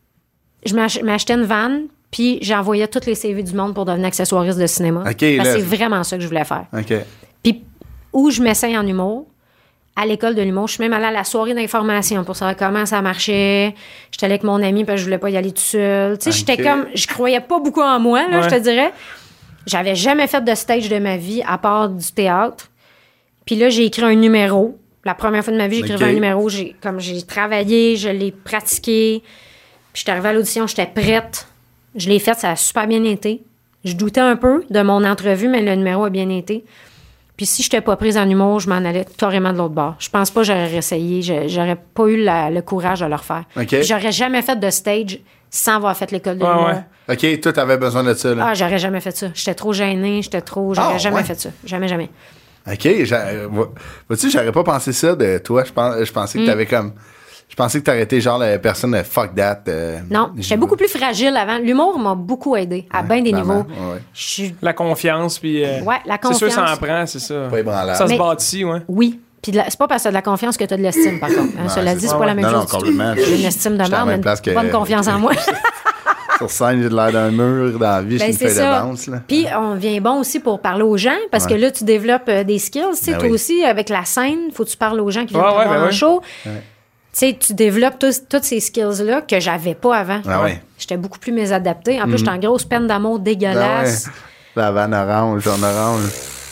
je m'ach- m'achetais une van, puis j'envoyais tous les C V du monde pour devenir accessoiriste de cinéma. OK, Parce que là, c'est c'est- vraiment ça que je voulais faire. OK. Puis, où je m'essaye en humour, à l'école de l'humour, je suis même allée à la soirée d'information pour savoir comment ça marchait. J'étais allée avec mon ami parce que je voulais pas y aller tout seul. Tu sais, j'étais OK. comme... Je croyais pas beaucoup en moi, là, Ouais. je te dirais. J'avais jamais fait de stage de ma vie, à part du théâtre. Puis là, j'ai écrit un numéro. La première fois de ma vie, j'ai écrit OK. un numéro. J'ai, comme j'ai travaillé, je l'ai pratiqué. Puis j'étais arrivée à l'audition, j'étais prête. Je l'ai fait, ça a super bien été. Je doutais un peu de mon entrevue, mais le numéro a bien été. Puis si je n'étais pas prise en humour, je m'en allais carrément de l'autre bord. Je pense pas que j'aurais réessayé. Je- J'aurais pas eu la- le courage de le refaire. OK. Puis J'aurais jamais fait de stage sans avoir fait l'école de Ouais, l'humour. ouais. OK, toi, t'avais besoin de ça, là. Ah, j'aurais jamais fait ça. J'étais trop gênée, j'étais trop... J'aurais Ah, jamais ouais. fait ça. Jamais, jamais. OK, j'a- euh, vo- vois-tu, j'aurais pas pensé ça de toi. Je, pense, je pensais Mm. que t'avais comme... Je pensais que t'aurais été genre la personne de fuck that. euh, Non, j'y j'étais vais. beaucoup plus fragile avant. L'humour m'a beaucoup aidé à bien des clairement, niveaux. ouais, ouais. Je suis... La confiance, puis. euh, Ouais, la C'est sûr, ça en confiance. prend, c'est ça. Pas ébranlable. Ça se Mais- bâtit, ouais. Oui. Puis de la- c'est pas parce que t'as de la confiance que t'as de l'estime, par contre. Hein, cela c'est dit, ça. c'est pas la même Non, non, chose. du tout. complètement. J'ai une estime de J'étais à la merde, mais même place que- une bonne confiance en moi. Sur scène, j'ai de l'air d'un mur dans la vie, Ben, je suis c'est une feuille de ça. bounce, là. Puis on vient bon aussi pour parler aux gens, parce Ouais. que là, tu développes euh, des skills. Tu sais, Ben toi oui. aussi, avec la scène, faut que tu parles aux gens qui viennent Ouais, te ouais, voir ben en ouais. show. Tu sais, tu développes tous- toutes ces skills-là que j'avais pas avant. Ah ouais. J'étais beaucoup plus mésadaptée. En plus, j'étais en grosse peine d'amour Ah dégueulasse. ouais. La vanne orange, jaune orange.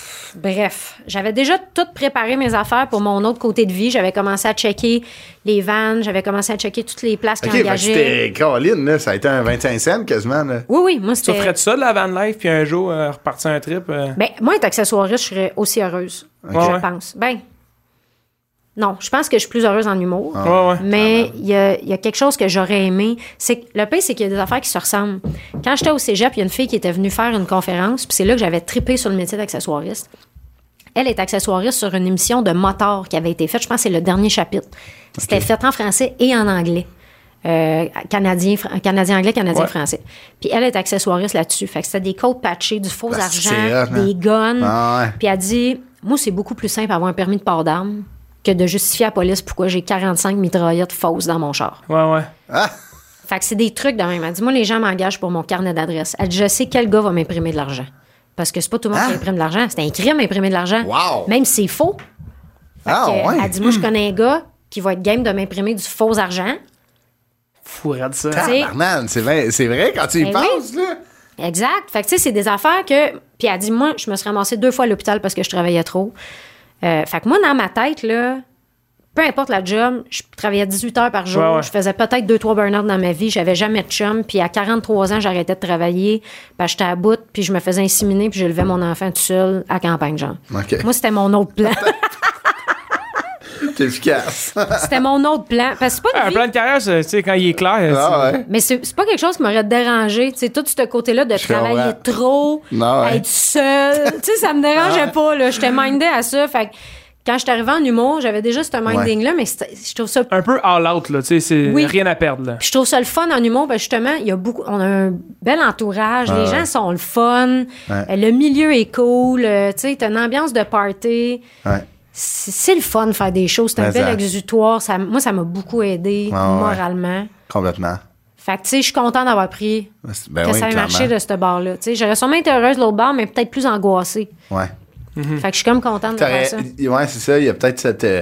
Bref, j'avais déjà tout préparé mes affaires pour mon autre côté de vie. J'avais commencé à checker les vannes, j'avais commencé à checker toutes les places qui OK, fait que engageaient. c'était Caroline, là, ça a été un vingt-cinq cents quasiment, là. Oui, oui, moi, Tu c'était... ferais de ça de la van life, puis un jour, euh, repartir un trip? euh, Ben, moi, être accessoiriste, je serais aussi heureuse. Ouais, Je ouais. pense. Ben, non, je pense que je suis plus heureuse en humour. Ouais, ouais. Mais il y a, il y a quelque chose que j'aurais aimé. C'est que le pire, c'est qu'il y a des affaires qui se ressemblent. Quand j'étais au cégep, il y a une fille qui était venue faire une conférence, puis c'est là que j'avais trippé sur le métier d'accessoiriste. elle est accessoiriste sur une émission de motards qui avait été faite. Je pense que c'est le dernier chapitre. C'était Ok. fait en français et en anglais. Euh, canadien, fr- canadien anglais, canadien Ouais. français. Puis elle est accessoiriste là-dessus. Fait que c'était des codes patchés, du faux Ah, argent, c'est hot, hein? des guns. Ah ouais. Puis elle dit, moi, c'est beaucoup plus simple avoir un permis de port d'armes que de justifier à la police pourquoi j'ai quarante-cinq mitraillettes fausses dans mon char. Ouais, ouais. Ah! Fait que c'est des trucs de même. Elle dit, moi, les gens m'engagent pour mon carnet d'adresse. Elle dit, je sais quel gars va m'imprimer de l'argent. Parce que c'est pas tout le monde Ah. qui imprime de l'argent. C'est un crime d'imprimer de l'argent. Wow. Même si c'est faux. Fait Ah, que, ouais. Elle dit, moi, je connais un gars qui va être game de m'imprimer du faux argent. Fourrade ça. sais- Tabarnane, c'est vrai, c'est vrai quand tu y Ben penses, oui. là. Exact. Fait que, tu sais, c'est des affaires que... Puis elle dit, moi, je me suis ramassée deux fois à l'hôpital parce que je travaillais trop. Euh, fait que moi, dans ma tête, là, peu importe la job, je travaillais dix-huit heures par jour. Ouais, ouais. Je faisais peut-être deux, trois burn-out dans ma vie. J'avais jamais de chum. Puis à quarante-trois ans, j'arrêtais de travailler. Puis j'étais à bout. Puis je me faisais inséminer. Puis j'élevais mon enfant tout seul à campagne, genre. OK. Moi, c'était mon autre plan. C'est efficace. C'était mon autre plan. Parce que c'est pas une Un vie- plan de carrière, c'est- tu sais, quand il est clair. Ah c'est- ouais. Mais c'est c'est pas quelque chose qui m'aurait dérangé. Tu sais, tout ce côté-là de travailler comprends. trop, Non, ouais. être seul. Tu sais, ça me dérangeait Ouais. pas, là. J'étais mindée à ça. Fait que quand je suis arrivée en humour, j'avais déjà ce minding-là, mais c'était- je trouve ça. Un peu all out, là. Tu sais, c'est Oui. rien à perdre, là. Puis je trouve ça le fun en humour, parce que justement, il y a beaucoup. On a un bel entourage, les ouais. gens sont le fun, Ouais. euh, le milieu est cool, euh, tu sais, t'as une ambiance de party. Ouais. C'est c'est le fun de faire des choses, c'est un Mais bel ça- exutoire. Ça, moi, ça m'a beaucoup aidé Ouais, ouais. moralement. Complètement. Fait que, tu sais, je suis contente d'avoir pris Ben que oui, ça ait clairement. marché de ce bar-là. Tu sais, j'aurais sûrement été heureuse de l'autre bar, mais peut-être plus angoissée. Ouais. Fait que je suis comme contente de faire T'aurais- ça. Ouais, c'est ça. Il y a peut-être cette. euh,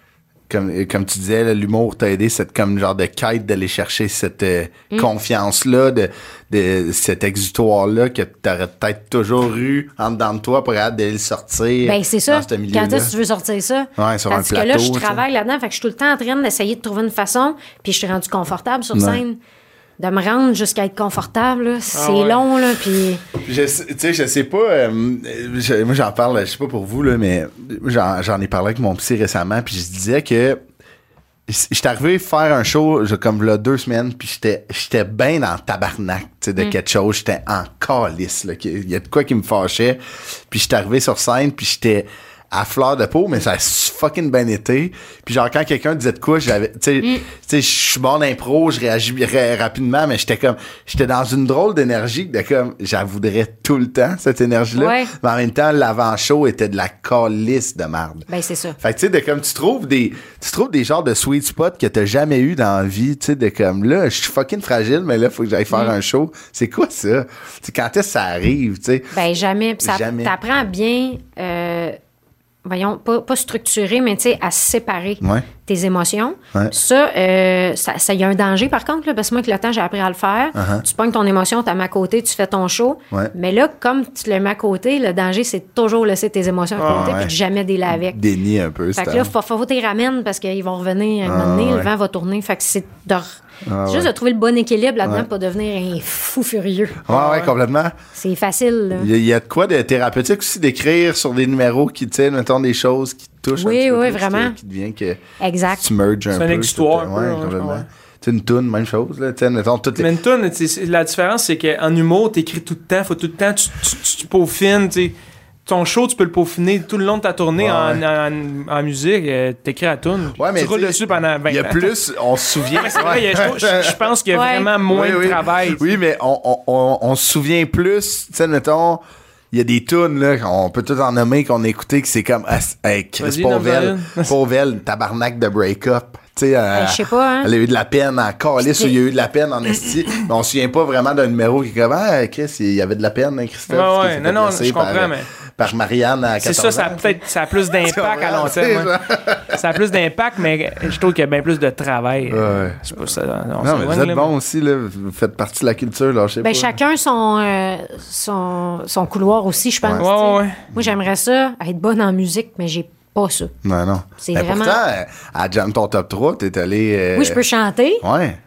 comme, comme tu disais, là, l'humour t'a aidé, cette comme genre de quête d'aller chercher cette euh, Mm. confiance-là, de, de cet exutoire-là que t'aurais peut-être toujours eu en dedans de toi pour être d'aller le sortir. Ben, c'est ça. Dans ce milieu-là. Quand est-ce que tu veux sortir ça? Ouais, sur un Tandis que là, plateau, je tu sais. travaille là-dedans. Fait que je suis tout le temps en train d'essayer de trouver une façon. Puis je suis rendue confortable sur Ouais. scène. De me rendre jusqu'à être confortable, là, c'est ouais. long, là. Puis Je sais- tu sais, je sais pas. euh, je- moi, j'en parle, je sais pas pour vous, là, mais j'en, j'en ai parlé avec mon psy récemment, puis je disais que j'étais arrivé faire un show, je- comme là, deux semaines, puis j'étais, j'étais bien dans le tabarnak, tu sais, de quelque chose. J'étais en calice, là. qu'il- Il y a de quoi qui me fâchait. Puis j'étais arrivé sur scène, puis j'étais à fleur de peau, mais ça a fucking bien été. Puis genre, quand quelqu'un disait de quoi, j'avais, tu sais, tu sais, je suis bon d'impro, je réagis ra- rapidement, mais j'étais comme, j'étais dans une drôle d'énergie de comme, j'en voudrais tout le temps, cette énergie-là. Ouais. Mais en même temps, l'avant-show était de la calice de marde. ben c'est ça. Fait que tu sais, de comme tu trouves des tu trouves des genres de sweet spots que t'as jamais eu dans la vie, tu sais, de comme là, je suis fucking fragile, mais là, faut que j'aille faire un show. C'est quoi ça? C'est quand est-ce que ça arrive, tu sais? Ben jamais. Puis ça Jamais. t'apprend à bien, euh, voyons, pas, pas structurer, mais tu sais, à séparer Ouais. tes émotions. Ouais. Ça, euh, ça, ça y a un danger par contre, là, parce que moi, avec le temps, j'ai appris à le faire. Uh-huh. Tu pognes ton émotion, t'as mis à côté, tu fais ton show. Ouais. Mais là, comme tu le mets à côté, le danger, c'est toujours laisser tes émotions à côté, ouais. puis de jamais dealer avec. Déni un peu, Fait c'est que là, faut, faut que tu les ramènes parce qu'ils vont revenir à un moment donné, ouais. le vent va tourner. Fait que c'est de, Ah, c'est juste ouais. de trouver le bon équilibre là-dedans Ouais. pour pas devenir un fou furieux. Ouais, ouais, complètement. C'est facile, là. Il y, a, il y a de quoi de thérapeutique aussi d'écrire sur des numéros qui, tu sais, mettons des choses qui te touchent Oui, un petit peu oui, plus, vraiment. Qui, qui devient que Exact. tu merges un C'est peu. une histoire, tout, un peu, ouais, ouais, complètement. ouais. Tu sais, une toune, même chose, là, tu sais, mettons toutes les... Mais une toune, tu sais, la différence, c'est qu'en humour, t'écris tout le temps, faut tout le temps, tu, tu, tu, tu peaufines, tu sais. Ton show, tu peux le peaufiner tout le long de ta tournée Ouais, en, ouais. en, en musique, euh, t'écris la toune, puis Ouais, mais tu roules tu sais, dessus pendant vingt ans. Il y a plus, on se souvient... C'est vrai, il y a- je, je- je pense qu'il y a Ouais. vraiment moins Oui, oui. de travail. Oui, mais on, on, on, on se souvient plus, tu sais, mettons, il y a des tunes, là, on peut tout en nommer, qu'on a écouté, que c'est comme, ah, hey, Chris Vas-y, Pauvel, nomme-en Pauvel, tabarnak de break-up. Tu sais, euh, Ben, je sais pas, hein. elle a eu de la peine en calice, C'était- il y a eu de la peine en esti, mais on se souvient pas vraiment d'un numéro qui est comme, ah, Chris, il y avait de la peine, hein, Christophe. Ouais, parce qu'il ouais, s'est non, fait non, laisser je comprends, par, mais- par Marianne à C'est quatorze ça, ça a ans. peut-être ça a plus d'impact à long terme. hein. Ça a plus d'impact, mais je trouve qu'il y a bien plus de travail. Ouais. Je sais pas ça. on Non, mais s'éloigne, vous êtes là, bon aussi, là, vous faites partie de la culture, là, je sais Ben, pas. chacun son, euh, son, son couloir aussi, je pense. Ouais, tu sais. ouais, ouais. Moi, j'aimerais ça, être bonne en musique, mais j'ai pas ça. Non, non. C'est Mais vraiment- pourtant, euh, à Jam ton top trois, t'es allé... euh, Oui, je peux chanter. Ouais.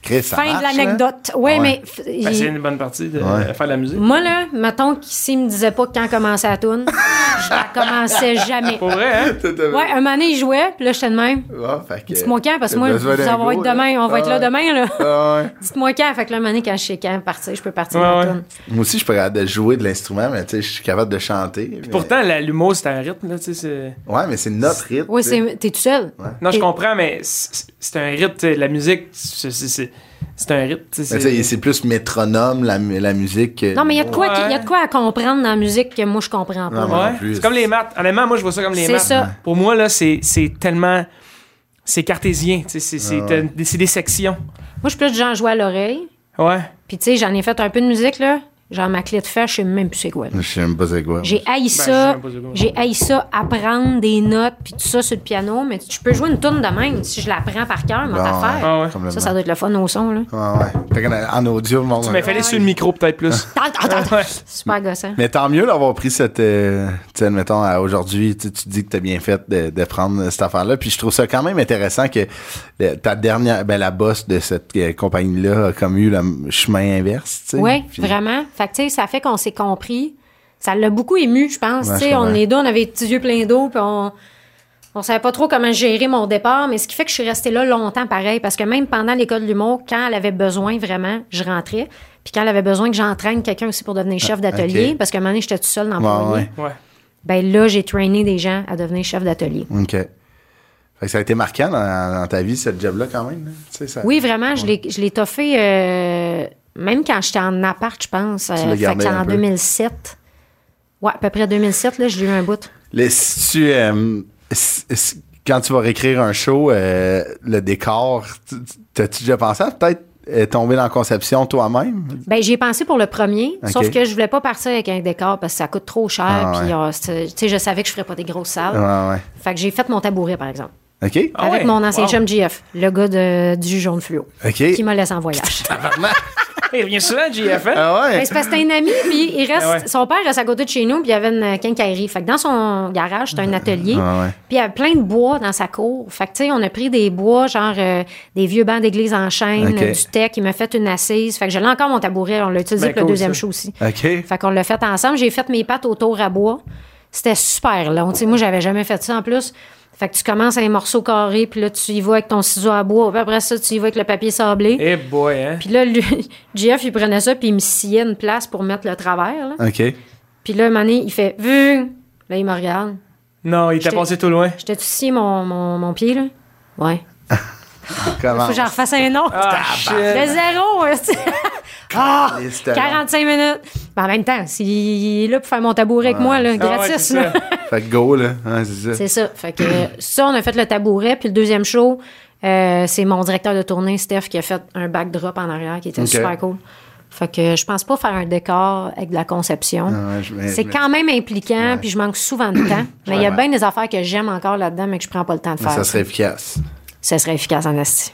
Chris, ça Fin marche, de l'anecdote. Oui, Ouais. mais... Ben, il- c'est une bonne partie de Ouais. faire de la musique. Moi, là, mettons qu'il s'il me disait pas quand commençait la toune, je la commençais jamais. Pour vrai, hein? Ouais, un moment donné, il jouait, puis là, j'étais de même. Ouais, fait que- Dites-moi quand, parce que moi, besoin d'un ça va go, être demain, là. on va être là Ah ouais. demain, là. Ah ouais. Dites-moi quand. Fait que là, un moment donné, quand je sais quand partir, je peux partir Ouais, dans la ouais. toune. Moi aussi, je suis pas capable de jouer de l'instrument, mais tu sais, je suis capable de chanter. mais- Pourtant, la- l'humour, c'est un rythme, là, tu sais. c'est- Ouais, mais c'est notre rythme. Oui, tu sais. c'est... T'es tout seul. Non, je T'es- comprends, mais c'est c'est un rythme, tu sais, la musique, c'est c'est- c'est- c'est un rythme, tu sais. Mais tu sais, c'est plus métronome, la, mu- la musique. que- Non, mais il y a de quoi, Ouais. qui- il y a de quoi à comprendre dans la musique que moi, je comprends pas. Non, là. moi Ouais, non plus. c'est comme les maths. Honnêtement, moi, je vois ça comme les C'est maths. ça. Pour moi, là, c'est c'est tellement... C'est cartésien, tu sais, c'est c'est Ah ouais. euh, des- c'est des sections. Moi, je suis plus du genre à jouer à l'oreille. Ouais. Puis, tu sais, j'en ai fait un peu de musique, là. Genre, ma clé de fer, je sais même plus c'est quoi. là. Je sais même pas c'est quoi. J'ai haï Ben, je sais ça. même pas c'est quoi. J'ai haï ça, apprendre des notes, puis tout ça sur le piano. Mais tu peux jouer une tourne de même si je la prends par cœur, mon Ah ouais. affaire. Ah ouais. Complètement. Ça, ça doit être le fun au son, là. Ouais, ouais. Fait qu'en en audio, le monde. Tu m'as fallu sur le micro, peut-être plus. Tant, tant, tant. Ouais. Super gossant. Mais tant mieux d'avoir pris cette. Euh, tu sais, admettons, à aujourd'hui, tu sais, tu dis que t'as bien fait de, de prendre cette affaire-là. Puis je trouve ça quand même intéressant que le- ta dernière. Ben, la boss de cette euh, compagnie-là a comme eu le chemin inverse, tu sais. Oui, Puis- vraiment. Fait que, tu sais, ça fait qu'on s'est compris. Ça l'a beaucoup ému, je pense. Ouais, tu je sais, on comprends. est deux, on avait les petits yeux pleins d'eau, puis on. On savait pas trop comment gérer mon départ, mais ce qui fait que je suis restée là longtemps pareil, parce que même pendant l'école de l'humour, quand elle avait besoin vraiment, je rentrais. Puis quand elle avait besoin que j'entraîne quelqu'un aussi pour devenir chef d'atelier, ok. parce qu'à un moment donné, j'étais toute seule dans le Ouais, foyer, ouais. Ouais. ben là, j'ai trainé des gens à devenir chef d'atelier. OK. Fait que ça a été marquant dans, dans ta vie, ce job-là, quand même. Là. Tu sais, ça... Oui, vraiment, je l'ai, je l'ai toffé, euh, même quand j'étais en appart, je pense. Euh, l'as fait gardé que un en peu. deux mille sept. Ouais, à peu près deux mille sept, là, je l'ai eu un bout. Les- si tu, euh, si- si- quand tu vas réécrire un show, euh, le décor, tu- tu- t'as-tu déjà pensé à peut-être euh, tomber dans la conception toi-même? Ben, j'y ai pensé pour le premier, Ok. sauf que je voulais pas partir avec un décor parce que ça coûte trop cher. Ah, Puis, ouais. euh, c'est- tu sais, je savais que je ferais pas des grosses salles. Ouais, ouais. Fait que j'ai fait mon tabouret, par exemple. OK? Ah avec ouais? mon ancien Wow. chum G F, le gars de, du jaune fluo, OK. qui m'a laissé en voyage. Il revient souvent, J F, hein? Ah ouais? Ben, c'est parce que c'était un ami, puis il reste, Ah ouais. son père reste à côté de chez nous, puis il y avait une quincaillerie. Fait que dans son garage, c'était un atelier, Ah ouais. puis il y avait plein de bois dans sa cour. Fait que, tu sais, on a pris des bois, genre euh, des vieux bancs d'église en chaîne, Ok. euh, du tech, il m'a fait une assise. Fait que je l'ai encore mon tabouret, on l'a utilisé Ben, pour le cool, deuxième ça. show aussi. OK. Fait qu'on l'a fait ensemble. J'ai fait mes pattes autour à bois. C'était super long. Tu sais, moi, j'avais jamais fait ça en plus. Fait que tu commences avec un morceau carré, puis là, tu y vas avec ton ciseau à bois. Puis après ça, tu y vas avec le papier sablé. Eh boy, hein? Puis là, lui, J F, il prenait ça, puis il me sciait une place pour mettre le travers. Là. OK. Puis là, un moment donné, il fait « Vu! » Là, il me regarde. Non, il t'a J'étais- passé tout loin. « J'étais-tu scié mon, mon, mon pied, là? » Ouais. Comment? Faut que j'en refasse un autre. Ah, shit. De zéro, hein, c'est- Ah! C'était long. quarante-cinq minutes. Mais en même temps, s'il est là pour faire mon tabouret avec moi, là, Ah ouais, gratis, c'est là. ça. Fait que go, là. Ouais, c'est ça. C'est ça. Fait que euh, ça, on a fait le tabouret. Puis le deuxième show, euh, c'est mon directeur de tournée, Steph, qui a fait un backdrop en arrière qui était Ok. super cool. Fait que je pense pas faire un décor avec de la conception. Ah ouais, je- mais- c'est mais- quand même impliquant, puis je manque souvent de temps. Mais il y a Ouais. bien des affaires que j'aime encore là-dedans, mais que je prends pas le temps de Mais faire. ça serait efficace. Ça serait efficace en esti.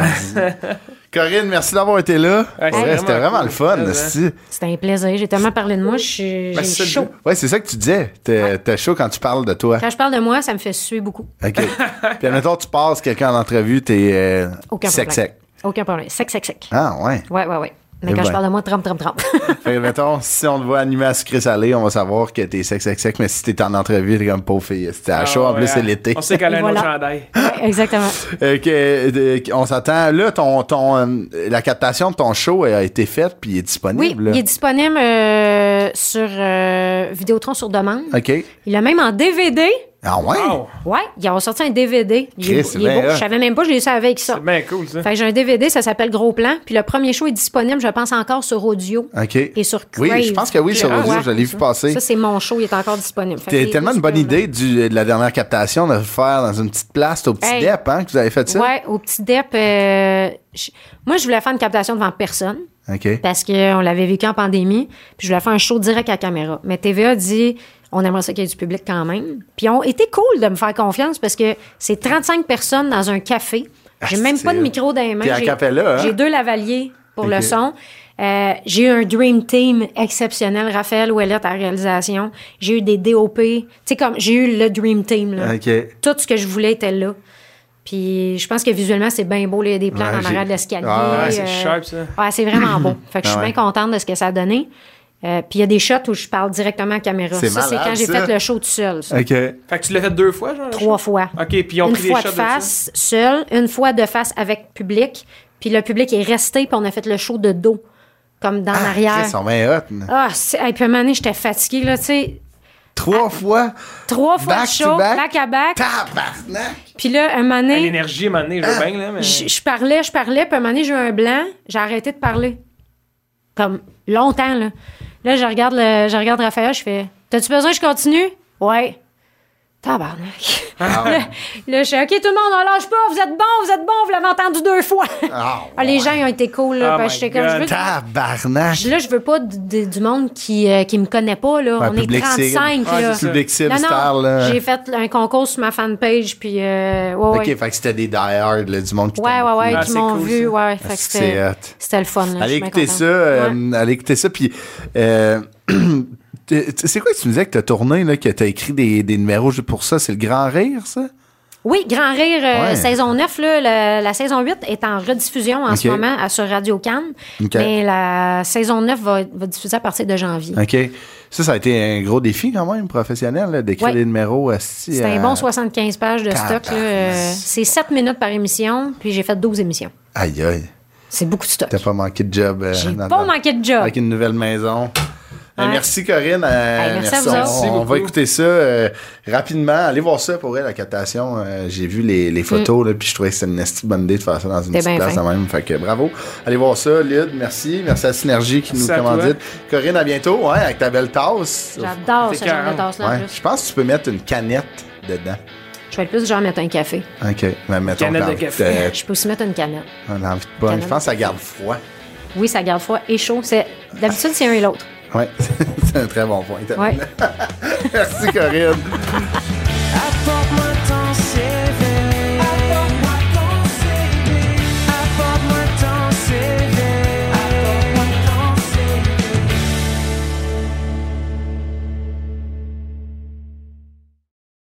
Corinne, merci d'avoir été là. Ouais, Pour c'est vrai, C'était vraiment vraiment cool. le fun, Ouais, esti. C'était un plaisir. J'ai tellement parlé de moi, je suis Ben, j'ai c'est ça, chaud. Ouais, c'est ça que tu disais. T'es t'es chaud quand tu parles de toi. Quand je parle de moi, ça me fait suer beaucoup. OK. Puis, admettons, tu passes quelqu'un en entrevue, t'es euh, Aucun sec, problème. sec. Aucun problème. Sec, sec, sec. Ah, ouais. Ouais, ouais, ouais. Mais Eh quand ben. je parle de moi, trempe, trempe, trempe. Fait que, mettons, si on te voit animer à sucré salé, on va savoir que t'es sec, sec, sec. Mais si t'es en entrevue, t'es comme pauvre fille. C'était à Ah, chaud, en ouais, plus, c'est hein. l'été. On sait qu'elle a Et un autre voilà. chandail. Ouais, exactement. Euh, que, euh, on s'attend. Là, ton, ton, euh, la captation de ton show a été faite, puis il est Oui, disponible. là. il est disponible euh, sur euh, Vidéotron sur demande. OK. Il a même en D V D. Ah, ouais? Wow! Ouais, il a sorti un D V D. Il est, Chris, il est ben beau. là. Je savais même pas, je l'ai su avec ça. C'est bien cool, ça. Fait que j'ai un D V D, ça s'appelle Gros Plan. Puis le premier show est disponible, je pense, encore sur audio OK. et sur Crave. Oui, je pense que oui, sur Ah, audio, ouais. je l'ai vu passer. Ça, c'est mon show, il est encore disponible. Fait que C'était les- tellement les une bonne super idée du, de la dernière captation de le faire dans une petite place, au petit Hey. dep, hein, que vous avez fait ça? Ouais, au petit dep. euh, je- moi, je voulais faire une captation devant personne. OK. Parce qu'on l'avait vécu en pandémie, puis je voulais faire un show direct à la caméra. Mais T V A dit, on aimerait ça qu'il y ait du public quand même. Puis ils ont été cool de me faire confiance parce que c'est trente-cinq personnes dans un café. J'ai Ah, même c'est pas de hot. micro dans les mains. Puis à J'ai- cappella, hein? J'ai deux lavaliers pour Ok. le son. Euh, j'ai eu un Dream Team exceptionnel. Raphaël Ouellette à la réalisation. J'ai eu des D O P. Tu sais, comme j'ai eu le Dream Team. Là. OK. Tout ce que je voulais était là. Puis je pense que visuellement, c'est bien beau, les, des plans Ouais, en j'ai- arrière de l'escalier. Ah, Ouais, c'est euh, sharp, ça. Ouais, c'est vraiment beau. Fait que je suis Ah ouais. bien contente de ce que ça a donné. Euh, puis il y a des shots où je parle directement à la caméra. C'est Ça, c'est malade, quand j'ai ça. fait le show tout seul. ça. OK. Fait que tu l'as fait deux fois, genre? le Trois show? fois. OK, puis ils ont Une pris fois des shots de face seul, une fois de face avec public. Puis le public est resté, puis on a fait le show de dos, comme dans Ah, l'arrière. Chris, ils sont bien hot. là. Ah, c'est- hey, puis à un moment donné, j'étais fatiguée, là, tu sais. Trois fois. Trois fois Back le to show, back. back à back. Tabarnak. Puis là, un moment À donné, l'énergie, à un moment donné, je veux bien, là, mais... je je parlais, je parlais, puis à un moment donné, j'ai eu un blanc, j'ai arrêté de parler. Comme longtemps, là. Là, je regarde, le, je regarde Raphaël, je fais « T'as-tu besoin que je continue? » « Ouais. » Tabarnak. Ah ouais. Là, là, je fais « OK, tout le monde, on lâche pas, vous êtes bon, vous êtes bon, vous l'avez entendu deux fois. Ah, Ah, les gens, ils ont été cool, là. Oh parce que my j'étais comme, je God. veux Tabarnak. Là, je veux pas d- d- du monde qui, euh, qui me connaît pas, là. Ouais, on est public cible. trente-cinq, Ouais, là. c'est ça. Public cible Non, non, star, là. j'ai fait un concours sur ma fanpage, puis euh, ouais, OK, ouais. fait que c'était des die-hard, là, du monde qui Ouais, t'aime ouais, ouais, beaucoup. Ah, qui c'est m'ont cool, vu, ça. ouais. Fait Ah, que c'est c'était, hot. c'était le fun, là. Je Allez suis bien écouter contente. ça, euh, Ouais. allez écouter ça, puis euh, t- t- c'est quoi que tu me disais que t'as tourné, là, que t'as écrit des, des numéros juste pour ça? C'est le Grand Rire, ça? Oui, Grand Rire, euh, Ouais. saison neuf, là, la, la saison huit est en rediffusion en Ok. ce moment à, sur Radio Cannes. Ok. Mais la saison neuf va, va diffuser à partir de janvier. OK. Ça, ça a été un gros défi quand même, professionnel, là, d'écrire Ouais. des numéros assis. C'est un à- bon soixante-quinze pages de stock. Là. Tabarnak. Euh, C'est sept minutes par émission, puis j'ai fait douze émissions. Aïe, aïe. C'est beaucoup de stock. T'as pas manqué de job. euh, J'ai dans- pas dans- manqué de job. Avec une nouvelle maison. Euh, Ouais. Merci Corinne. Euh, Hey, merci à vous On, autres. Merci on va beaucoup. écouter ça euh, rapidement. Allez voir ça pour elle, la captation. Euh, J'ai vu les, les photos, là, puis je trouvais que c'était une esti bonne idée de faire ça dans une C'était petite bien place fin. de même. Fait que bravo. Allez voir ça, Lyd. Merci. Merci à Synergie qui Merci nous à commandite. Corinne, à bientôt. Ouais, avec ta belle tasse. J'adore C'est ce genre de carré. tasse-là. en Ouais. plus. Je pense que tu peux mettre une canette dedans. Je vais être plus genre mettre un café. OK. Mais mettons Canette que de t'as café. envie de- Je peux aussi mettre une canette. On a envie de pas. Canette Je pense que ça de garde froid. Oui, ça garde froid et chaud. C'est... D'habitude, c'est un et l'autre. Ouais. C'est un très bon point. Ouais. Merci Corinne.